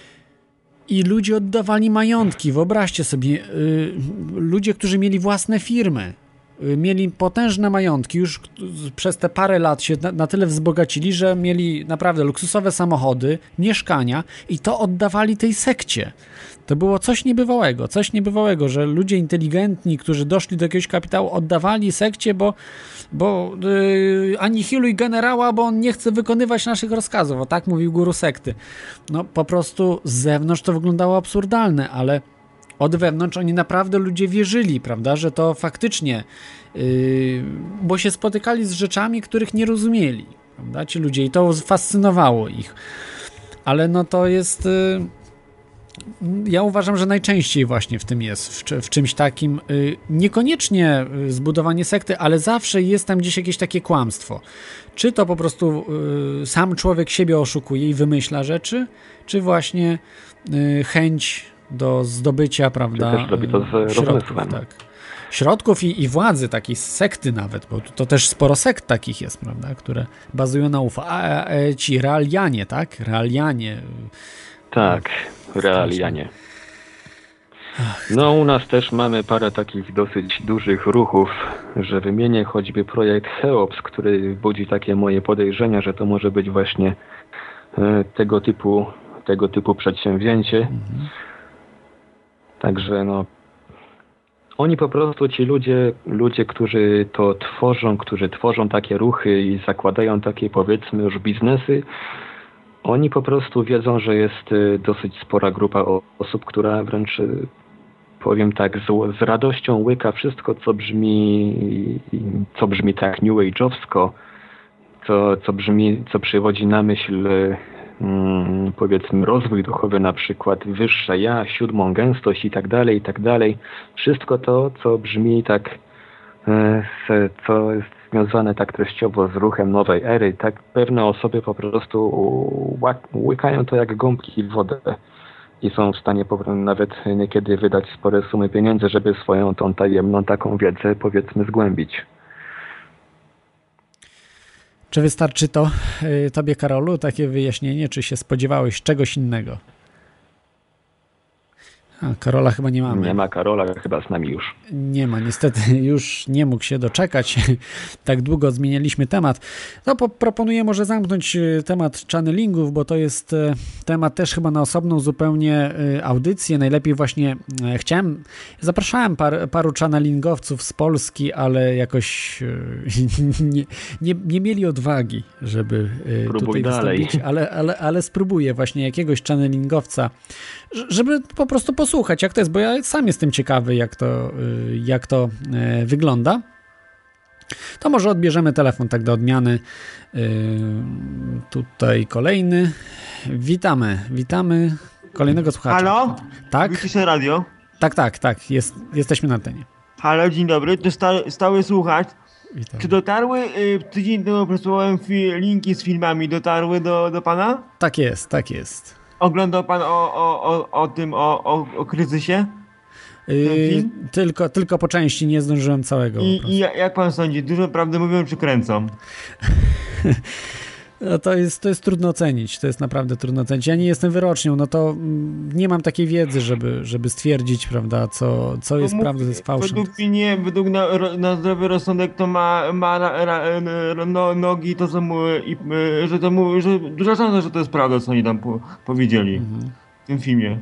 I ludzie oddawali majątki. Wyobraźcie sobie, yy, ludzie, którzy mieli własne firmy, yy, mieli potężne majątki, już przez te parę lat się na, na tyle wzbogacili, że mieli naprawdę luksusowe samochody, mieszkania i to oddawali tej sekcie. To było coś niebywałego, coś niebywałego, że ludzie inteligentni, którzy doszli do jakiegoś kapitału, oddawali sekcie, bo, bo yy, anihiluj generała, bo on nie chce wykonywać naszych rozkazów. O tak mówił guru sekty. No po prostu z zewnątrz to wyglądało absurdalne, ale od wewnątrz oni naprawdę ludzie wierzyli, prawda, że to faktycznie, yy, bo się spotykali z rzeczami, których nie rozumieli, prawda, ci ludzie i to fascynowało ich. Ale no to jest... Yy, Ja uważam, że najczęściej właśnie w tym jest, w, w czymś takim, y, niekoniecznie zbudowanie sekty, ale zawsze jest tam gdzieś jakieś takie kłamstwo. Czy to po prostu y, sam człowiek siebie oszukuje i wymyśla rzeczy, czy właśnie y, chęć do zdobycia, prawda, czy też robi to z środków, tak. Środków i, i władzy, takiej sekty nawet, bo to też sporo sekt takich jest, prawda, które bazują na U F O. A, a, a ci realianie, tak? Realianie. Tak, realianie. No u nas też mamy parę takich dosyć dużych ruchów, że wymienię choćby projekt Cheops, który budzi takie moje podejrzenia, że to może być właśnie e, tego typu tego typu przedsięwzięcie. Mhm. Także no oni po prostu, ci ludzie, ludzie, którzy to tworzą, którzy tworzą takie ruchy i zakładają takie, powiedzmy, już biznesy, oni po prostu wiedzą, że jest dosyć spora grupa osób, która wręcz, powiem tak, z, z radością łyka wszystko, co brzmi, co brzmi tak new age'owsko, co, co brzmi, co przywodzi na myśl, hmm, powiedzmy, rozwój duchowy, na przykład wyższe ja, siódmą gęstość i tak dalej, i tak dalej. Wszystko to, co brzmi tak, co jest związane tak treściowo z ruchem nowej ery, tak pewne osoby po prostu łykają to jak gąbki w wodę i są w stanie nawet niekiedy wydać spore sumy pieniędzy, żeby swoją tą tajemną taką wiedzę, powiedzmy, zgłębić. Czy wystarczy to y, tobie, Karolu, takie wyjaśnienie, czy się spodziewałeś czegoś innego? A, Karola chyba nie mamy. Nie ma Karola, chyba z nami już. Nie ma, niestety już nie mógł się doczekać. Tak długo zmienialiśmy temat. No, po, proponuję może zamknąć temat channelingów, bo to jest temat też chyba na osobną zupełnie audycję. Najlepiej właśnie chciałem, zapraszałem par, paru channelingowców z Polski, ale jakoś nie, nie, nie mieli odwagi, żeby Próbuj tutaj dalej. wystąpić, ale, ale, ale spróbuję właśnie jakiegoś channelingowca, żeby po prostu posłuchać, jak to jest, bo ja sam jestem ciekawy, jak to, jak to wygląda. To może odbierzemy telefon tak do odmiany. Tutaj kolejny. Witamy, witamy kolejnego słuchacza. Halo? Tak? Wyciszę radio? Tak, tak, tak, jest, jesteśmy na antenie. Halo, dzień dobry, to stały, stały słuchacz. Witam. Czy dotarły, y, tydzień temu przesłałem fi- linki z filmami, dotarły do, do pana? Tak jest, tak jest. Oglądał pan o, o, o, o tym, o, o, o kryzysie? Yy, tylko, tylko po części, nie zdążyłem całego. I, I jak pan sądzi, dużo prawdy mówią czy kręcą? No to jest, to jest trudno ocenić, to jest naprawdę trudno ocenić. Ja nie jestem wyrocznią, no to mm, nie mam takiej wiedzy, żeby, żeby stwierdzić, prawda, co, co jest No, prawdą, co jest fałszem. Według mnie, według na, na zdrowy rozsądek to ma, ma ra, ra, no, nogi, to co mu, i, że to mu, że duża szansa, że to jest prawda, co oni tam po, powiedzieli Mhm. w tym filmie.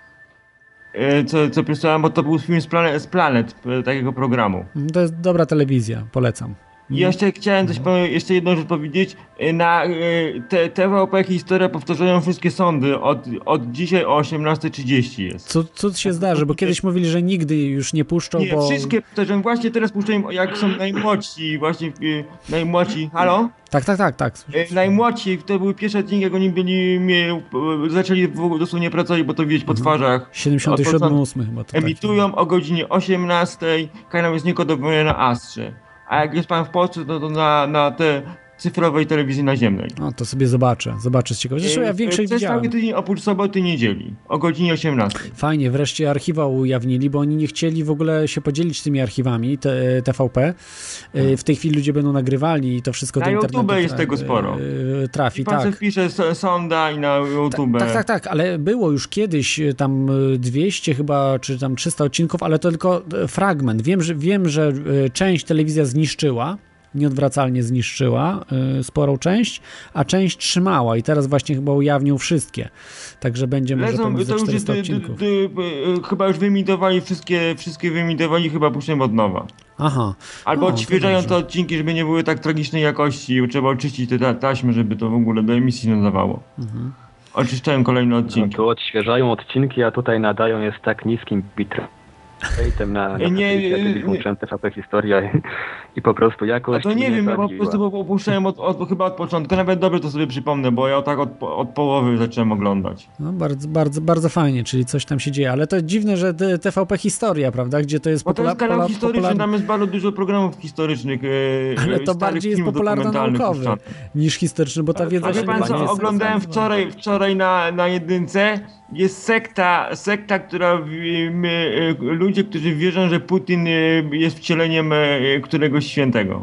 E, Co, co pisałem, bo to był film z Planet, z Planet e, takiego programu. To jest dobra telewizja, polecam. I jeszcze chciałem coś, po- jeszcze jedną rzecz powiedzieć. E, Na e, te, T V P Historia powtarzają wszystkie sądy. Od, od dzisiaj o osiemnasta trzydzieści jest. Co, co się zdarzy, bo kiedyś mówili, że nigdy już nie puszczą, Nie, bo... wszystkie powtarzają. Właśnie teraz puszczają, jak są najmłodsi. Właśnie e, najmłodsi. Halo? Tak, tak, tak, tak. E, Najmłodsi, to były pierwsze odcinki, jak oni byli, mie, e, zaczęli w ogóle dosłownie pracować, bo to widać po twarzach. siedemdziesiąty siódmy, ósmy chyba. To tak. Emitują o godzinie osiemnastej, kanał jest niekodowany na Astrze. A jak jest pan w Polsce, to, to na, na te cyfrowej telewizji naziemnej. No to sobie zobaczę, zobaczę z ciekawości. Zresztą ja większość Przez widziałem. cały tydzień oprócz soboty i niedzieli, o godzinie osiemnastej. Fajnie, wreszcie archiwa ujawnili, bo oni nie chcieli w ogóle się podzielić tymi archiwami te, T V P. Y, W tej chwili ludzie będą nagrywali i to wszystko Na do YouTube internetu jest tra- tego sporo. y, trafi, I pan tak. sobie wpisze s- sonda i na YouTube. Tak, tak, tak, ale było już kiedyś y, tam y, dwieście chyba, czy tam trzysta odcinków, ale to tylko y, fragment. Wiem, że, wiem, że y, część telewizja zniszczyła, nieodwracalnie zniszczyła y, sporą część, a część trzymała i teraz właśnie chyba ujawnią wszystkie. Także będzie może Lecą, pewnie to ze już czterysta dy, dy, odcinków. dy, y, chyba już wyemitowali wszystkie, wszystkie wyemitowali, chyba puszczą od nowa. Aha. Albo O, to odświeżają dobrze. te odcinki, żeby nie były tak tragicznej jakości. Trzeba oczyścić te ta- taśmy, żeby to w ogóle do emisji nadawało. Mhm. Oczyszczają kolejne No, odcinki. tu odświeżają odcinki, a tutaj nadają jest tak niskim bitrate'em na, na Nie, nie, telewizji, nie. włączyłem T V P Historia i, i po prostu A jakość to nie mnie wiem, ja po zabiła. prostu opuszczałem od, od, chyba od początku. Nawet dobrze to sobie przypomnę, bo ja tak od, po- od połowy zacząłem oglądać. No bardzo, bardzo, bardzo fajnie, czyli coś tam się dzieje, ale to dziwne, że te- T V P Historia, prawda, gdzie to jest Bo to jest popula- kanał pola- historyczny, popularny, tam jest bardzo dużo programów historycznych. E, ale e, to starych bardziej jest filmów popularno-naukowy dokumentalnych niż historyczny, bo ta wiedza A wie się pan chyba co, nie jest oglądałem sensoryzowana. wczoraj, wczoraj na, na jedynce, jest sekta, sekta, która, w- m, e, ludzie, którzy wierzą, że Putin e, jest wcieleniem e, któregoś świętego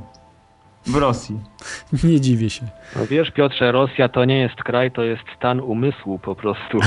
w Rosji. Nie dziwię się. No wiesz, Piotrze, Rosja to nie jest kraj, to jest stan umysłu po prostu.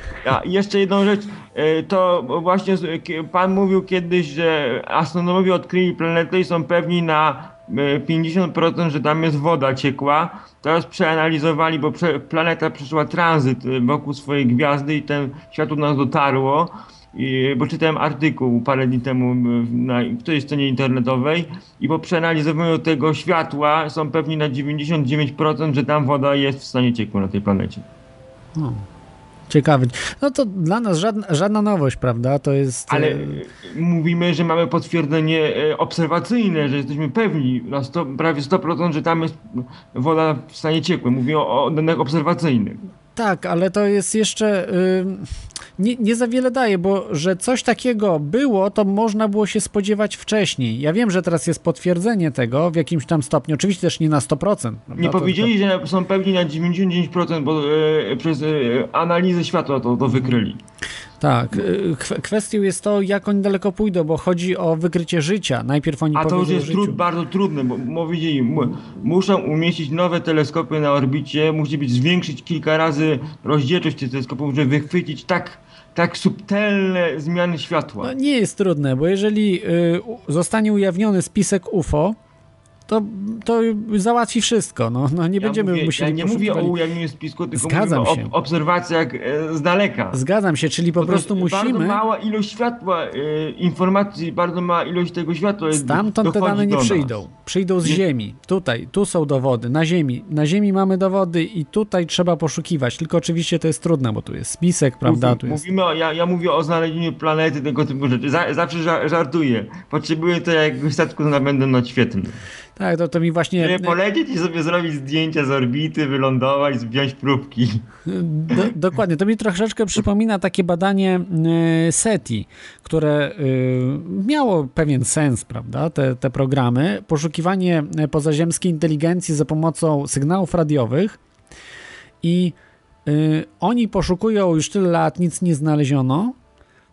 A i jeszcze jedną rzecz, e, to właśnie z- k- pan mówił kiedyś, że astronomowie odkryli planetę i są pewni na e, pięćdziesiąt procent, że tam jest woda ciekła. Teraz przeanalizowali, bo prze, planeta przeszła tranzyt e, wokół swojej gwiazdy i ten światło do nas dotarło. I, bo czytałem artykuł parę dni temu w- na którejś stronie internetowej i po przeanalizowaniu tego światła są pewni na dziewięćdziesiąt dziewięć procent, że tam woda jest w stanie ciekłym na tej planecie. O, ciekawy. No to dla nas żadna, żadna nowość, prawda? To jest... Ale e, e, mówimy, że mamy potwierdzenie e, obserwacyjne, że jesteśmy pewni na sto, prawie sto procent, że tam jest woda w stanie ciekłym. Mówię o, o danych obserwacyjnych. Tak, ale to jest jeszcze... y, nie, nie za wiele daje, bo że coś takiego było, to można było się spodziewać wcześniej. Ja wiem, że teraz jest potwierdzenie tego w jakimś tam stopniu. Oczywiście też nie na sto procent. prawda? Nie To- powiedzieli, że są pewni na dziewięćdziesiąt dziewięć procent, bo e, przez e, analizę światła to, to wykryli. Tak. y, kw- Kwestią jest to, jak oni daleko pójdą, bo chodzi o wykrycie życia. Najpierw oni A to powiedzą już o jest życiu. trud, bardzo trudne, bo powiedzieli, mu, muszą umieścić nowe teleskopy na orbicie, musi być zwiększyć kilka razy rozdzielczość tych teleskopów, żeby wychwycić tak, tak subtelne zmiany światła. No, nie jest trudne, bo jeżeli y, u- zostanie ujawniony spisek U F O, to, to załatwi wszystko. No, no nie Ja będziemy mówię, musieli ja nie mówię o poszukiwali- ujawnieniu spisku, tylko Zgadzam mówię się. o ob- obserwacjach e, z daleka. Zgadzam się, czyli po Bo to prostu jest Bardzo musimy... mała ilość światła, e, informacji, bardzo mała ilość tego światła jest, Stamtąd te dochodzi dane nie do nas. przyjdą. Przyjdą z Nie- Ziemi. Tutaj, tu są dowody. Na Ziemi. Na Ziemi mamy dowody i tutaj trzeba poszukiwać. Tylko oczywiście to jest trudne, bo tu jest spisek, prawda? Tu jest... Mówimy o, ja, ja mówię o znalezieniu planety, tego typu rzeczy. Za, zawsze ża- żartuję. Potrzebuję to jakiegoś statku z napędem nadświetlnym. Tak, to, to mi właśnie... Żeby polecieć i sobie zrobić zdjęcia z orbity, wylądować, wziąć próbki. Do, dokładnie, to mi troszeczkę przypomina takie badanie y, SETI, które y, miało pewien sens, prawda, te, te programy, poszukiwanie pozaziemskiej inteligencji za pomocą sygnałów radiowych i y, oni poszukują już tyle lat, nic nie znaleziono,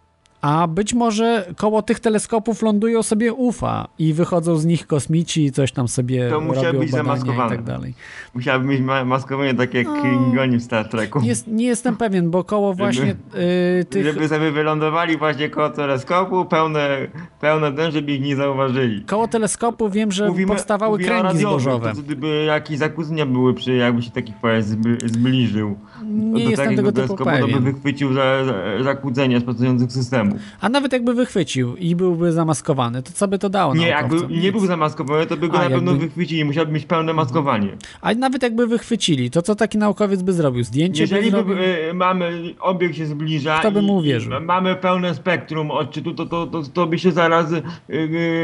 A być może koło tych teleskopów lądują sobie U F A i wychodzą z nich kosmici i coś tam sobie To musiał robią być badania zamaskowane. i tak dalej. Musiałaby mieć ma- maskowanie takie jak No, Klingoni w Star Treku. Nie, nie jestem pewien, bo koło właśnie y, tych... Żeby sobie wylądowali właśnie koło teleskopu, pełne, pełne ten, żeby ich nie zauważyli. Koło teleskopu wiem, że powstawały mówimy o kręgi radiowych, zbożowe. To gdyby jakieś zakłócenia były przy, jakby się taki pojazd zby, zbliżył Nie do jestem takiego tego typu teleskopu, to by pewien. wychwycił za, za, zakłócenia z pracujących systemów. A nawet jakby wychwycił i byłby zamaskowany, to co by to dało Nie, jakby naukowcom? nie Nic. był zamaskowany, to by go A, na pewno jakby- wychwycili, musiałby mieć pełne maskowanie. A nawet jakby wychwycili, to co taki naukowiec by zrobił? Zdjęcie Jeżeli by by, zrobił? e, mamy, obiekt się zbliża Kto by mu i, uwierzył? i mamy pełne spektrum odczytu, to, to, to, to by się zaraz, e, e,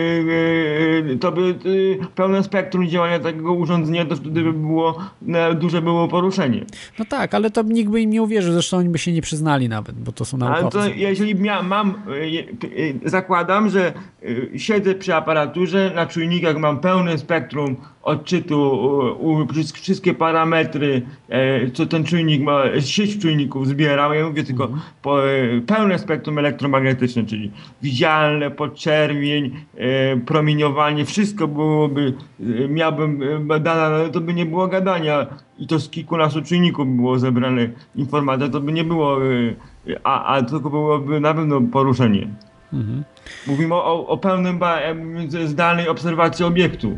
e, to by e, pełne spektrum działania takiego urządzenia, to wtedy by było, e, duże było poruszenie. No tak, ale to nikt by im nie uwierzył, zresztą oni by się nie przyznali nawet, bo to są Ale naukowcy. to jeżeli mia, mam, e, e, zakładam, że e, siedzę przy aparaturze, na czujnikach mam pełne spektrum odczytu, u, u, wszystkie parametry, e, co ten czujnik ma, sieć czujników zbierał, ja mówię tylko po, e, pełne spektrum elektromagnetyczne, czyli widzialne, podczerwień, e, promieniowanie, wszystko byłoby, e, miałbym e, badane, to by nie było gadania i to z kilkunastu czujników by było zebrane informacje, to by nie było, e, a, a tylko byłoby na pewno poruszenie. Mhm. Mówimy o, o pełnym ba, e, zdalnej obserwacji obiektu.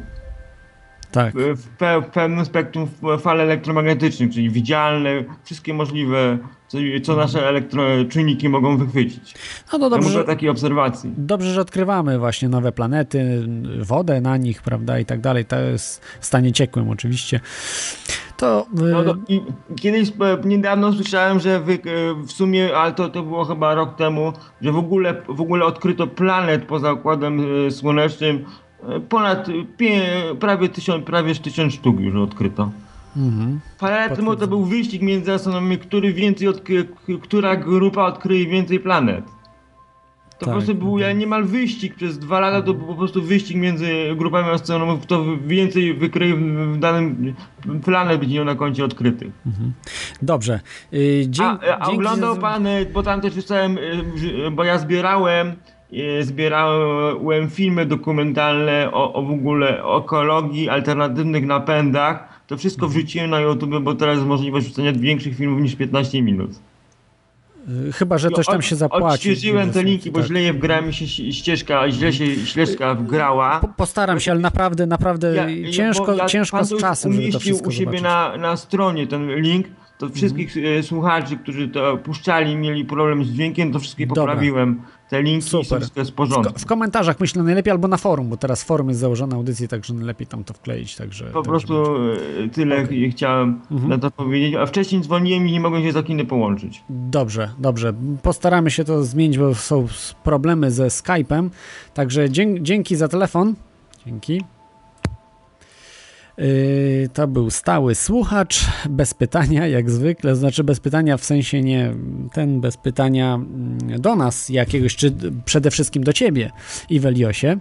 Tak. W, pe, w pełnym spektrum fal elektromagnetycznych, czyli widzialne, wszystkie możliwe, co, co nasze elektroczujniki mogą wychwycić. No to Ja dobrze, mówię o że, takiej obserwacji. dobrze, że odkrywamy właśnie nowe planety, wodę na nich, prawda, i tak dalej. To jest w stanie ciekłym oczywiście. To... y, No, to, i kiedyś e, niedawno słyszałem, że wy, e, w sumie, ale to, to było chyba rok temu, że w ogóle, w ogóle odkryto planet poza Układem e, Słonecznym. E, Ponad pie, prawie tysiąc, prawie tysiąc sztuk już odkryto. mhm. Parę lat temu to był wyścig między astronomami, który więcej odkry, która grupa odkryje więcej planet. To Tak, po prostu był mhm. niemal wyścig przez dwa lata, to był po prostu wyścig między grupami astronomów, kto więcej wykryje w danym planet będzie miał na koncie odkrytych. Dobrze. Y, dzie- A, a dzięki oglądał za- pan, y, bo tam też wysłałem, y, że- bo ja zbierałem, y, zbierałem filmy dokumentalne o, o w ogóle o ekologii, alternatywnych napędach. To wszystko wrzuciłem na YouTube, bo teraz jest możliwość wrzucenia większych filmów niż piętnaście minut. y, Chyba, że ktoś tam się zapłaci. Odświeżyłem te linki, bo Tak. źle je wgrała mi się ś- ścieżka, źle się ścieżka wgrała. Po- Postaram się, ale naprawdę, naprawdę Ja- ja- ciężko, bo ja- ciężko pan z to już czasem, żeby to umieścił wszystko u siebie zobaczyć. na, na stronie ten link, to wszystkich e, słuchaczy, którzy to puszczali, mieli problem z dźwiękiem, to wszystkich Dobra. poprawiłem. Te linki i Super. wszystko jest w W, porządku. ko- w komentarzach myślę najlepiej, albo na forum, bo teraz forum jest założone audycji, także najlepiej tam to wkleić. Także, Po także prostu e, tyle chciałem Mhm. na to powiedzieć, a wcześniej dzwoniłem i nie mogłem się za kiny połączyć. Dobrze, dobrze. Postaramy się to zmienić, bo są s- problemy ze Skype'em. Także dzie- dzięki za telefon. Dzięki. Yy, to był stały słuchacz, bez pytania jak zwykle, znaczy bez pytania w sensie nie ten bez pytania mm, do nas jakiegoś, czy d- przede wszystkim do ciebie, Iweliosie.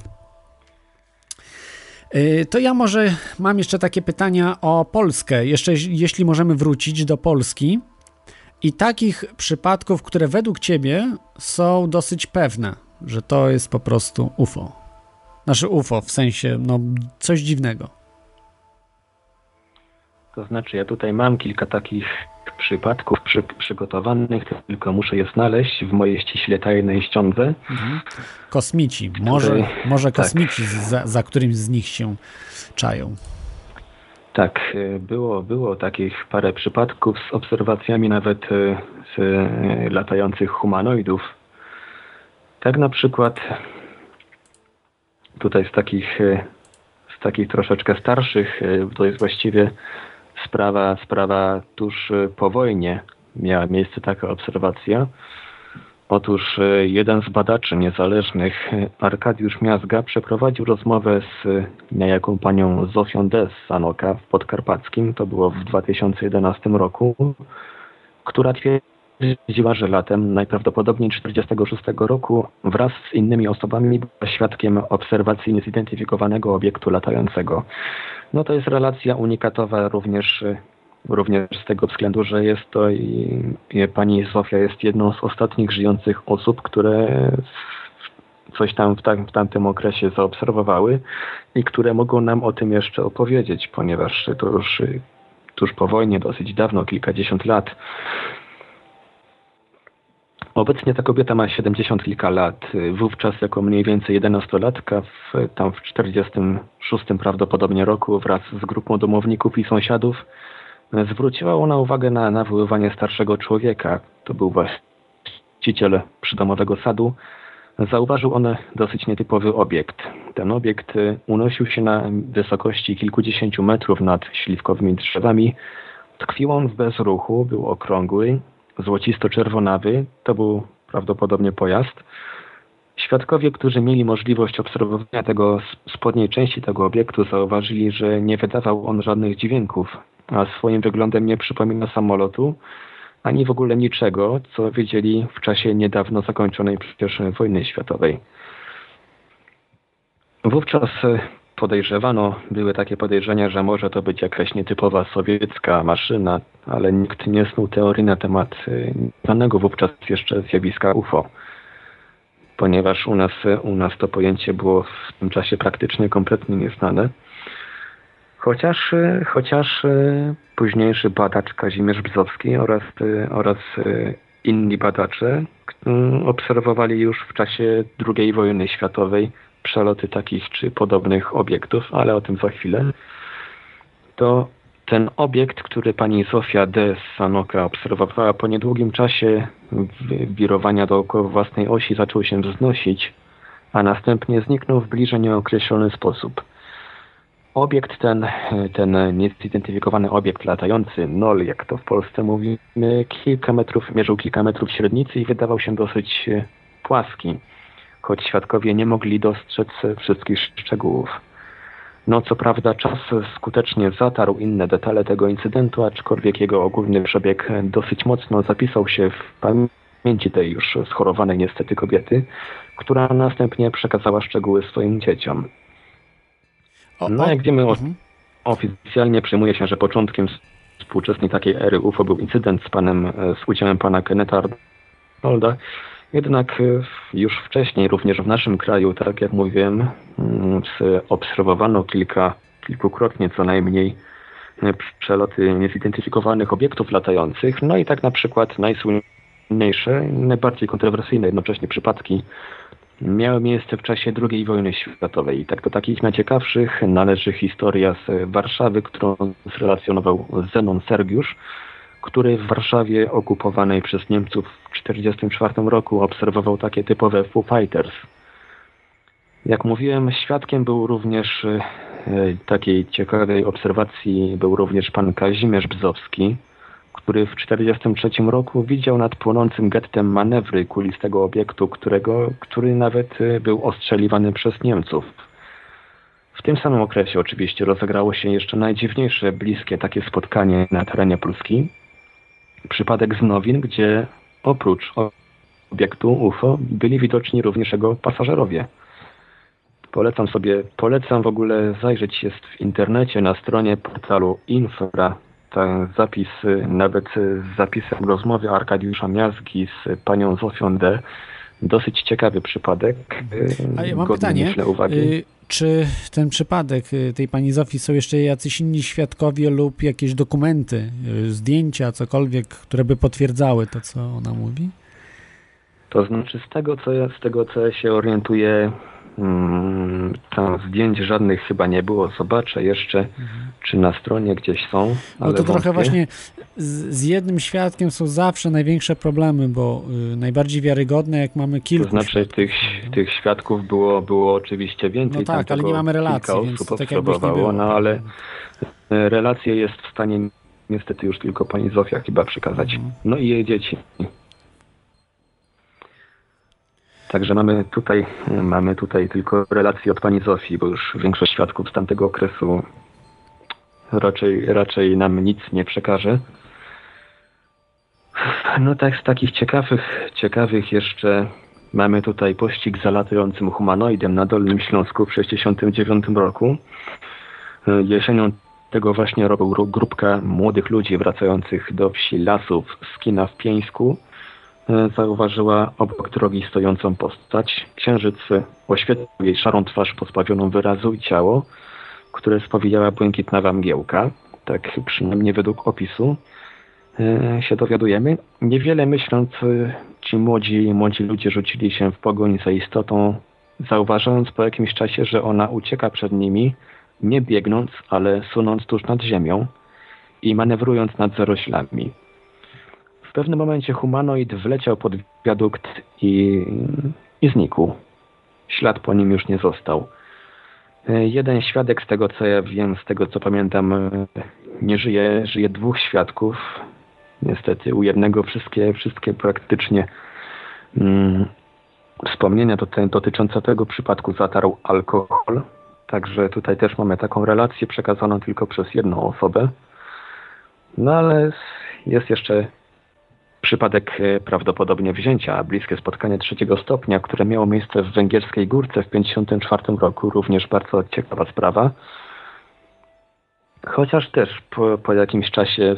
Yy, To ja może mam jeszcze takie pytania o Polskę, jeszcze jeśli możemy wrócić do Polski i takich przypadków, które według ciebie są dosyć pewne, że to jest po prostu U F O. Znaczy U F O w sensie, no coś dziwnego. To znaczy, ja tutaj mam kilka takich przypadków przy, przygotowanych, tylko muszę je znaleźć w mojej ściśle tajnej ściądze. Kosmici, może, Której- może tak. kosmici za, za którymś z nich się czają. Tak, y, było, było takich parę przypadków z obserwacjami nawet y, z y, latających humanoidów. Tak na przykład tutaj z takich, y, z takich troszeczkę starszych, y, to jest właściwie sprawa, sprawa tuż y, po wojnie miała miejsce taka obserwacja. Otóż y, jeden z badaczy niezależnych, y, Arkadiusz Miazga, przeprowadził rozmowę z y, niejaką panią Zofią D. z Sanoka w Podkarpackim, to było w dwa tysiące jedenastym roku, która twierdziła, że latem najprawdopodobniej czterdziestego szóstego roku wraz z innymi osobami była świadkiem obserwacji niezidentyfikowanego obiektu latającego. No to jest relacja unikatowa również y, również z tego względu, że jest to i, i pani Zofia jest jedną z ostatnich żyjących osób, które coś tam w, tam w tamtym okresie zaobserwowały i które mogą nam o tym jeszcze opowiedzieć, ponieważ to już tuż po wojnie, dosyć dawno, kilkadziesiąt lat. Obecnie ta kobieta ma siedemdziesiąt kilka lat. Wówczas jako mniej więcej jedenastolatka, w, tam w czterdziestym szóstym prawdopodobnie roku, wraz z grupą domowników i sąsiadów, zwróciła ona uwagę na nawoływanie starszego człowieka. To był właściciel przydomowego sadu. Zauważył on dosyć nietypowy obiekt. Ten obiekt unosił się na wysokości kilkudziesięciu metrów nad śliwkowymi drzewami. Tkwił on w bezruchu, był okrągły, złocisto-czerwonawy. To był prawdopodobnie pojazd. Świadkowie, którzy mieli możliwość obserwowania tego spodniej części tego obiektu, zauważyli, że nie wydawał on żadnych dźwięków, a swoim wyglądem nie przypomina samolotu, ani w ogóle niczego, co wiedzieli w czasie niedawno zakończonej przecież wojny światowej. Wówczas podejrzewano, były takie podejrzenia, że może to być jakaś nietypowa sowiecka maszyna, ale nikt nie snuł teorii na temat znanego wówczas jeszcze zjawiska U F O, ponieważ u nas, u nas to pojęcie było w tym czasie praktycznie kompletnie nieznane. Chociaż, chociaż późniejszy badacz Kazimierz Bzowski oraz, oraz inni badacze obserwowali już w czasie drugiej wojny światowej przeloty takich czy podobnych obiektów, ale o tym za chwilę. To ten obiekt, który pani Zofia D. z Sanoka obserwowała po niedługim czasie wirowania dookoła własnej osi, zaczął się wznosić, a następnie zniknął w bliżej nieokreślony sposób. Obiekt ten, ten niezidentyfikowany obiekt latający, nol, jak to w Polsce mówimy, kilka metrów, mierzył kilka metrów średnicy i wydawał się dosyć płaski, choć świadkowie nie mogli dostrzec wszystkich szczegółów. No co prawda czas skutecznie zatarł inne detale tego incydentu, aczkolwiek jego ogólny przebieg dosyć mocno zapisał się w pamięci tej już schorowanej niestety kobiety, która następnie przekazała szczegóły swoim dzieciom. No jak wiemy, mhm. oficjalnie przyjmuje się, że początkiem współczesnej takiej ery U F O był incydent z panem, z udziałem pana Kennetha Arnolda. Jednak już wcześniej, również w naszym kraju, tak jak mówiłem, obserwowano kilka, kilkukrotnie co najmniej przeloty niezidentyfikowanych obiektów latających. No i tak na przykład najsłynniejsze, najbardziej kontrowersyjne jednocześnie przypadki miały miejsce w czasie drugiej wojny światowej. I tak do takich najciekawszych należy historia z Warszawy, którą zrelacjonował Zenon Sergiusz, który w Warszawie okupowanej przez Niemców w tysiąc dziewięćset czterdziestym czwartym roku obserwował takie typowe Foo Fighters. Jak mówiłem, świadkiem był również e, takiej ciekawej obserwacji był również pan Kazimierz Bzowski, który w tysiąc dziewięćset czterdziestym trzecim roku widział nad płonącym gettem manewry kulistego obiektu, którego, który nawet był ostrzeliwany przez Niemców. W tym samym okresie oczywiście rozegrało się jeszcze najdziwniejsze, bliskie takie spotkanie na terenie Polski. Przypadek z Nowin, gdzie oprócz obiektu U F O byli widoczni również jego pasażerowie. Polecam sobie, polecam w ogóle zajrzeć się w internecie na stronie portalu Infra. Ten zapis, nawet z zapisem rozmowy Arkadiusza Miazgi z panią Zofią D. Dosyć ciekawy przypadek. A ja mam pytanie, myślę, uwagi. Czy ten przypadek tej pani Zofii są jeszcze jacyś inni świadkowie lub jakieś dokumenty, zdjęcia, cokolwiek, które by potwierdzały to, co ona mówi? To znaczy z tego, co ja, z tego, co ja się orientuję, hmm, tam zdjęć żadnych chyba nie było. Zobaczę jeszcze, mhm. czy na stronie gdzieś są. Ale no to wątpię. Trochę właśnie z, z jednym świadkiem są zawsze największe problemy, bo y, najbardziej wiarygodne, jak mamy kilku To znaczy świadków, tych, no. tych świadków było, było oczywiście więcej. No tak, ale nie mamy relacji, więc to tak jakbyś nie było. No ale relacje jest w stanie niestety już tylko pani Zofia chyba przekazać. Mhm. No i jej dzieci. Także mamy tutaj, mamy tutaj tylko relacje od pani Zofii, bo już większość świadków z tamtego okresu raczej, raczej nam nic nie przekaże. No tak, z takich ciekawych, ciekawych jeszcze mamy tutaj pościg za latającym humanoidem na Dolnym Śląsku w tysiąc dziewięćset sześćdziesiątym dziewiątym roku. Jesienią tego właśnie roku grupka młodych ludzi wracających do wsi Lasów z kina w Pieńsku zauważyła obok drogi stojącą postać. Księżyc oświetlił jej szarą twarz pozbawioną wyrazu i ciało, które spowijała błękitnawa mgiełka. Tak przynajmniej według opisu się dowiadujemy. Niewiele myśląc, ci młodzi, młodzi ludzie rzucili się w pogoń za istotą, zauważając po jakimś czasie, że ona ucieka przed nimi, nie biegnąc, ale sunąc tuż nad ziemią i manewrując nad zaroślami. W pewnym momencie humanoid wleciał pod wiadukt i, i znikł. Ślad po nim już nie został. Jeden świadek, z tego co ja wiem, z tego co pamiętam, nie żyje, żyje dwóch świadków. Niestety u jednego wszystkie, wszystkie praktycznie mm, wspomnienia dotyczące tego przypadku zatarł alkohol. Także tutaj też mamy taką relację przekazaną tylko przez jedną osobę. No ale jest jeszcze przypadek prawdopodobnie wzięcia, bliskie spotkanie trzeciego stopnia, które miało miejsce w Węgierskiej Górce w tysiąc dziewięćset pięćdziesiątym czwartym roku. Również bardzo ciekawa sprawa. Chociaż też po, po jakimś czasie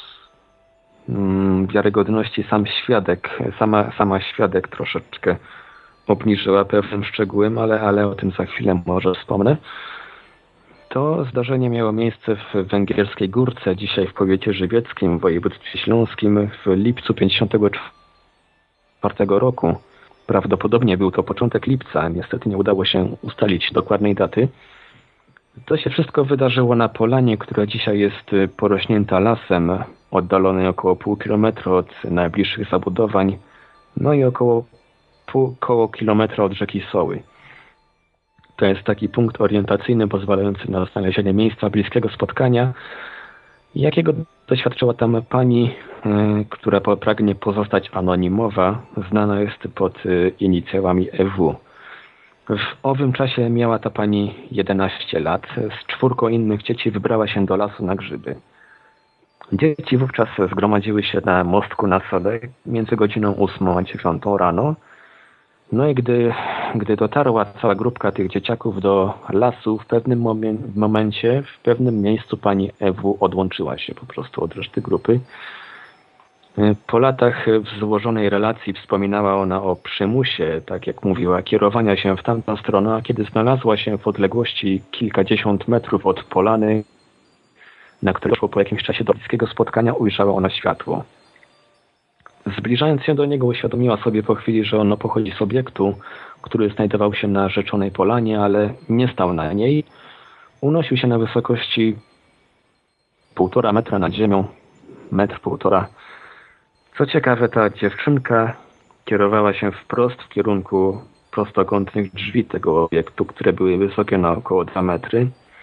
mm, wiarygodności sam świadek, sama, sama świadek troszeczkę obniżyła pewnym szczegółem, ale, ale o tym za chwilę może wspomnę. To zdarzenie miało miejsce w Węgierskiej Górce, dzisiaj w powiecie żywieckim, w województwie śląskim w lipcu tysiąc dziewięćset pięćdziesiątego czwartego roku. Prawdopodobnie był to początek lipca, niestety nie udało się ustalić dokładnej daty. To się wszystko wydarzyło na polanie, która dzisiaj jest porośnięta lasem, oddalonej około pół kilometra od najbliższych zabudowań, no i około pół koło kilometra od rzeki Soły. To jest taki punkt orientacyjny pozwalający na znalezienie miejsca bliskiego spotkania, jakiego doświadczyła tam pani, y, która pragnie pozostać anonimowa, znana jest pod y, inicjałami E W. W owym czasie miała ta pani jedenaście lat. Z czwórką innych dzieci wybrała się do lasu na grzyby. Dzieci wówczas zgromadziły się na mostku na Sole między godziną ósmą a dziewiątą rano. No i gdy, gdy dotarła cała grupka tych dzieciaków do lasu, w pewnym momen- momencie, w pewnym miejscu pani E W odłączyła się po prostu od reszty grupy. Po latach w złożonej relacji wspominała ona o przymusie, tak jak mówiła, kierowania się w tamtą stronę, a kiedy znalazła się w odległości kilkadziesiąt metrów od polany, na które doszło po jakimś czasie do bliskiego spotkania, ujrzała ona światło. Zbliżając się do niego, uświadomiła sobie po chwili, że ono pochodzi z obiektu, który znajdował się na rzeczonej polanie, ale nie stał na niej. Unosił się na wysokości półtora metra nad ziemią, metr półtora. Co ciekawe, ta dziewczynka kierowała się wprost w kierunku prostokątnych drzwi tego obiektu, które były wysokie na około dwa metry.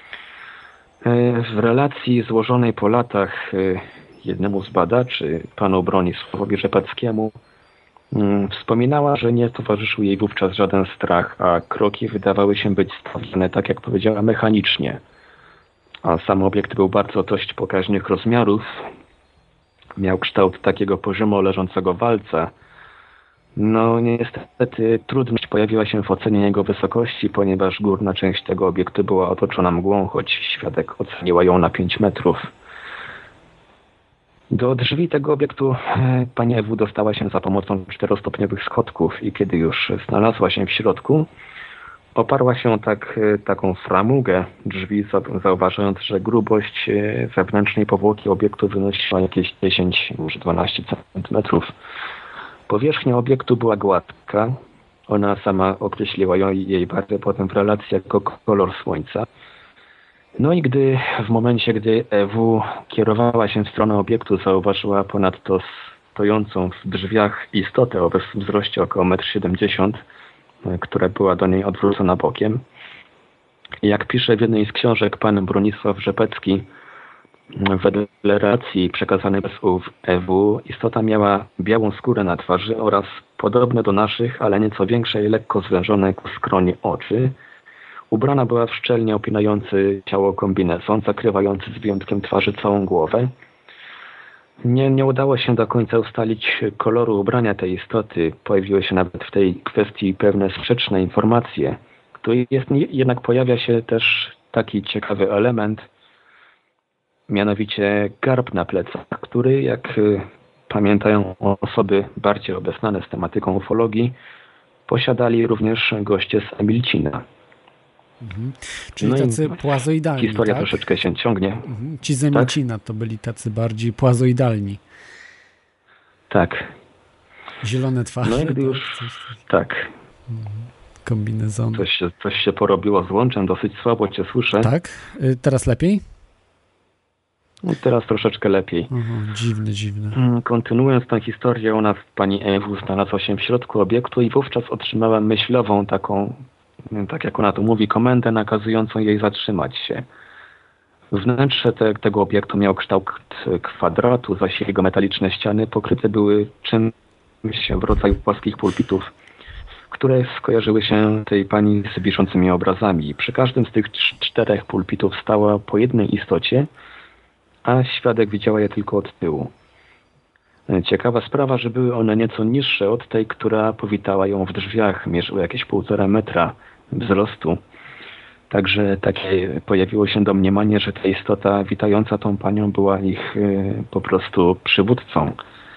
W relacji złożonej po latach jednemu z badaczy, panu Bronisławowi Rzepeckiemu, wspominała, że nie towarzyszył jej wówczas żaden strach, a kroki wydawały się być stawiane, tak jak powiedziała, mechanicznie. A sam obiekt był bardzo dość pokaźnych rozmiarów. Miał kształt takiego poziomo leżącego walca. No niestety trudność pojawiła się w ocenie jego wysokości, ponieważ górna część tego obiektu była otoczona mgłą, choć świadek oceniła ją na pięć metrów. Do drzwi tego obiektu pani E W dostała się za pomocą czterostopniowych schodków i kiedy już znalazła się w środku, oparła się tak, taką framugę drzwi, zauważając, że grubość wewnętrznej powłoki obiektu wynosiła jakieś dziesięć, może dwanaście centymetrów. Powierzchnia obiektu była gładka. Ona sama określiła ją, jej barwę potem w relacji jako kolor słońca. No i gdy w momencie, gdy E W kierowała się w stronę obiektu, zauważyła ponadto stojącą w drzwiach istotę o wzroście około metr siedemdziesiąt, która była do niej odwrócona bokiem. Jak pisze w jednej z książek pan Bronisław Rzepecki, wedle relacji przekazanej przez E W, istota miała białą skórę na twarzy oraz podobne do naszych, ale nieco większe i lekko zwężone ku skroni oczy. Ubrana była w szczelnie opinający ciało kombinezon, zakrywający z wyjątkiem twarzy całą głowę. Nie, nie udało się do końca ustalić koloru ubrania tej istoty. Pojawiły się nawet w tej kwestii pewne sprzeczne informacje. Tu jest, jednak pojawia się też taki ciekawy element. mianowicie garb na plecach, który, jak y, pamiętają osoby bardziej obeznane z tematyką ufologii, posiadali również goście z Emilcina. Mhm. Czyli No i tacy płazoidalni, historia tak? troszeczkę się ciągnie. Mhm. Ci z Emilcina to byli tacy bardziej płazoidalni. Tak. Zielone twarze. No i gdy tak, już coś tam. tak, Kombinezony. coś się, coś się porobiło z łączem, dosyć słabo cię słyszę. Tak? Y, Teraz lepiej? No, teraz troszeczkę lepiej. Aha, dziwne, dziwne. Mm, Kontynuując tę historię, ona, pani Ewu, znalazła się w środku obiektu i wówczas otrzymała myślową taką, tak jak ona to mówi, komendę nakazującą jej zatrzymać się. Wnętrze te, tego obiektu miało kształt kwadratu, zaś jego metaliczne ściany pokryte były czymś w rodzaju płaskich pulpitów, które skojarzyły się tej pani z wiszącymi obrazami. Przy każdym z tych cz- czterech pulpitów stała po jednej istocie, a świadek widziała je tylko od tyłu. Ciekawa sprawa, że były one nieco niższe od tej, która powitała ją w drzwiach. Mierzyły jakieś półtora metra wzrostu. Także takie pojawiło się domniemanie, że ta istota witająca tą panią była ich y, po prostu przywódcą.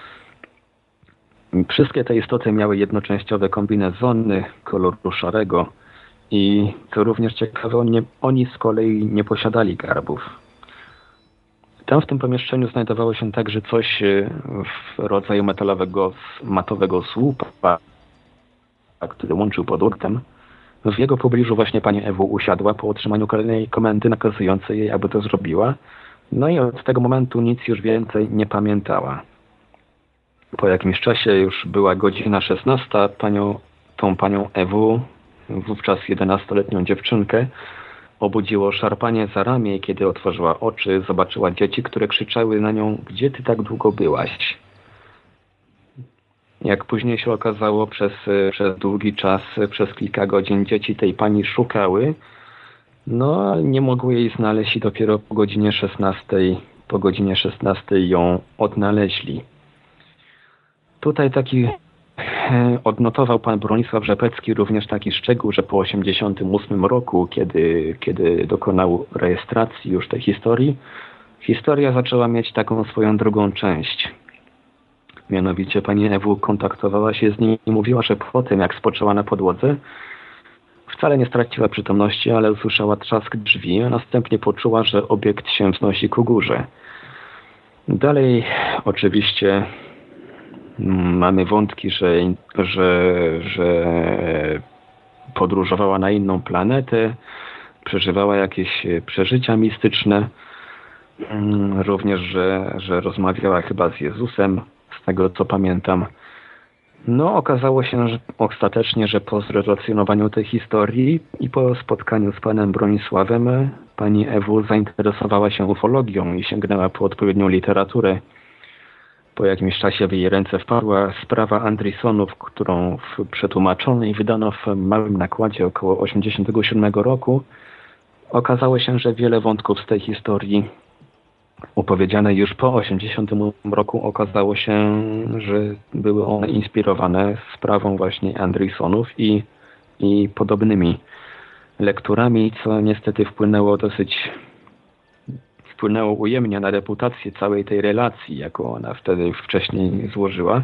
Wszystkie te istoty miały jednoczęściowe kombinezony koloru szarego i co również ciekawe, oni, oni z kolei nie posiadali garbów. Tam w tym pomieszczeniu znajdowało się także coś y, w rodzaju metalowego, matowego słupa, który łączył podłogiem. W jego pobliżu właśnie pani Ewu usiadła po otrzymaniu kolejnej komendy nakazującej jej, aby to zrobiła. No i od tego momentu nic już więcej nie pamiętała. Po jakimś czasie już była godzina szesnasta, panią, tą panią Ewu, wówczas jedenastoletnią dziewczynkę, obudziło szarpanie za ramię i kiedy otworzyła oczy, zobaczyła dzieci, które krzyczały na nią: gdzie ty tak długo byłaś? Jak później się okazało, przez, przez długi czas, przez kilka godzin dzieci tej pani szukały, no ale nie mogły jej znaleźć i dopiero po godzinie szesnastej, po godzinie szesnastej ją odnaleźli. Tutaj taki odnotował pan Bronisław Rzepecki również taki szczegół, że po osiemdziesiątym ósmym roku, kiedy, kiedy dokonał rejestracji już tej historii, historia zaczęła mieć taką swoją drugą część. Mianowicie pani Ewu kontaktowała się z nim i mówiła, że po tym, jak spoczęła na podłodze, wcale nie straciła przytomności, ale usłyszała trzask drzwi, a następnie poczuła, że obiekt się wznosi ku górze. Dalej oczywiście mamy wątki, że, że, że podróżowała na inną planetę, przeżywała jakieś przeżycia mistyczne, również, że, że rozmawiała chyba z Jezusem, z tego co pamiętam. No, okazało się że ostatecznie, że po zrelacjonowaniu tej historii i po spotkaniu z panem Bronisławem pani Ewu zainteresowała się ufologią i sięgnęła po odpowiednią literaturę. Po jakimś czasie w jej ręce wpadła sprawa Andrisonów, którą w przetłumaczonej wydano w małym nakładzie około osiemdziesiątego siódmego roku. Okazało się, że wiele wątków z tej historii opowiedziane już po osiemdziesiątym ósmym roku okazało się, że były one inspirowane sprawą właśnie Andrisonów i, i podobnymi lekturami, co niestety wpłynęło dosyć wpłynęło ujemnie na reputację całej tej relacji, jaką ona wtedy wcześniej złożyła.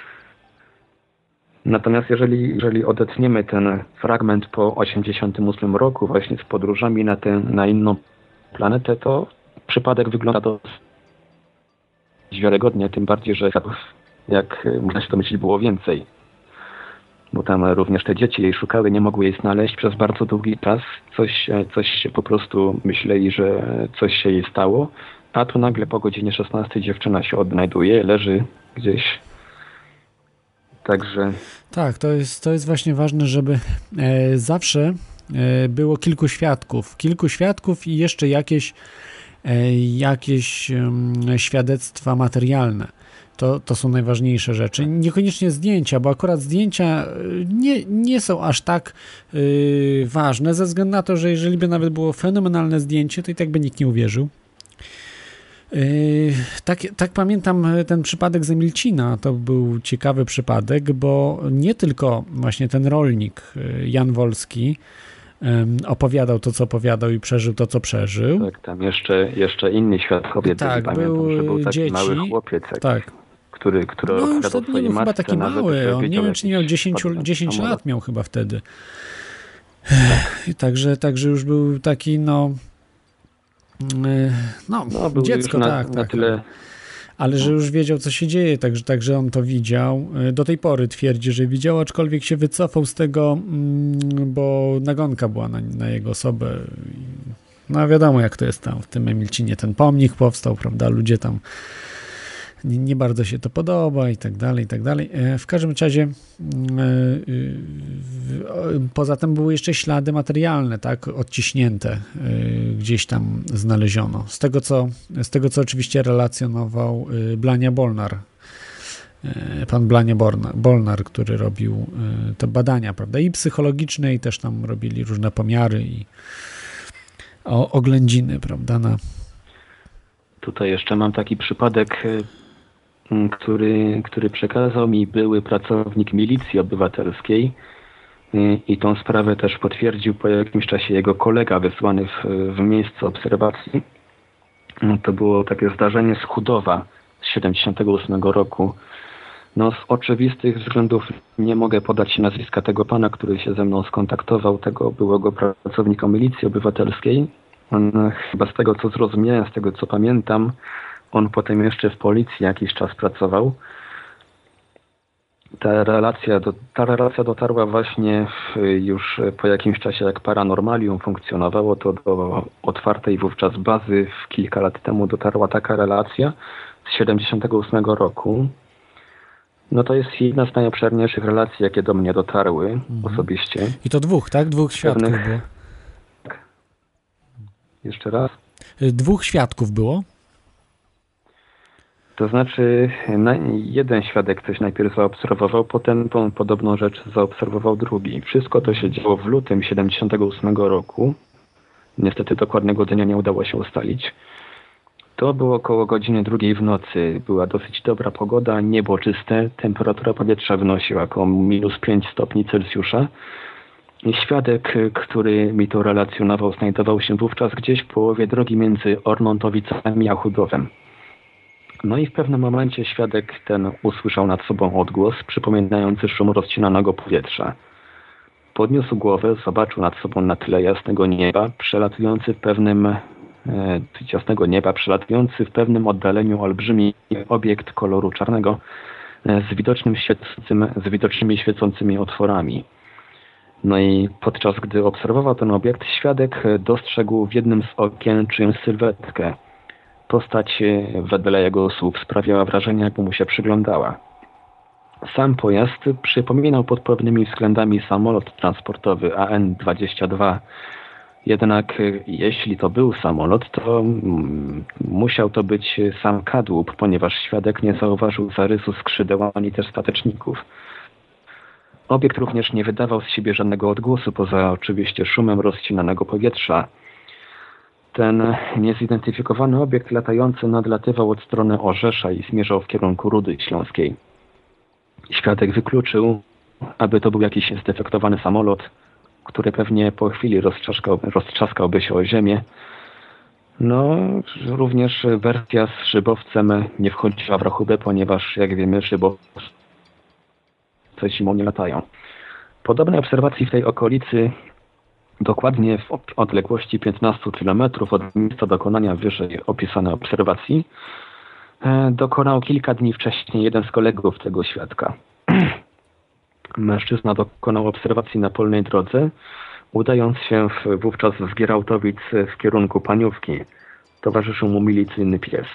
Natomiast jeżeli, jeżeli odetniemy ten fragment po osiemdziesiątym ósmym roku właśnie z podróżami na, tę, na inną planetę, to przypadek wygląda dosyć wiarygodnie, tym bardziej, że jak można się domyślić było więcej. Bo tam również te dzieci jej szukały, nie mogły jej znaleźć przez bardzo długi czas. Coś, coś się po prostu myśleli, że coś się jej stało, a tu nagle po godzinie szesnastej dziewczyna się odnajduje, leży gdzieś. Także... Tak, to jest, to jest właśnie ważne, żeby e, zawsze e, było kilku świadków. Kilku świadków i jeszcze jakieś, e, jakieś e, świadectwa materialne. To, to są najważniejsze rzeczy. Niekoniecznie zdjęcia, bo akurat zdjęcia nie, nie są aż tak yy, ważne, ze względu na to, że jeżeli by nawet było fenomenalne zdjęcie, to i tak by nikt nie uwierzył. Yy, tak, tak pamiętam ten przypadek z Emilcina. To był ciekawy przypadek, bo nie tylko właśnie ten rolnik Jan Wolski opowiadał to, co opowiadał i przeżył to, co przeżył. Tak, tam jeszcze, jeszcze inni świadkowie tak, byli, pamiętam, był że był taki dzieci, mały chłopiec, jakiś, tak. który, który no już opowiadał wtedy nie swojej był chyba matce, taki nawet, mały, że on nie widział wiem, czy nie miał jakiś dziesięć, spadł dziesięć samolot. lat miał chyba wtedy. Także, także już był taki, no, no, No, był dziecko, już na, tak, na tak. tyle... Ale że już wiedział, co się dzieje, także, także on to widział. Do tej pory twierdzi, że widział, aczkolwiek się wycofał z tego, bo nagonka była na, na jego osobę. No wiadomo, jak to jest tam w tym Emilcinie. Ten pomnik powstał, prawda? Ludzie tam nie, nie bardzo się to podoba i tak dalej, i tak dalej. W każdym razie poza tym były jeszcze ślady materialne, tak, odciśnięte, gdzieś tam znaleziono. Z tego, co, z tego, co oczywiście relacjonował Blania Bolnar, pan Blania Bolnar, który robił te badania, prawda, i psychologiczne, i też tam robili różne pomiary i o, oględziny, prawda, na... Tutaj jeszcze mam taki przypadek, który, który przekazał mi były pracownik milicji obywatelskiej i tą sprawę też potwierdził po jakimś czasie jego kolega wysłany w, w miejsce obserwacji. To było takie zdarzenie z Chudowa z siedemdziesiątego ósmego roku. No, z oczywistych względów nie mogę podać nazwiska tego pana, który się ze mną skontaktował, tego byłego pracownika milicji obywatelskiej. On, chyba z tego, co zrozumiałem, z tego, co pamiętam, on potem jeszcze w policji jakiś czas pracował. Ta relacja, do, ta relacja dotarła właśnie w, już po jakimś czasie, jak Paranormalium funkcjonowało, to do otwartej wówczas bazy w kilka lat temu dotarła taka relacja z siedemdziesiątego ósmego roku. No to jest jedna z najobszerniejszych relacji, jakie do mnie dotarły mhm. osobiście. I to dwóch, tak? Dwóch świadków Pewnych... było. Jeszcze raz? Dwóch świadków było? To znaczy jeden świadek coś najpierw zaobserwował, potem tą podobną rzecz zaobserwował drugi. Wszystko to się działo w lutym siedemdziesiątego ósmego roku. Niestety dokładnego dnia nie udało się ustalić. To było około godziny drugiej w nocy. Była dosyć dobra pogoda, niebo czyste, temperatura powietrza wynosiła około minus pięć stopni Celsjusza. Świadek, który mi to relacjonował, znajdował się wówczas gdzieś w połowie drogi między Ornontowicami a Chudowem. No i w pewnym momencie świadek ten usłyszał nad sobą odgłos przypominający szum rozcinanego powietrza. Podniósł głowę, zobaczył nad sobą na tle jasnego nieba, przelatujący w pewnym e, jasnego nieba, przelatujący w pewnym oddaleniu olbrzymi obiekt koloru czarnego e, z widocznym świecącym, z widocznymi świecącymi otworami. No i podczas gdy obserwował ten obiekt, świadek dostrzegł w jednym z okien czyjąś sylwetkę. Postać wedle jego słów sprawiała wrażenie, jakby mu się przyglądała. Sam pojazd przypominał pod pewnymi względami samolot transportowy A N dwadzieścia dwa. Jednak jeśli to był samolot, to mm, musiał to być sam kadłub, ponieważ świadek nie zauważył zarysu skrzydeł ani też stateczników. Obiekt również nie wydawał z siebie żadnego odgłosu, poza oczywiście szumem rozcinanego powietrza. Ten niezidentyfikowany obiekt latający nadlatywał od strony Orzesza i zmierzał w kierunku Rudy Śląskiej. Świadek wykluczył, aby to był jakiś zdefektowany samolot, który pewnie po chwili roztrzaskał, roztrzaskałby się o ziemię. No, również wersja z szybowcem nie wchodziła w rachubę, ponieważ, jak wiemy, szybowce zimą nie latają. Podobne obserwacji w tej okolicy, dokładnie w odległości piętnaście kilometrów od miejsca dokonania wyżej opisanej obserwacji, dokonał kilka dni wcześniej jeden z kolegów tego świadka. Mężczyzna dokonał obserwacji na polnej drodze, udając się w, wówczas z Gierałtowic w kierunku Paniówki. Towarzyszył mu milicyjny pies.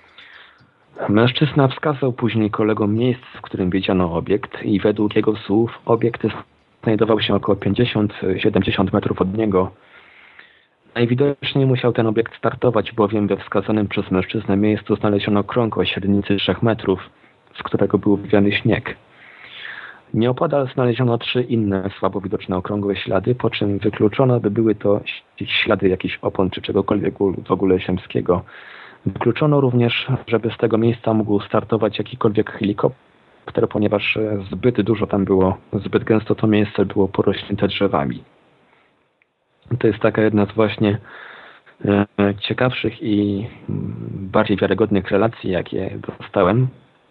Mężczyzna wskazał później kolegom miejsce, w którym widziano obiekt i według jego słów obiekt znajdował się około pięćdziesiąt do siedemdziesięciu metrów od niego. Najwidoczniej musiał ten obiekt startować, bowiem we wskazanym przez mężczyznę miejscu znaleziono krąg o średnicy trzech metrów, z którego był wywiany śnieg. Nieopodal znaleziono trzy inne słabo widoczne okrągłe ślady, po czym wykluczono, by były to ślady jakichś opon czy czegokolwiek w ogóle ziemskiego. Wykluczono również, żeby z tego miejsca mógł startować jakikolwiek helikopter, ponieważ zbyt dużo tam było, zbyt gęsto to miejsce było porośnięte drzewami. To jest taka jedna z właśnie ciekawszych i bardziej wiarygodnych relacji, jakie dostałem.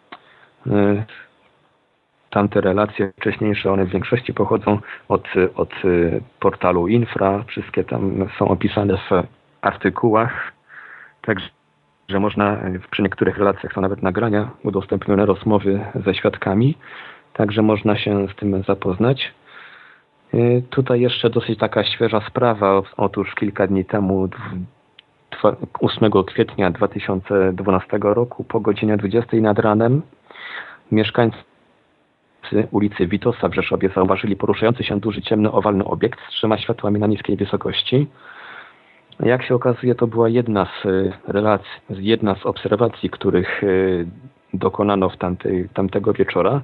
Tamte relacje wcześniejsze, one w większości pochodzą od, od portalu Infra. Wszystkie tam są opisane w artykułach. Także można, przy niektórych relacjach są nawet nagrania udostępnione, rozmowy ze świadkami. Także można się z tym zapoznać. Tutaj jeszcze dosyć taka świeża sprawa. Otóż kilka dni temu, ósmego kwietnia dwa tysiące dwunastego roku, po godzinie dwudziestej nad ranem, mieszkańcy ulicy Witosa w Rzeszowie zauważyli poruszający się duży, ciemny, owalny obiekt z trzema światłami na niskiej wysokości. Jak się okazuje, to była jedna z relacji, jedna z obserwacji, których dokonano w tamtej, tamtego wieczora.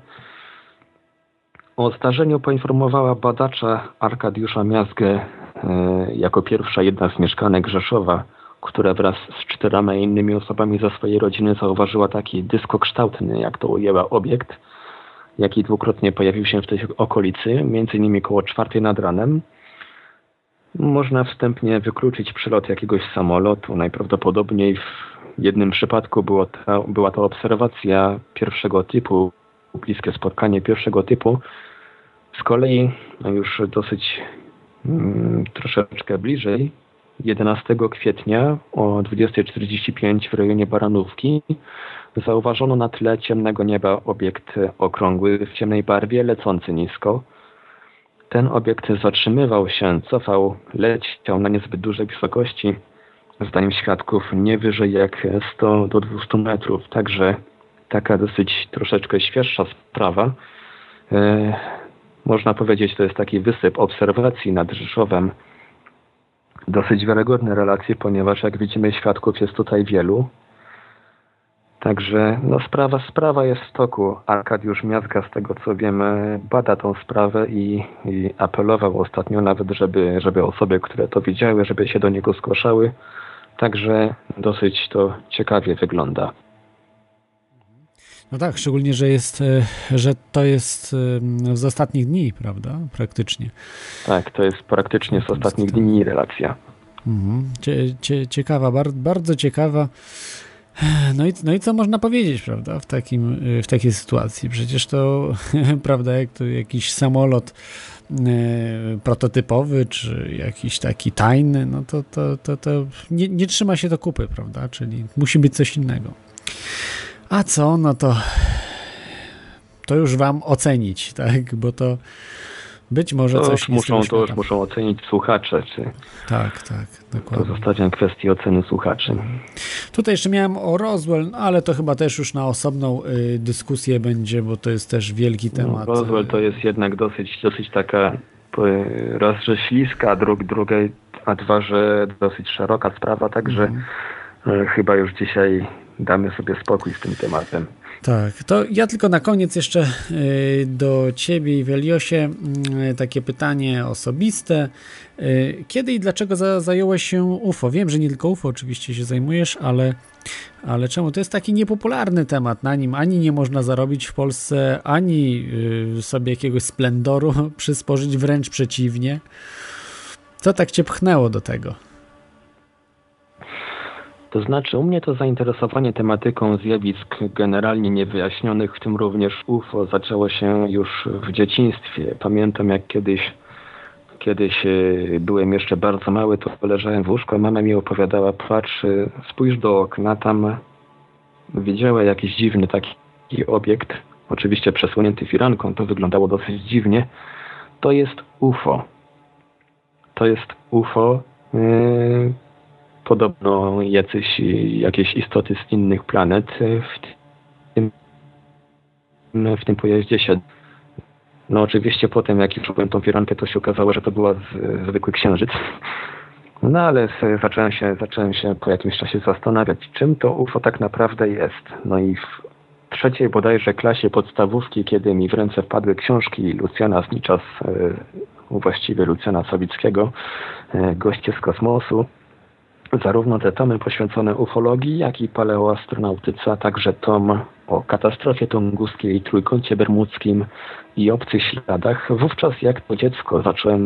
O zdarzeniu poinformowała badacza Arkadiusza Miazgę jako pierwsza jedna z mieszkanek Rzeszowa, która wraz z czterema innymi osobami ze swojej rodziny zauważyła taki dyskokształtny, jak to ujęła, obiekt, jaki dwukrotnie pojawił się w tej okolicy, między innymi koło czwartej nad ranem. Można wstępnie wykluczyć przylot jakiegoś samolotu. Najprawdopodobniej w jednym przypadku było ta, była to obserwacja pierwszego typu, bliskie spotkanie pierwszego typu. Z kolei już dosyć mm, troszeczkę bliżej, jedenastego kwietnia o dwudziestej czterdzieści pięć w rejonie Baranówki zauważono na tle ciemnego nieba obiekt okrągły w ciemnej barwie, lecący nisko. Ten obiekt zatrzymywał się, cofał, leciał na niezbyt dużej wysokości, zdaniem świadków nie wyżej jak sto do dwustu metrów, także taka dosyć troszeczkę świeższa sprawa. E, można powiedzieć, to jest taki wysyp obserwacji nad Rzeszowem. Dosyć wiarygodne relacje, ponieważ jak widzimy, świadków jest tutaj wielu. Także no, sprawa, sprawa jest w toku. Arkadiusz Miazga, z tego co wiemy, bada tą sprawę i, i apelował ostatnio nawet, żeby, żeby osoby, które to widziały, żeby się do niego zgłaszały. Także dosyć to ciekawie wygląda. No tak, szczególnie, że jest, że to jest z ostatnich dni, prawda? Praktycznie. Tak, to jest praktycznie z ostatnich dni relacja. Mhm. Cie, cie, ciekawa, bardzo, bardzo ciekawa. No i, no i co można powiedzieć, prawda, w, takim, w takiej sytuacji? Przecież to, prawda, jak to jakiś samolot e, prototypowy, czy jakiś taki tajny, no to, to, to, to nie, nie trzyma się do kupy, prawda? Czyli musi być coś innego. A co? No to to już wam ocenić, tak? Bo to być może to coś już muszą, To już muszą ocenić słuchacze. Czy tak, tak, dokładnie. To zostawiam kwestię oceny słuchaczy. Tutaj jeszcze miałem o Roswell, no ale to chyba też już na osobną y, dyskusję będzie, bo to jest też wielki temat. No, Roswell to jest jednak dosyć, dosyć taka raz, że śliska, drug, drugiej, a dwa, że dosyć szeroka sprawa, także mm. chyba już dzisiaj damy sobie spokój z tym tematem. Tak, to ja tylko na koniec jeszcze do ciebie i Weliosie takie pytanie osobiste. Kiedy i dlaczego zająłeś się U F O? Wiem, że nie tylko U F O oczywiście się zajmujesz, ale, ale czemu? To jest taki niepopularny temat, na nim ani nie można zarobić w Polsce, ani sobie jakiegoś splendoru przysporzyć, wręcz przeciwnie. Co tak cię pchnęło do tego? To znaczy, u mnie to zainteresowanie tematyką zjawisk generalnie niewyjaśnionych, w tym również U F O, zaczęło się już w dzieciństwie. Pamiętam, jak kiedyś, kiedyś byłem jeszcze bardzo mały, to leżałem w łóżku, a mama mi opowiadała, patrz, spójrz do okna, tam widziała jakiś dziwny taki obiekt, oczywiście przesłonięty firanką, to wyglądało dosyć dziwnie. To jest U F O. To jest U F O. Yy... Podobno jacyś, jakieś istoty z innych planet w tym, w tym pojeździe się. No oczywiście potem, jak już byłem tą firankę, to się okazało, że to była z, zwykły księżyc. No ale zacząłem się, zacząłem się po jakimś czasie zastanawiać, czym to U F O tak naprawdę jest. No i w trzeciej bodajże klasie podstawówki, kiedy mi w ręce wpadły książki Lucjana Zniczas, właściwie Lucjana Sawickiego, Goście z kosmosu, zarówno te tomy poświęcone ufologii, jak i paleoastronautyce, a także tom o katastrofie tunguskiej, Trójkącie Bermudzkim i obcych śladach. Wówczas jak to dziecko zacząłem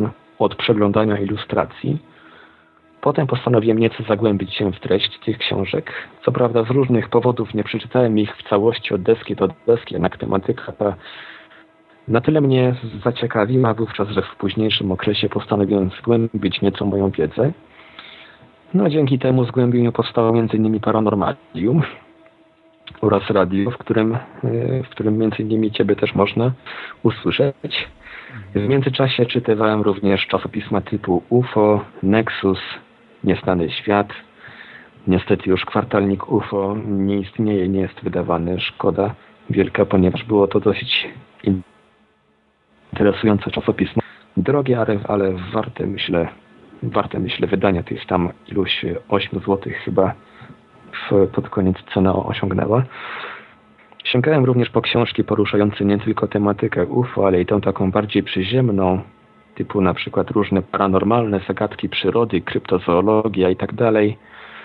od przeglądania ilustracji. Potem postanowiłem nieco zagłębić się w treść tych książek. Co prawda z różnych powodów nie przeczytałem ich w całości od deski do deski, jednak tematyka ta na tyle mnie zaciekawiła wówczas, że w późniejszym okresie postanowiłem zgłębić nieco moją wiedzę. No dzięki temu zgłębieniu powstało między innymi Paranormalium oraz radio, w którym, w którym między innymi Ciebie też można usłyszeć. W międzyczasie czytywałem również czasopisma typu U F O, Nexus, Nieznany Świat. Niestety już kwartalnik U F O nie istnieje, nie jest wydawany. Szkoda wielka, ponieważ było to dosyć interesujące czasopismo. Drogie, ale, ale warte, myślę, warte, myślę, wydania. To jest tam iluś osiem złotych chyba w, pod koniec cena osiągnęła. Sięgałem również po książki poruszające nie tylko tematykę U F O, ale i tą taką bardziej przyziemną, typu na przykład różne paranormalne zagadki przyrody, kryptozoologia i tak dalej.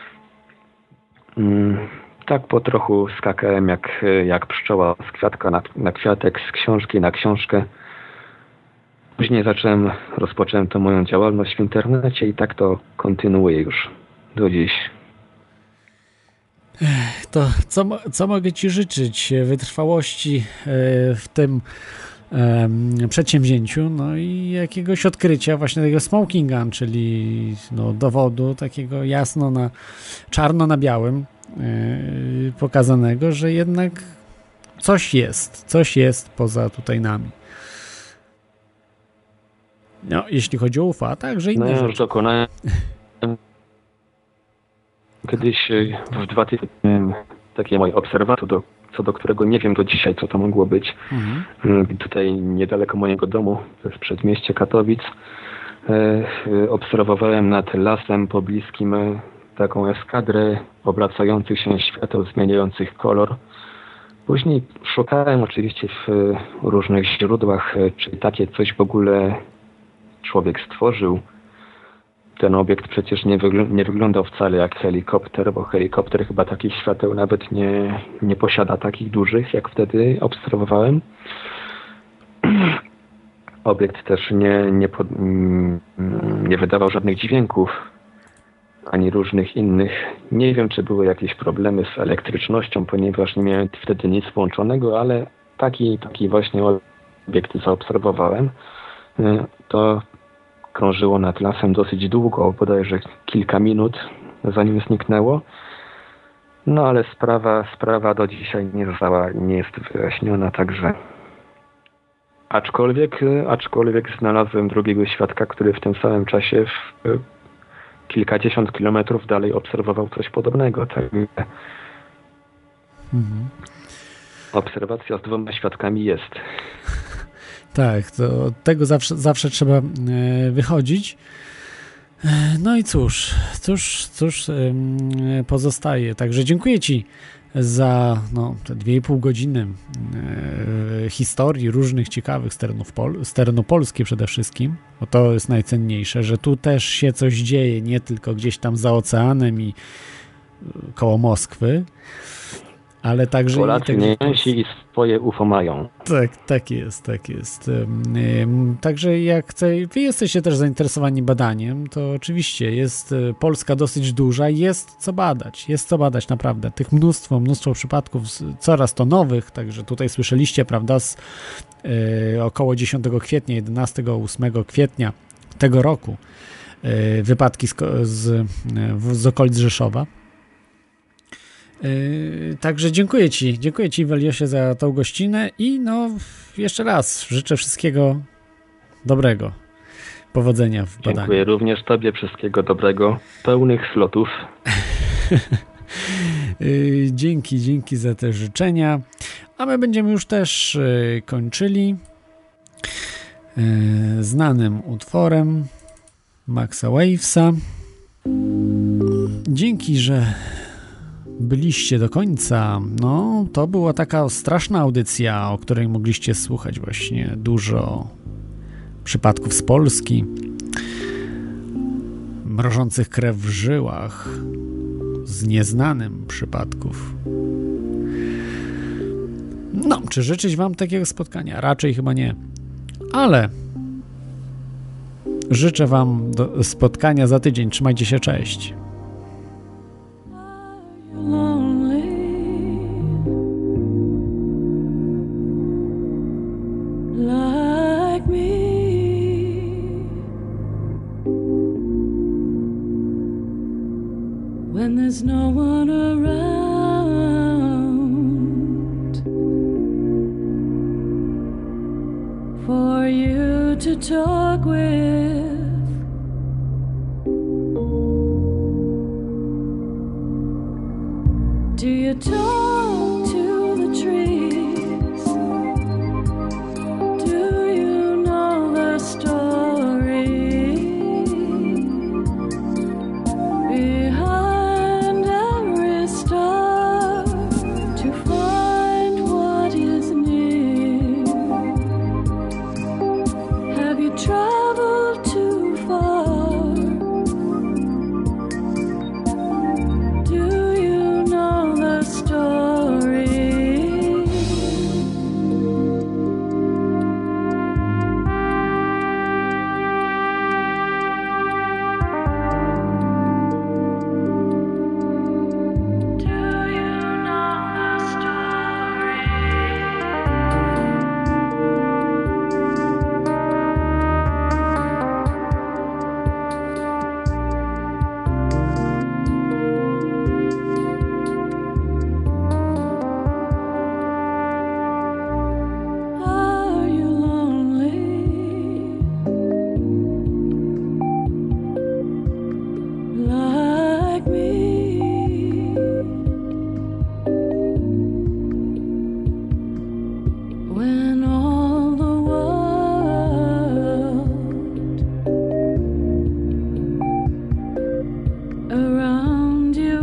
Tak po trochu skakałem jak, jak pszczoła z kwiatka na, na kwiatek, z książki na książkę. Później zacząłem, rozpocząłem tą moją działalność w internecie i tak to kontynuuję już do dziś. To co, co mogę Ci życzyć? Wytrwałości w tym przedsięwzięciu, no i jakiegoś odkrycia właśnie tego smoking gun, czyli no, dowodu takiego jasno na czarno na białym pokazanego, że jednak coś jest, coś jest poza tutaj nami. No, jeśli chodzi o U F O, a także inne no, ja rzeczy. już dokonałem kiedyś w dwa tysiące takie moje obserwacje, do, co do którego nie wiem do dzisiaj, co to mogło być. Mhm. Tutaj niedaleko mojego domu, to jest przedmieście Katowic, e, obserwowałem nad lasem pobliskim taką eskadrę obracających się świateł zmieniających kolor. Później szukałem oczywiście w różnych źródłach, czy takie coś w ogóle człowiek stworzył. Ten obiekt przecież nie, wygl- nie wyglądał wcale jak helikopter, bo helikopter chyba takich świateł nawet nie, nie posiada takich dużych, jak wtedy obserwowałem. Obiekt też nie, nie, pod, nie wydawał żadnych dźwięków, ani różnych innych. Nie wiem, czy były jakieś problemy z elektrycznością, ponieważ nie miałem wtedy nic włączonego, ale taki, taki właśnie obiekt zaobserwowałem. To krążyło nad lasem dosyć długo, bodajże kilka minut, zanim zniknęło. No ale sprawa, sprawa do dzisiaj nie została, nie jest wyjaśniona, także aczkolwiek, aczkolwiek znalazłem drugiego świadka, który w tym samym czasie w kilkadziesiąt kilometrów dalej obserwował coś podobnego. Także mhm. Obserwacja z dwoma świadkami jest. Tak, to od tego zawsze, zawsze trzeba wychodzić. No i cóż, cóż, cóż pozostaje. Także dziękuję Ci za no, te dwie i pół godziny historii różnych ciekawych z terenów Pol- z terenu Polski przede wszystkim, bo to jest najcenniejsze, że tu też się coś dzieje, nie tylko gdzieś tam za oceanem i koło Moskwy, ale także... Polacy nie i swoje U F O mają. Tak, tak jest, tak jest. Także jak chce, wy jesteście też zainteresowani badaniem, to oczywiście jest Polska dosyć duża, jest co badać, jest co badać naprawdę. Tych mnóstwo, mnóstwo przypadków, coraz to nowych, także tutaj słyszeliście, prawda, z y, około dziesiątego kwietnia, jedenastego, ósmego kwietnia tego roku y, wypadki z, z, z okolic Rzeszowa. Yy, także dziękuję Ci, dziękuję Ci, Weliosie, za tą gościnę i no jeszcze raz życzę wszystkiego dobrego, powodzenia w badaniu. Dziękuję również Tobie, wszystkiego dobrego, pełnych slotów. yy, dzięki, dzięki za te życzenia, a my będziemy już też yy, kończyli yy, znanym utworem Maxa Wavesa. Dzięki, że byliście do końca. No, to była taka straszna audycja, o której mogliście słuchać właśnie dużo przypadków z Polski, mrożących krew w żyłach, z nieznanym przypadków. No, czy życzyć wam takiego spotkania? Raczej chyba nie. Ale życzę Wam do spotkania za tydzień. Trzymajcie się, cześć. When there's no one around for you to talk with, do you talk to the trees? Do you know the story behind to find what is near? Have you traveled too far? Do you know the story? When all the world around you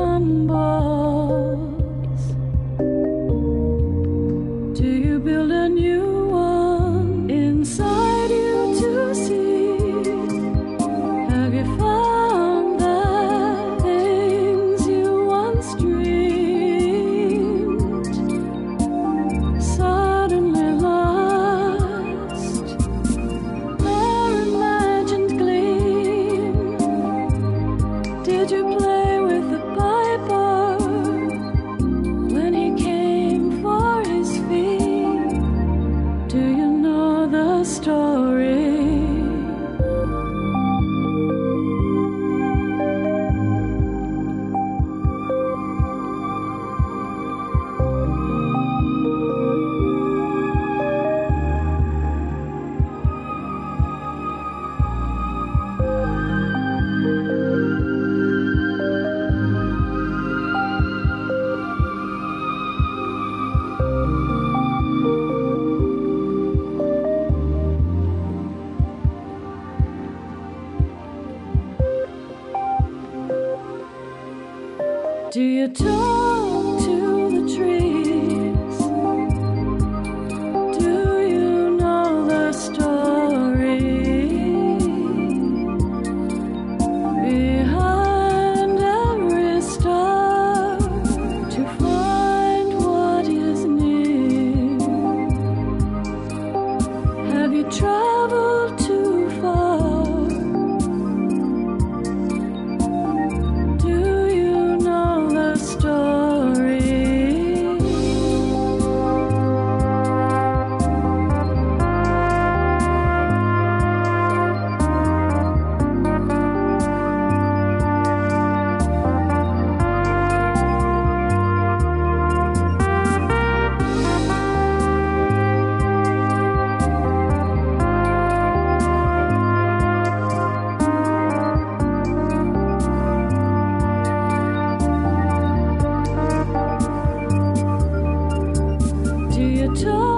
crumbles, do you build a new one inside you to see? Have you found the things you once dreamed suddenly lost? Their imagined gleam. Did you play with the piper when he came for his fee? Do you know the story? Do you talk to the trees? Do you know the story behind every star to find what is near? Have you traveled too far? To